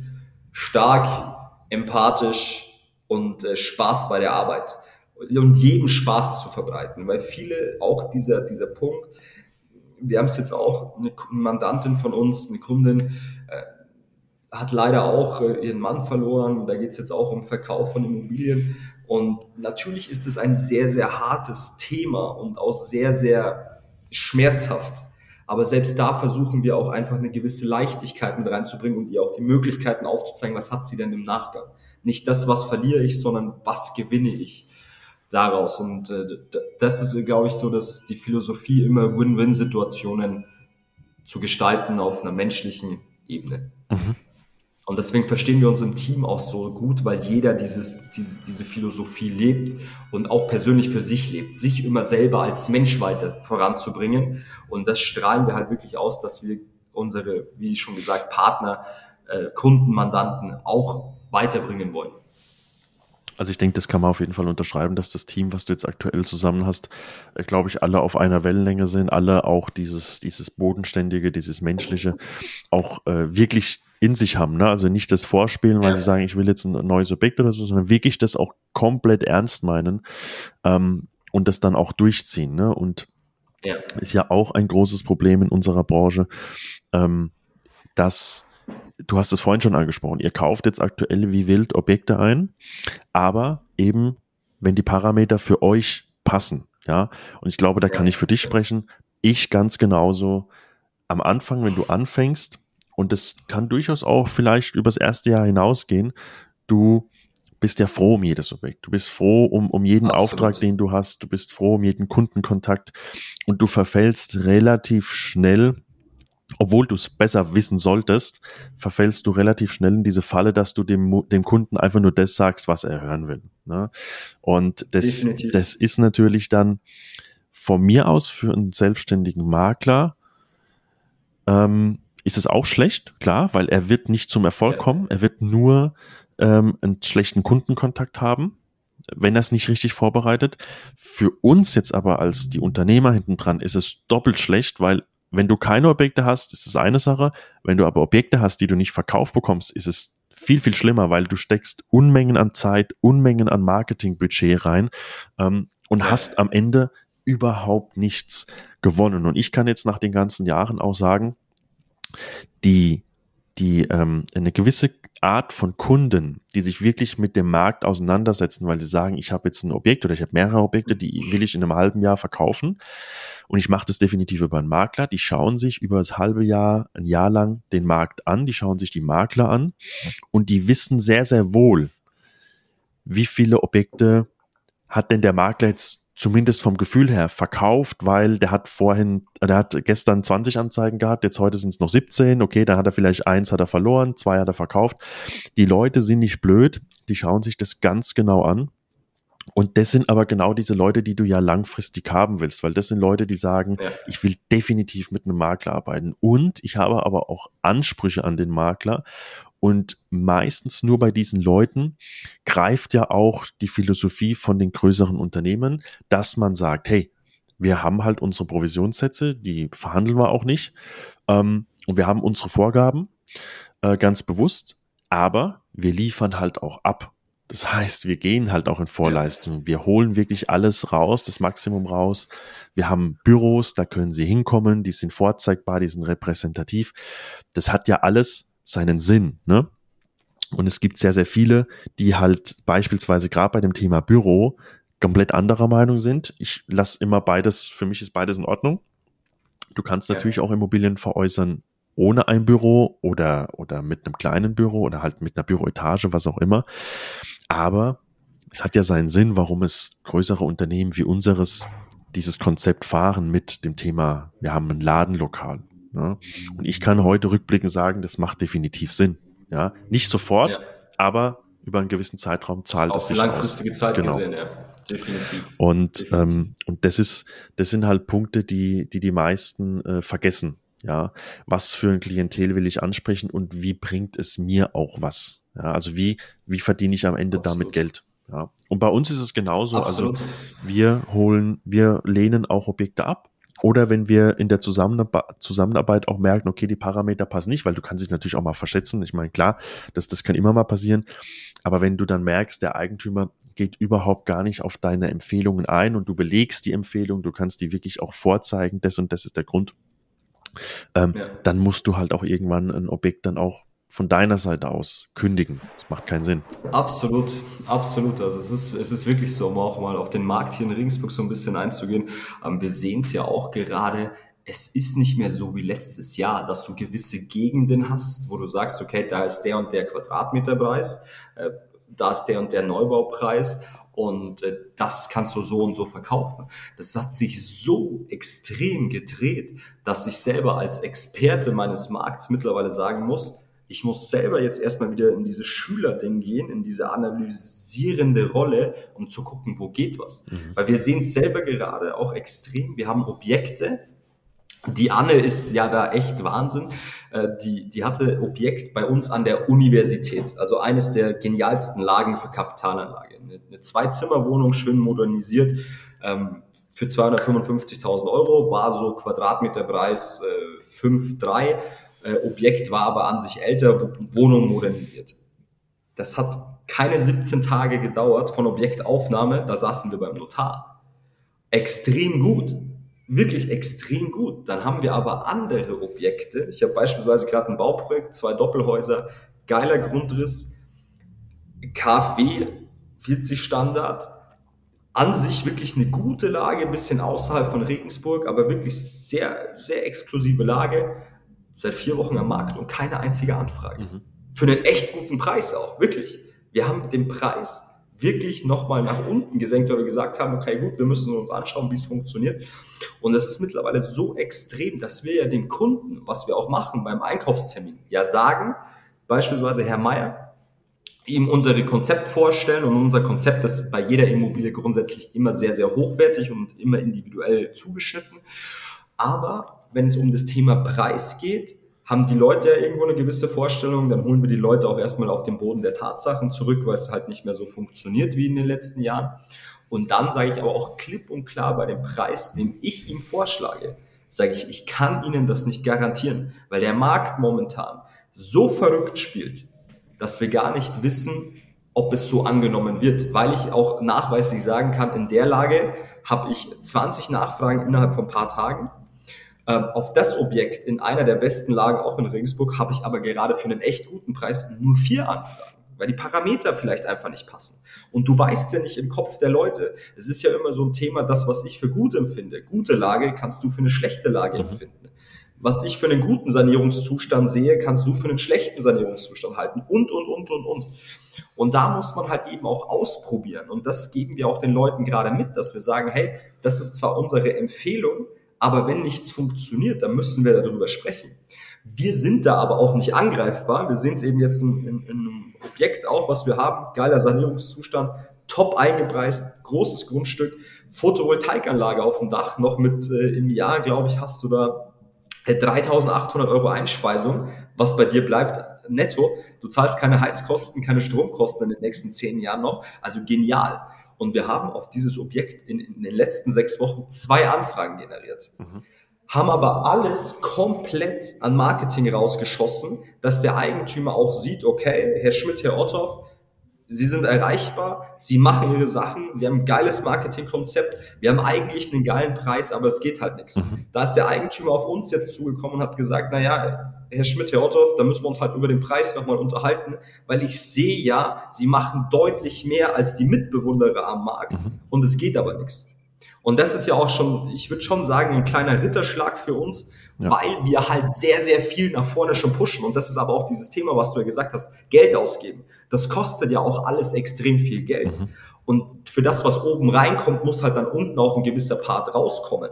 stark, empathisch und äh, Spaß bei der Arbeit. Und jedem Spaß zu verbreiten, weil viele, auch dieser, dieser Punkt, wir haben es jetzt auch, eine Mandantin von uns, eine Kundin, äh, hat leider auch äh, ihren Mann verloren. Da geht es jetzt auch um Verkauf von Immobilien. Und natürlich ist es ein sehr, sehr hartes Thema und auch sehr, sehr schmerzhaft. Aber selbst da versuchen wir auch einfach eine gewisse Leichtigkeit mit reinzubringen und ihr auch die Möglichkeiten aufzuzeigen, was hat sie denn im Nachgang. Nicht das, was verliere ich, sondern was gewinne ich daraus. Und äh, das ist, glaube ich, so, dass die Philosophie immer Win-Win-Situationen zu gestalten auf einer menschlichen Ebene. Mhm. Und deswegen verstehen wir uns im Team auch so gut, weil jeder dieses, diese, diese Philosophie lebt und auch persönlich für sich lebt, sich immer selber als Mensch weiter voranzubringen. Und das strahlen wir halt wirklich aus, dass wir unsere, wie schon gesagt, Partner, äh, Kunden, Mandanten auch weiterbringen wollen. Also ich denke, das kann man auf jeden Fall unterschreiben, dass das Team, was du jetzt aktuell zusammen hast, äh, glaube ich, alle auf einer Wellenlänge sind, alle auch dieses, dieses Bodenständige, dieses Menschliche auch äh, wirklich in sich haben, ne? Also nicht das Vorspielen, weil ja. sie sagen, ich will jetzt ein neues Objekt oder so, sondern wirklich das auch komplett ernst meinen ähm, und das dann auch durchziehen, ne? Und ja. ist ja auch ein großes Problem in unserer Branche, ähm, dass du hast es vorhin schon angesprochen, ihr kauft jetzt aktuell wie wild Objekte ein, aber eben, wenn die Parameter für euch passen, ja, und ich glaube, da kann ich für dich sprechen, ich ganz genauso am Anfang, wenn du anfängst, und das kann durchaus auch vielleicht übers erste Jahr hinausgehen, du bist ja froh um jedes Objekt, du bist froh um, um jeden Absolut. Auftrag, den du hast, du bist froh um jeden Kundenkontakt und du verfällst relativ schnell, obwohl du es besser wissen solltest, verfällst du relativ schnell in diese Falle, dass du dem, dem Kunden einfach nur das sagst, was er hören will. Ne? Und das, das ist natürlich dann von mir aus für einen selbstständigen Makler, ähm, ist es auch schlecht, klar, weil er wird nicht zum Erfolg ja. kommen, er wird nur ähm, einen schlechten Kundenkontakt haben, wenn er es nicht richtig vorbereitet. Für uns jetzt aber als die Unternehmer hinten dran ist es doppelt schlecht, weil wenn du keine Objekte hast, ist es eine Sache. Wenn du aber Objekte hast, die du nicht verkauft bekommst, ist es viel, viel schlimmer, weil du steckst Unmengen an Zeit, Unmengen an Marketingbudget rein ähm, und hast am Ende überhaupt nichts gewonnen. Und ich kann jetzt nach den ganzen Jahren auch sagen, die, die ähm, eine gewisse Art von Kunden, die sich wirklich mit dem Markt auseinandersetzen, weil sie sagen, ich habe jetzt ein Objekt oder ich habe mehrere Objekte, die will ich in einem halben Jahr verkaufen und ich mache das definitiv über einen Makler, die schauen sich über das halbe Jahr, ein Jahr lang den Markt an, die schauen sich die Makler an und die wissen sehr, sehr wohl, wie viele Objekte hat denn der Makler jetzt zumindest vom Gefühl her verkauft, weil der hat vorhin, der hat gestern zwanzig Anzeigen gehabt, jetzt heute sind es noch siebzehn, okay, dann hat er vielleicht eins hat er verloren, zwei hat er verkauft. Die Leute sind nicht blöd, die schauen sich das ganz genau an Und das sind aber genau diese Leute, die du ja langfristig haben willst, weil das sind Leute, die sagen, Ja. ich will definitiv mit einem Makler arbeiten und ich habe aber auch Ansprüche an den Makler. Und meistens nur bei diesen Leuten greift ja auch die Philosophie von den größeren Unternehmen, dass man sagt, hey, wir haben halt unsere Provisionssätze, die verhandeln wir auch nicht. Ähm, und wir haben unsere Vorgaben, äh, ganz bewusst, aber wir liefern halt auch ab. Das heißt, wir gehen halt auch in Vorleistungen. Wir holen wirklich alles raus, das Maximum raus. Wir haben Büros, da können Sie hinkommen, die sind vorzeigbar, die sind repräsentativ. Das hat ja alles seinen Sinn, ne? Und es gibt sehr, sehr viele, die halt beispielsweise gerade bei dem Thema Büro komplett anderer Meinung sind. Ich lasse immer beides, für mich ist beides in Ordnung. Du kannst Ja. natürlich auch Immobilien veräußern ohne ein Büro oder, oder mit einem kleinen Büro oder halt mit einer Büroetage, was auch immer. Aber es hat ja seinen Sinn, warum es größere Unternehmen wie unseres dieses Konzept fahren mit dem Thema, wir haben ein Ladenlokal. Ne? Und ich kann heute rückblickend sagen, das macht definitiv Sinn. Ja? Nicht sofort, Ja. aber über einen gewissen Zeitraum zahlt es Auf sich langfristige aus. Zeit Genau. gesehen, ja. Definitiv. Und, Definitiv. ähm, und das ist, das sind halt Punkte, die die, die meisten äh, vergessen. Ja, was für ein Klientel will ich ansprechen und wie bringt es mir auch was? Ja, also wie, wie verdiene ich am Ende Absolut. damit Geld? Ja, und bei uns ist es genauso. Absolut. Also wir holen, wir lehnen auch Objekte ab. Oder wenn wir in der Zusammenarbeit, Zusammenarbeit auch merken, okay, die Parameter passen nicht, weil du kannst dich natürlich auch mal verschätzen. Ich meine, klar, das, das kann immer mal passieren. Aber wenn du dann merkst, der Eigentümer geht überhaupt gar nicht auf deine Empfehlungen ein und du belegst die Empfehlung, du kannst die wirklich auch vorzeigen, das und das ist der Grund, ähm, Ja. dann musst du halt auch irgendwann ein Objekt dann auch von deiner Seite aus kündigen. Das macht keinen Sinn. Absolut, absolut. Also es ist, es ist wirklich so, um auch mal auf den Markt hier in Regensburg so ein bisschen einzugehen. Ähm, wir sehen es ja auch gerade, es ist nicht mehr so wie letztes Jahr, dass du gewisse Gegenden hast, wo du sagst, okay, da ist der und der Quadratmeterpreis, äh, da ist der und der Neubaupreis und äh, das kannst du so und so verkaufen. Das hat sich so extrem gedreht, dass ich selber als Experte meines Markts mittlerweile sagen muss, ich muss selber jetzt erstmal wieder in diese Schülerding gehen, in diese analysierende Rolle, um zu gucken, wo geht was. Mhm. Weil wir sehen es selber gerade auch extrem. Wir haben Objekte. Die Anne ist ja da echt Wahnsinn. Die, die hatte Objekt bei uns an der Universität. Also eines der genialsten Lagen für Kapitalanlage. Eine, eine Zwei-Zimmer-Wohnung, schön modernisiert. Für zweihundertfünfundfünfzigtausend Euro war so Quadratmeterpreis fünf Komma drei. Äh, Objekt war aber an sich älter, Wohnung modernisiert. Das hat keine siebzehn Tage gedauert von Objektaufnahme, da saßen wir beim Notar. Extrem gut, wirklich extrem gut. Dann haben wir aber andere Objekte. Ich habe beispielsweise gerade ein Bauprojekt, zwei Doppelhäuser, geiler Grundriss, K f W, vierzig Standard, an sich wirklich eine gute Lage, ein bisschen außerhalb von Regensburg, aber wirklich sehr, sehr exklusive Lage. Seit vier Wochen am Markt und keine einzige Anfrage. Mhm. Für einen echt guten Preis auch, wirklich. Wir haben den Preis wirklich nochmal nach unten gesenkt, weil wir gesagt haben, okay, gut, wir müssen uns anschauen, wie es funktioniert. Und es ist mittlerweile so extrem, dass wir ja dem Kunden, was wir auch machen beim Einkaufstermin, ja sagen, beispielsweise Herr Meier, ihm unser Konzept vorstellen und unser Konzept ist bei jeder Immobilie grundsätzlich immer sehr, sehr hochwertig und immer individuell zugeschnitten. Aber wenn es um das Thema Preis geht, haben die Leute ja irgendwo eine gewisse Vorstellung, dann holen wir die Leute auch erstmal auf den Boden der Tatsachen zurück, weil es halt nicht mehr so funktioniert wie in den letzten Jahren. Und dann sage ich aber auch klipp und klar bei dem Preis, den ich ihm vorschlage, sage ich, ich kann Ihnen das nicht garantieren, weil der Markt momentan so verrückt spielt, dass wir gar nicht wissen, ob es so angenommen wird, weil ich auch nachweislich sagen kann, in der Lage habe ich zwanzig Nachfragen innerhalb von ein paar Tagen. Auf das Objekt in einer der besten Lagen, auch in Regensburg, habe ich aber gerade für einen echt guten Preis nur vier Anfragen, weil die Parameter vielleicht einfach nicht passen. Und du weißt ja nicht im Kopf der Leute. Es ist ja immer so ein Thema, das, was ich für gut empfinde. Gute Lage kannst du für eine schlechte Lage mhm. empfinden. Was ich für einen guten Sanierungszustand sehe, kannst du für einen schlechten Sanierungszustand halten. Und, und, und, und, und. Und da muss man halt eben auch ausprobieren. Und das geben wir auch den Leuten gerade mit, dass wir sagen, hey, das ist zwar unsere Empfehlung, aber wenn nichts funktioniert, dann müssen wir darüber sprechen. Wir sind da aber auch nicht angreifbar. Wir sehen es eben jetzt in, in, in einem Objekt auch, was wir haben. Geiler Sanierungszustand. top eingepreist, großes Grundstück, Photovoltaikanlage auf dem Dach, noch mit äh, im Jahr, glaube ich, hast du da äh, dreitausendachthundert Euro Einspeisung, was bei dir bleibt netto. Du zahlst keine Heizkosten, keine Stromkosten in den nächsten zehn Jahren noch, also genial. Und wir haben auf dieses Objekt in, in den letzten sechs Wochen zwei Anfragen generiert. Mhm. Haben aber alles komplett an Marketing rausgeschossen, dass der Eigentümer auch sieht, okay, Herr Schmidt, Herr Ottow, Sie sind erreichbar, Sie machen Ihre Sachen, Sie haben ein geiles Marketingkonzept, wir haben eigentlich einen geilen Preis, aber es geht halt nichts. Mhm. Da ist der Eigentümer auf uns jetzt zugekommen und hat gesagt, naja, Herr Schmidt, Herr Ottow, da müssen wir uns halt über den Preis nochmal unterhalten, weil ich sehe ja, Sie machen deutlich mehr als die Mitbewunderer am Markt mhm. und es geht aber nichts. Und das ist ja auch schon, ich würde schon sagen, ein kleiner Ritterschlag für uns, ja. weil wir halt sehr, sehr viel nach vorne schon pushen. Und das ist aber auch dieses Thema, was du ja gesagt hast, Geld ausgeben. Das kostet ja auch alles extrem viel Geld. Mhm. Und für das, was oben reinkommt, muss halt dann unten auch ein gewisser Part rauskommen.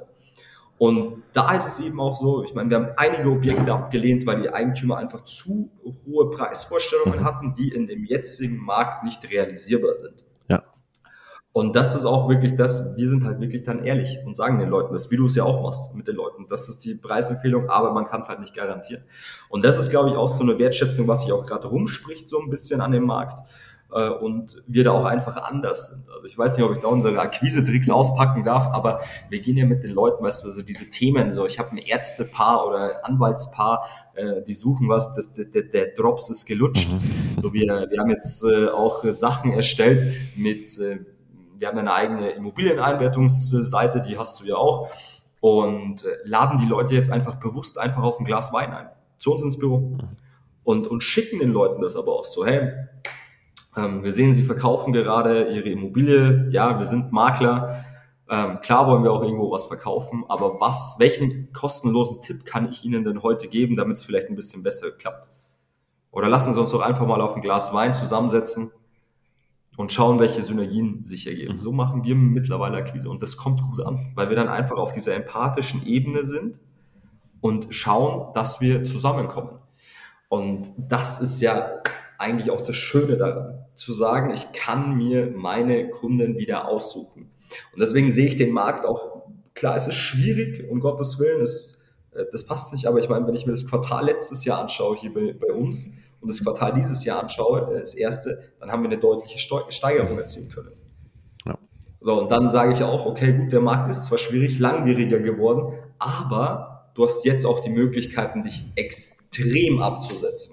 Und da ist es eben auch so, ich meine, wir haben einige Objekte abgelehnt, weil die Eigentümer einfach zu hohe Preisvorstellungen mhm. hatten, die in dem jetzigen Markt nicht realisierbar sind. Ja. Und das ist auch wirklich das, wir sind halt wirklich dann ehrlich und sagen den Leuten das, wie du es ja auch machst mit den Leuten. Das ist die Preisempfehlung, aber man kann es halt nicht garantieren. Und das ist, glaube ich, auch so eine Wertschätzung, was sich auch gerade rumspricht, so ein bisschen an dem Markt. Und wir da auch einfach anders sind. Also ich weiß nicht, ob ich da unsere Akquise-Tricks auspacken darf, aber wir gehen ja mit den Leuten, weißt du, also diese Themen, so ich habe ein Ärztepaar oder Anwaltspaar, äh, die suchen was, das, der, der Drops ist gelutscht. So wir, wir haben jetzt äh, auch Sachen erstellt mit, äh, wir haben eine eigene Immobilieneinwertungsseite, die hast du ja auch, und äh, laden die Leute jetzt einfach bewusst einfach auf ein Glas Wein ein, zu uns ins Büro und, und schicken den Leuten das aber auch so, hey, Ähm, wir sehen, Sie verkaufen gerade Ihre Immobilie. Ja, wir sind Makler. Ähm, klar wollen wir auch irgendwo was verkaufen, aber was, welchen kostenlosen Tipp kann ich Ihnen denn heute geben, damit es vielleicht ein bisschen besser klappt? Oder lassen Sie uns doch einfach mal auf ein Glas Wein zusammensetzen und schauen, welche Synergien sich ergeben. So machen wir mittlerweile Akquise und das kommt gut an, weil wir dann einfach auf dieser empathischen Ebene sind und schauen, dass wir zusammenkommen. Und das ist ja eigentlich auch das Schöne daran, zu sagen, ich kann mir meine Kunden wieder aussuchen. Und deswegen sehe ich den Markt auch, klar, es ist schwierig, um Gottes Willen, es, das passt nicht, aber ich meine, wenn ich mir das Quartal letztes Jahr anschaue, hier bei, bei uns, und das Quartal dieses Jahr anschaue, das erste, dann haben wir eine deutliche Steigerung erzielen können. Ja. So, und dann sage ich auch, okay, gut, der Markt ist zwar schwierig, langwieriger geworden, aber du hast jetzt auch die Möglichkeiten, dich extrem abzusetzen.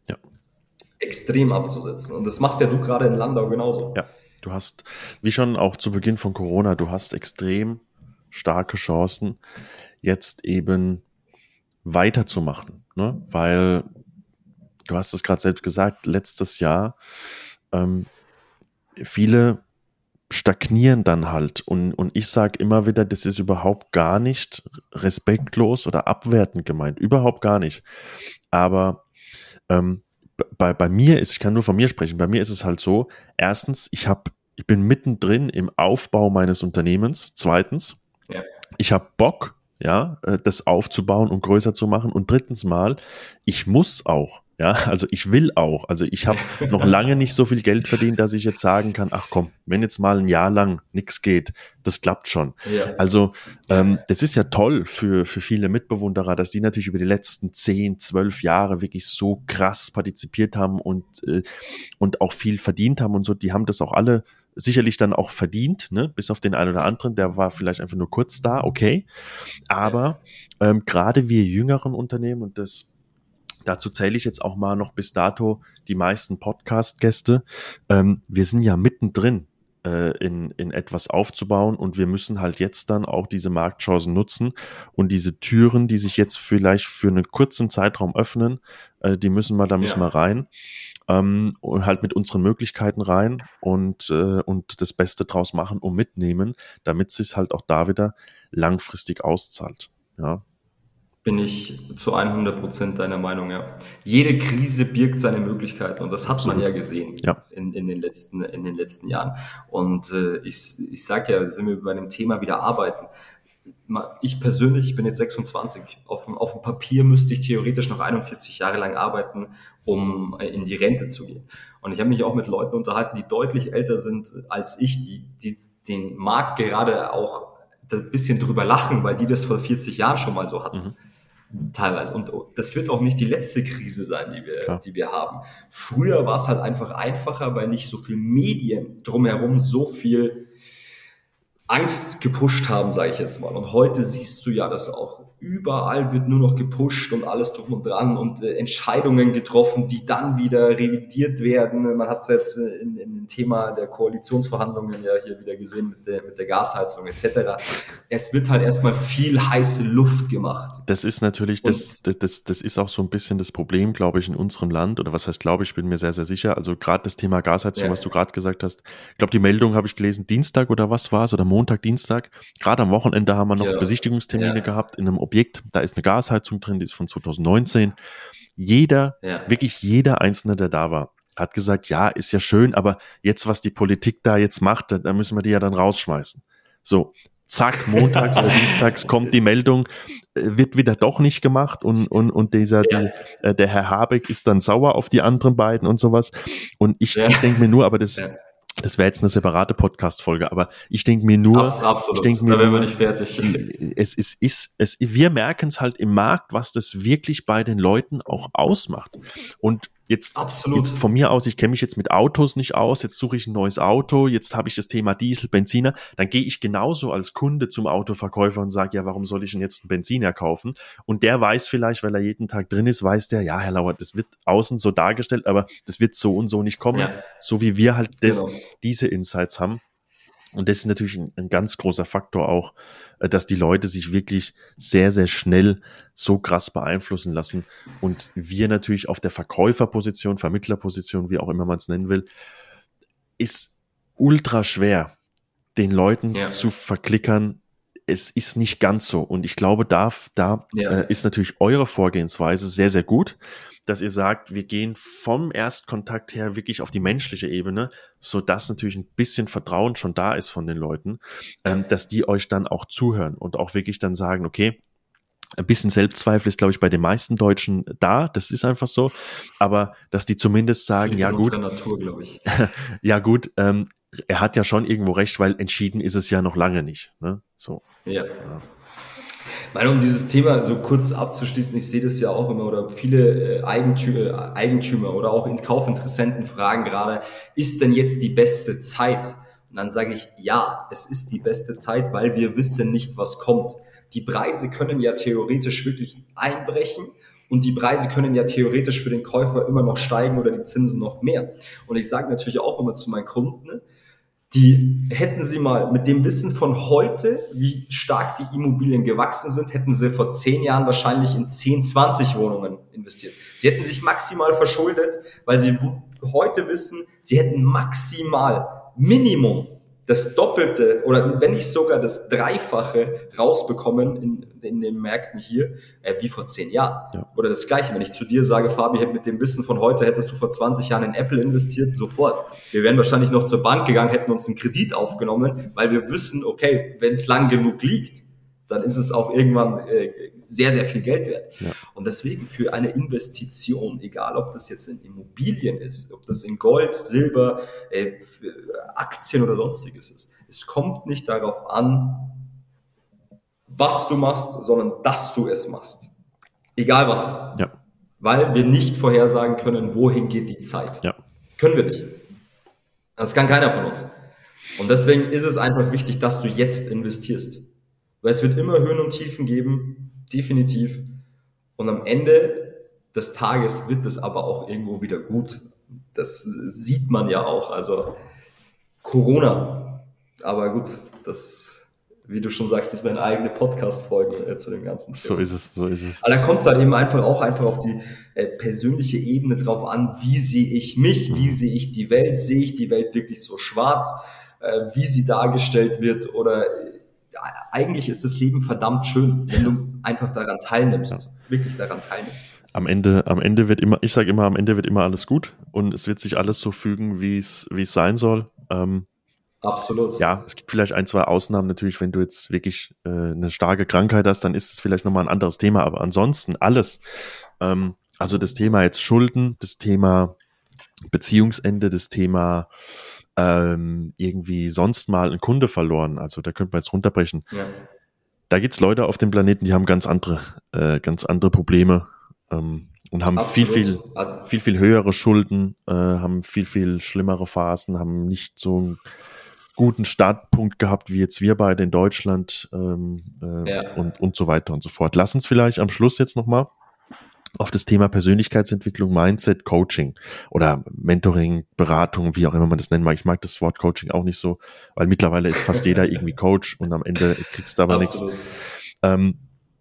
extrem abzusetzen. Und das machst ja du gerade in Landau genauso. Ja, du hast, wie schon auch zu Beginn von Corona, du hast extrem starke Chancen, jetzt eben weiterzumachen, ne? Weil, du hast es gerade selbst gesagt, letztes Jahr, ähm, viele stagnieren dann halt. Und, und ich sage immer wieder, das ist überhaupt gar nicht respektlos oder abwertend gemeint. Überhaupt gar nicht. Aber ähm, Bei, bei mir ist, ich kann nur von mir sprechen, bei mir ist es halt so, erstens, ich habe, ich bin mittendrin im Aufbau meines Unternehmens, zweitens, ja. ich habe Bock, ja, das aufzubauen und größer zu machen und drittens mal, ich muss auch, ja, also ich will auch, also ich habe noch lange nicht so viel Geld verdient, dass ich jetzt sagen kann, ach komm, wenn jetzt mal ein Jahr lang nichts geht, das klappt schon. Ja. Also ähm, das ist ja toll für, für viele Mitbewunderer, dass die natürlich über die letzten zehn, zwölf Jahre wirklich so krass partizipiert haben und, äh, und auch viel verdient haben und so, die haben das auch alle sicherlich dann auch verdient, ne? Bis auf den einen oder anderen, der war vielleicht einfach nur kurz da, okay, aber ähm, gerade wir jüngeren Unternehmen und das dazu zähle ich jetzt auch mal noch bis dato die meisten Podcast-Gäste. Ähm, wir sind ja mittendrin äh, in, in etwas aufzubauen und wir müssen halt jetzt dann auch diese Marktchancen nutzen und diese Türen, die sich jetzt vielleicht für einen kurzen Zeitraum öffnen, äh, die müssen wir, da müssen ja. wir rein ähm, und halt mit unseren Möglichkeiten rein und, äh, und das Beste draus machen und mitnehmen, damit es sich halt auch da wieder langfristig auszahlt. Ja. Bin ich zu hundert Prozent deiner Meinung, ja. Jede Krise birgt seine Möglichkeiten und das hat Absolut. man ja gesehen ja. In, in, den letzten, in den letzten Jahren. Und äh, ich, ich sage ja, sind wir bei dem Thema wieder arbeiten. ich persönlich bin jetzt sechsundzwanzig. Auf dem, auf dem Papier müsste ich theoretisch noch einundvierzig Jahre lang arbeiten, um in die Rente zu gehen. Und ich habe mich auch mit Leuten unterhalten, die deutlich älter sind als ich, die, die den Markt gerade auch ein bisschen drüber lachen, weil die das vor vierzig Jahren schon mal so hatten. Mhm. Teilweise. Und das wird auch nicht die letzte Krise sein, die wir, die wir haben. Früher war es halt einfach einfacher, weil nicht so viel Medien drumherum so viel Angst gepusht haben, sage ich jetzt mal. Und heute siehst du ja das auch. Überall wird nur noch gepusht und alles drum und dran und äh, Entscheidungen getroffen, die dann wieder revidiert werden. Man hat es jetzt äh, in, in dem Thema der Koalitionsverhandlungen ja hier wieder gesehen mit der, mit der Gasheizung et cetera. Es wird halt erstmal viel heiße Luft gemacht. Das ist natürlich, das, das, das, das ist auch so ein bisschen das Problem, glaube ich, in unserem Land. Oder was heißt, glaube ich, bin mir sehr, sehr sicher. Also gerade das Thema Gasheizung, ja. was du gerade gesagt hast. Ich glaube, die Meldung habe ich gelesen, Dienstag oder was war es? Oder Montag, Dienstag. Gerade am Wochenende haben wir noch ja. Besichtigungstermine ja. gehabt in einem Objekt. Da ist eine Gasheizung drin, die ist von zwanzig neunzehn. Jeder, ja. wirklich jeder Einzelne, der da war, hat gesagt, ja, ist ja schön, aber jetzt, was die Politik da jetzt macht, da, da müssen wir die ja dann rausschmeißen. So, zack, montags oder dienstags kommt die Meldung, wird wieder doch nicht gemacht und, und, und dieser, ja. die, äh, der Herr Habeck ist dann sauer auf die anderen beiden und sowas. Und ich, ja. ich denke mir nur, aber das... Ja. Das wäre jetzt eine separate Podcast-Folge, aber ich denke mir nur, Abs- absolut. ich denke mir, da wären wir nicht fertig. Die, es ist, ist, es, wir merken es halt im Markt, was das wirklich bei den Leuten auch ausmacht. Und jetzt, jetzt von mir aus, ich kenne mich jetzt mit Autos nicht aus, jetzt suche ich ein neues Auto, jetzt habe ich das Thema Diesel, Benziner, dann gehe ich genauso als Kunde zum Autoverkäufer und sage, ja, warum soll ich denn jetzt einen Benziner kaufen? Und der weiß vielleicht, weil er jeden Tag drin ist, weiß der, ja, Herr Lauer, das wird außen so dargestellt, aber das wird so und so nicht kommen, ja. so wie wir halt das, genau. diese Insights haben. Und das ist natürlich ein, ein ganz großer Faktor auch, dass die Leute sich wirklich sehr, sehr schnell so krass beeinflussen lassen. Und wir natürlich auf der Verkäuferposition, Vermittlerposition, wie auch immer man es nennen will, ist ultra schwer, den Leuten ja. zu verklickern. Es ist nicht ganz so. Und ich glaube, da, da ja. äh, ist natürlich eure Vorgehensweise sehr, sehr gut, dass ihr sagt, wir gehen vom Erstkontakt her wirklich auf die menschliche Ebene, sodass natürlich ein bisschen Vertrauen schon da ist von den Leuten, ja. ähm, dass die euch dann auch zuhören und auch wirklich dann sagen, okay, ein bisschen Selbstzweifel ist, glaube ich, bei den meisten Deutschen da, das ist einfach so, aber dass die zumindest sagen, ja gut, Natur, glaube ich. ja gut, ähm, er hat ja schon irgendwo recht, weil entschieden ist es ja noch lange nicht. Ne? So. Ja. ja. Meine, um dieses Thema so kurz abzuschließen, ich sehe das ja auch immer, oder viele äh, Eigentümer, Eigentümer oder auch Kaufinteressenten fragen gerade, ist denn jetzt die beste Zeit? Und dann sage ich, ja, es ist die beste Zeit, weil wir wissen nicht, was kommt. Die Preise können ja theoretisch wirklich einbrechen und die Preise können ja theoretisch für den Käufer immer noch steigen oder die Zinsen noch mehr. Und ich sage natürlich auch immer zu meinen Kunden, die hätten sie mal mit dem Wissen von heute, wie stark die Immobilien gewachsen sind, hätten sie vor zehn Jahren wahrscheinlich in zehn, zwanzig Wohnungen investiert. Sie hätten sich maximal verschuldet, weil sie heute wissen, sie hätten maximal Minimum das Doppelte oder wenn nicht sogar das Dreifache rausbekommen in, in den Märkten hier, äh, wie vor zehn Jahren. Ja. Oder das Gleiche, wenn ich zu dir sage, Fabi, mit dem Wissen von heute hättest du vor zwanzig Jahren in Apple investiert, sofort. Wir wären wahrscheinlich noch zur Bank gegangen, hätten uns einen Kredit aufgenommen, weil wir wissen, okay, wenn es lang genug liegt, dann ist es auch irgendwann äh, sehr, sehr viel Geld wert. Ja. Und deswegen für eine Investition, egal ob das jetzt in Immobilien ist, ob das in Gold, Silber, äh, Aktien oder sonstiges ist, es kommt nicht darauf an, was du machst, sondern dass du es machst. Egal was. Ja. Weil wir nicht vorhersagen können, wohin geht die Zeit. Ja. Können wir nicht. Das kann keiner von uns. Und deswegen ist es einfach wichtig, dass du jetzt investierst. Weil es wird immer Höhen und Tiefen geben, definitiv. Und am Ende des Tages wird es aber auch irgendwo wieder gut. Das sieht man ja auch. Also Corona. Aber gut, das, wie du schon sagst, ist meine eigene Podcast-Folge äh, zu dem ganzen Thema. So ist es, so ist es. Aber da kommt es halt eben einfach auch einfach auf die äh, persönliche Ebene drauf an, wie sehe ich mich, wie sehe ich die Welt, sehe ich die Welt wirklich so schwarz, äh, wie sie dargestellt wird oder eigentlich ist das Leben verdammt schön, wenn du einfach daran teilnimmst, ja. wirklich daran teilnimmst. Am Ende, am Ende wird immer, ich sage immer, am Ende wird immer alles gut und es wird sich alles so fügen, wie es, wie es sein soll. Ähm, Absolut. Ja, es gibt vielleicht ein, zwei Ausnahmen natürlich, wenn du jetzt wirklich äh, eine starke Krankheit hast, dann ist es vielleicht nochmal ein anderes Thema, aber ansonsten alles. Ähm, also das Thema jetzt Schulden, das Thema Beziehungsende, das Thema ähm, irgendwie sonst mal einen Kunde verloren, also da könnte man jetzt runterbrechen. Ja. Da gibt's Leute auf dem Planeten, die haben ganz andere, äh, ganz andere Probleme ähm, und haben viel, Absolut. viel, Also, viel, viel höhere Schulden, äh, haben viel, viel schlimmere Phasen, haben nicht so einen guten Startpunkt gehabt, wie jetzt wir beide in Deutschland ähm, äh, ja. und, und so weiter und so fort. Lass uns vielleicht am Schluss jetzt nochmal auf das Thema Persönlichkeitsentwicklung, Mindset, Coaching oder Mentoring, Beratung, wie auch immer man das nennen mag. Ich mag das Wort Coaching auch nicht so, weil mittlerweile ist fast jeder irgendwie Coach und am Ende kriegst du aber nichts. Ähm,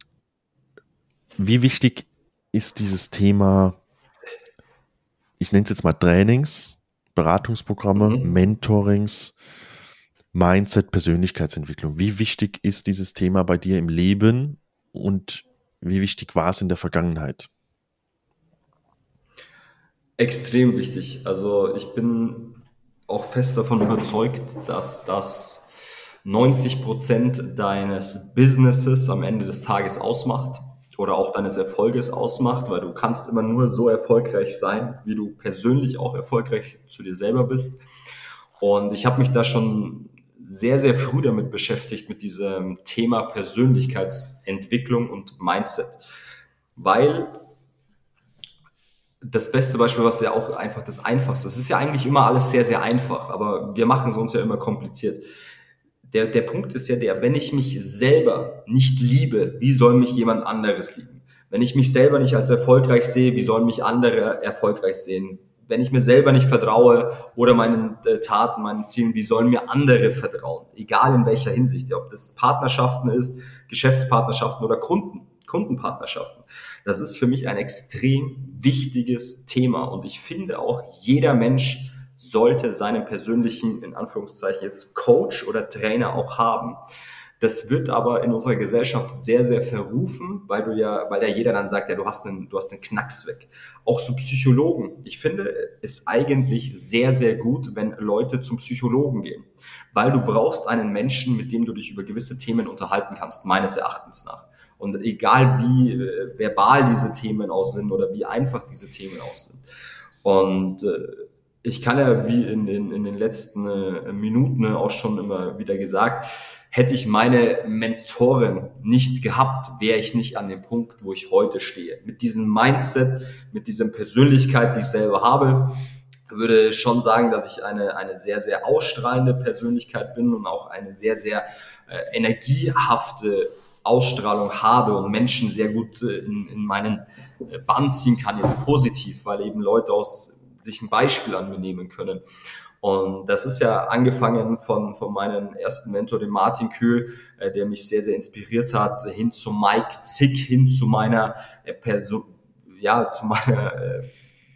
wie wichtig ist dieses Thema, ich nenne es jetzt mal Trainings, Beratungsprogramme, Mhm. Mentorings, Mindset, Persönlichkeitsentwicklung. Wie wichtig ist dieses Thema bei dir im Leben und wie wichtig war es in der Vergangenheit? Extrem wichtig. Also ich bin auch fest davon überzeugt, dass das neunzig Prozent deines Businesses am Ende des Tages ausmacht oder auch deines Erfolges ausmacht, weil du kannst immer nur so erfolgreich sein, wie du persönlich auch erfolgreich zu dir selber bist. Und ich habe mich da schon sehr, sehr früh damit beschäftigt, mit diesem Thema Persönlichkeitsentwicklung und Mindset, weil das beste Beispiel, was ja auch einfach das Einfachste ist, es ist ja eigentlich immer alles sehr, sehr einfach, aber wir machen es uns ja immer kompliziert. Der, der Punkt ist ja der, wenn ich mich selber nicht liebe, wie soll mich jemand anderes lieben? Wenn ich mich selber nicht als erfolgreich sehe, wie sollen mich andere erfolgreich sehen? Wenn ich mir selber nicht vertraue oder meinen äh, Taten, meinen Zielen, wie sollen mir andere vertrauen? Egal in welcher Hinsicht, ob das Partnerschaften ist, Geschäftspartnerschaften oder Kunden, Kundenpartnerschaften. Das ist für mich ein extrem wichtiges Thema und ich finde auch, jeder Mensch sollte seinen persönlichen, in Anführungszeichen jetzt Coach oder Trainer auch haben. Das wird aber in unserer Gesellschaft sehr, sehr verrufen, weil du ja, weil ja jeder dann sagt, ja, du hast einen, du hast einen Knacks weg. Auch so Psychologen. Ich finde es eigentlich sehr, sehr gut, wenn Leute zum Psychologen gehen. Weil du brauchst einen Menschen, mit dem du dich über gewisse Themen unterhalten kannst, meines Erachtens nach. Und egal wie äh, verbal diese Themen aus sind oder wie einfach diese Themen aus sind. Und äh, ich kann ja, wie in den, in den letzten äh, Minuten auch schon immer wieder gesagt, hätte ich meine Mentoren nicht gehabt, wäre ich nicht an dem Punkt, wo ich heute stehe. Mit diesem Mindset, mit dieser Persönlichkeit, die ich selber habe, würde schon sagen, dass ich eine, eine sehr, sehr ausstrahlende Persönlichkeit bin und auch eine sehr, sehr äh, energiehafte Ausstrahlung habe und Menschen sehr gut äh, in, in meinen äh, Bann ziehen kann, jetzt positiv, weil eben Leute aus sich ein Beispiel an mir nehmen können. Und das ist ja angefangen von, von meinem ersten Mentor, dem Martin Kühl, äh, der mich sehr, sehr inspiriert hat, hin zu Mike Zick, hin zu meiner äh, Person, ja, zu meiner äh,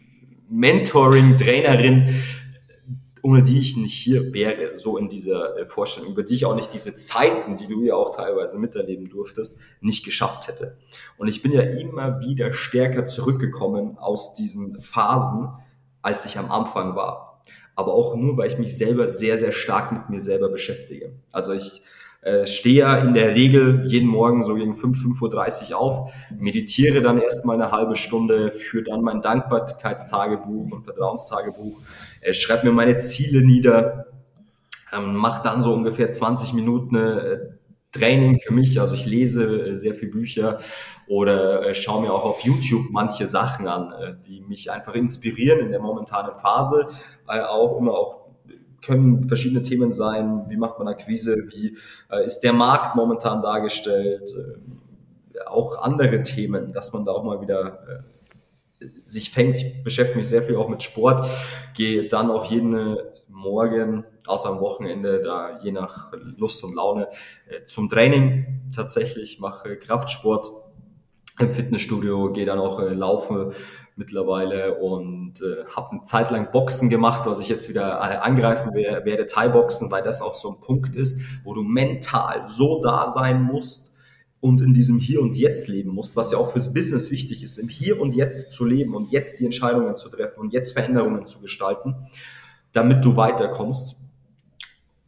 Mentoring-Trainerin, ohne die ich nicht hier wäre, so in dieser äh, Vorstellung, über die ich auch nicht diese Zeiten, die du ja auch teilweise miterleben durftest, nicht geschafft hätte. Und ich bin ja immer wieder stärker zurückgekommen aus diesen Phasen, als ich am Anfang war. Aber auch nur, weil ich mich selber sehr, sehr stark mit mir selber beschäftige. Also ich äh, stehe ja in der Regel jeden Morgen so gegen fünf, fünf Uhr dreißig auf, meditiere dann erstmal eine halbe Stunde, führe dann mein Dankbarkeitstagebuch und Vertrauenstagebuch, äh, schreibe mir meine Ziele nieder, ähm, mache dann so ungefähr zwanzig Minuten äh, Training für mich, also ich lese äh, sehr viel Bücher oder äh, schaue mir auch auf YouTube manche Sachen an, äh, die mich einfach inspirieren in der momentanen Phase, äh, auch immer auch können verschiedene Themen sein, wie macht man Akquise, wie äh, ist der Markt momentan dargestellt, äh, auch andere Themen, dass man da auch mal wieder äh, sich fängt. Ich beschäftige mich sehr viel auch mit Sport, gehe dann auch jeden Morgen, außer am Wochenende, da je nach Lust und Laune, äh, zum Training tatsächlich, mache Kraftsport im Fitnessstudio, gehe dann auch äh, laufen mittlerweile und äh, habe eine Zeit lang Boxen gemacht, was ich jetzt wieder äh, angreifen werde, werde Thai-Boxen, weil das auch so ein Punkt ist, wo du mental so da sein musst und in diesem Hier und Jetzt leben musst, was ja auch fürs Business wichtig ist, im Hier und Jetzt zu leben und jetzt die Entscheidungen zu treffen und jetzt Veränderungen zu gestalten, damit du weiterkommst.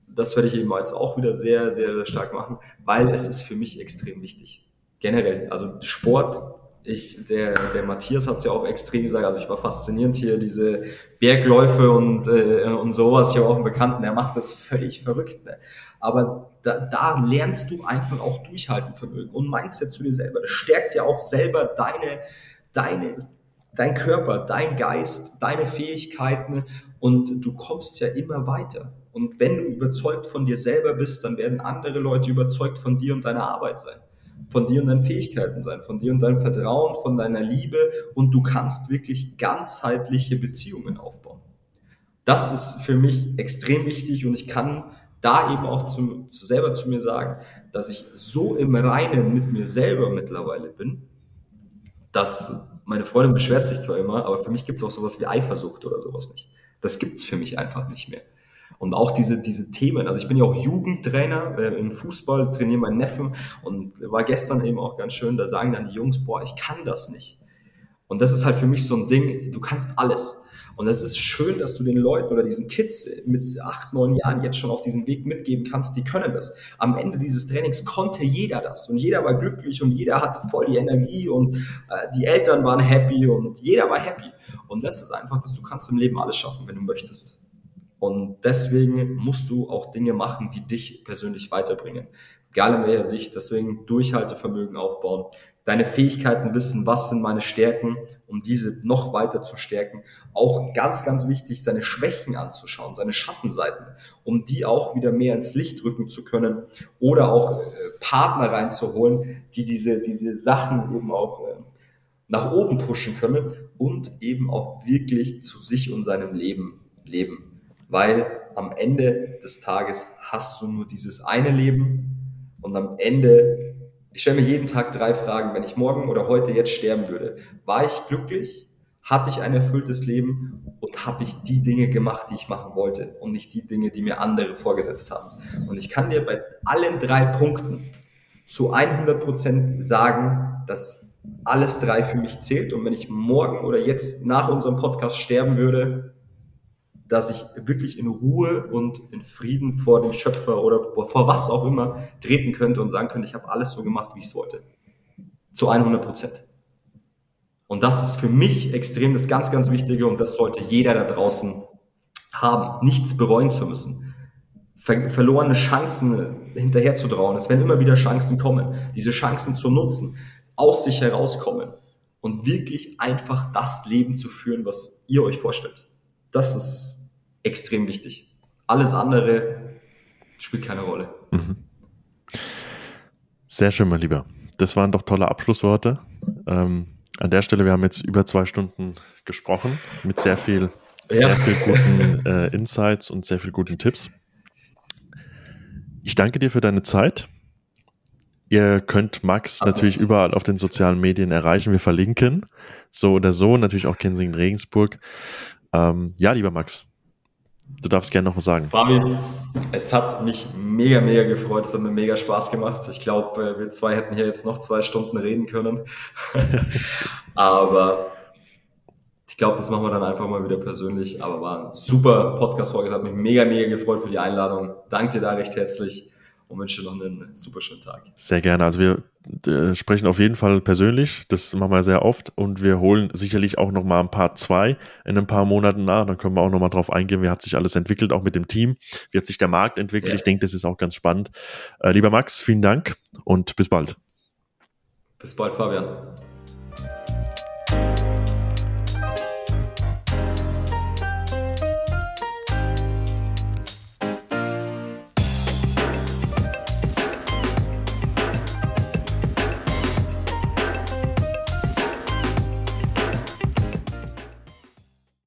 das werde ich eben jetzt auch wieder sehr, sehr, sehr stark machen, weil es ist für mich extrem wichtig. Generell, also Sport, ich, der, der Matthias hat es ja auch extrem gesagt, also ich war faszinierend hier, diese Bergläufe und, äh, und sowas, ich habe auch einen Bekannten, der macht das völlig verrückt, ne? Aber da, da lernst du einfach auch Durchhaltenvermögen und Mindset zu dir selber. Das stärkt ja auch selber deine, deine, dein Körper, dein Geist, deine Fähigkeiten und du kommst ja immer weiter. Und wenn du überzeugt von dir selber bist, dann werden andere Leute überzeugt von dir und deiner Arbeit sein, von dir und deinen Fähigkeiten sein, von dir und deinem Vertrauen, von deiner Liebe und du kannst wirklich ganzheitliche Beziehungen aufbauen. Das ist für mich extrem wichtig und ich kann da eben auch zu, zu selber zu mir sagen, dass ich so im Reinen mit mir selber mittlerweile bin, dass meine Freundin beschwert sich zwar immer, aber für mich gibt es auch sowas wie Eifersucht oder sowas nicht. Das gibt es für mich einfach nicht mehr. Und auch diese, diese Themen, also ich bin ja auch Jugendtrainer äh, im Fußball, trainiere meinen Neffen und war gestern eben auch ganz schön, da sagen dann die Jungs, boah, ich kann das nicht. Und das ist halt für mich so ein Ding, du kannst alles. Und es ist schön, dass du den Leuten oder diesen Kids mit acht, neun Jahren jetzt schon auf diesen Weg mitgeben kannst, die können das. Am Ende dieses Trainings konnte jeder das und jeder war glücklich und jeder hatte voll die Energie und äh, die Eltern waren happy und jeder war happy. Und das ist einfach, dass du kannst im Leben alles schaffen, wenn du möchtest. Und deswegen musst du auch Dinge machen, die dich persönlich weiterbringen. Egal in welcher Sicht, deswegen Durchhaltevermögen aufbauen, deine Fähigkeiten wissen, was sind meine Stärken, um diese noch weiter zu stärken. Auch ganz, ganz wichtig, seine Schwächen anzuschauen, seine Schattenseiten, um die auch wieder mehr ins Licht rücken zu können oder auch äh, Partner reinzuholen, die diese, diese Sachen eben auch äh, nach oben pushen können und eben auch wirklich zu sich und seinem Leben leben. Weil am Ende des Tages hast du nur dieses eine Leben und am Ende, ich stelle mir jeden Tag drei Fragen, wenn ich morgen oder heute jetzt sterben würde, war ich glücklich, hatte ich ein erfülltes Leben und habe ich die Dinge gemacht, die ich machen wollte und nicht die Dinge, die mir andere vorgesetzt haben. Und ich kann dir bei allen drei Punkten zu hundert Prozent sagen, dass alles drei für mich zählt und wenn ich morgen oder jetzt nach unserem Podcast sterben würde, dass ich wirklich in Ruhe und in Frieden vor dem Schöpfer oder vor was auch immer treten könnte und sagen könnte, ich habe alles so gemacht, wie ich es wollte. Zu hundert Prozent. Und das ist für mich extrem das ganz, ganz Wichtige und das sollte jeder da draußen haben. Nichts bereuen zu müssen. Ver- verlorene Chancen hinterher zu trauen. Es werden immer wieder Chancen kommen. Diese Chancen zu nutzen, aus sich herauskommen und wirklich einfach das Leben zu führen, was ihr euch vorstellt. Das ist extrem wichtig. Alles andere spielt keine Rolle. Mhm. Sehr schön, mein Lieber. Das waren doch tolle Abschlussworte. Ähm, an der Stelle, wir haben jetzt über zwei Stunden gesprochen mit sehr viel, sehr ja. viel guten äh, Insights und sehr viel guten Tipps. Ich danke dir für deine Zeit. Ihr könnt Max Aber natürlich überall auf den sozialen Medien erreichen. Wir verlinken so oder so, natürlich auch Kensington Regensburg. Ähm, ja, lieber Max, du darfst gerne noch was sagen. Fabian, es hat mich mega, mega gefreut. Es hat mir mega Spaß gemacht. Ich glaube, wir zwei hätten hier jetzt noch zwei Stunden reden können. Aber ich glaube, das machen wir dann einfach mal wieder persönlich. Aber war ein super Podcast-Folge. Es hat mich mega, mega gefreut für die Einladung. Danke dir da recht herzlich und wünsche dir noch einen super schönen Tag. Sehr gerne. Also wir äh, sprechen auf jeden Fall persönlich. Das machen wir sehr oft. Und wir holen sicherlich auch noch mal ein Part zwei in ein paar Monaten nach. Dann können wir auch noch mal drauf eingehen, wie hat sich alles entwickelt, auch mit dem Team. Wie hat sich der Markt entwickelt? Ja. Ich denke, das ist auch ganz spannend. Äh, lieber Max, vielen Dank und bis bald. Bis bald, Fabian.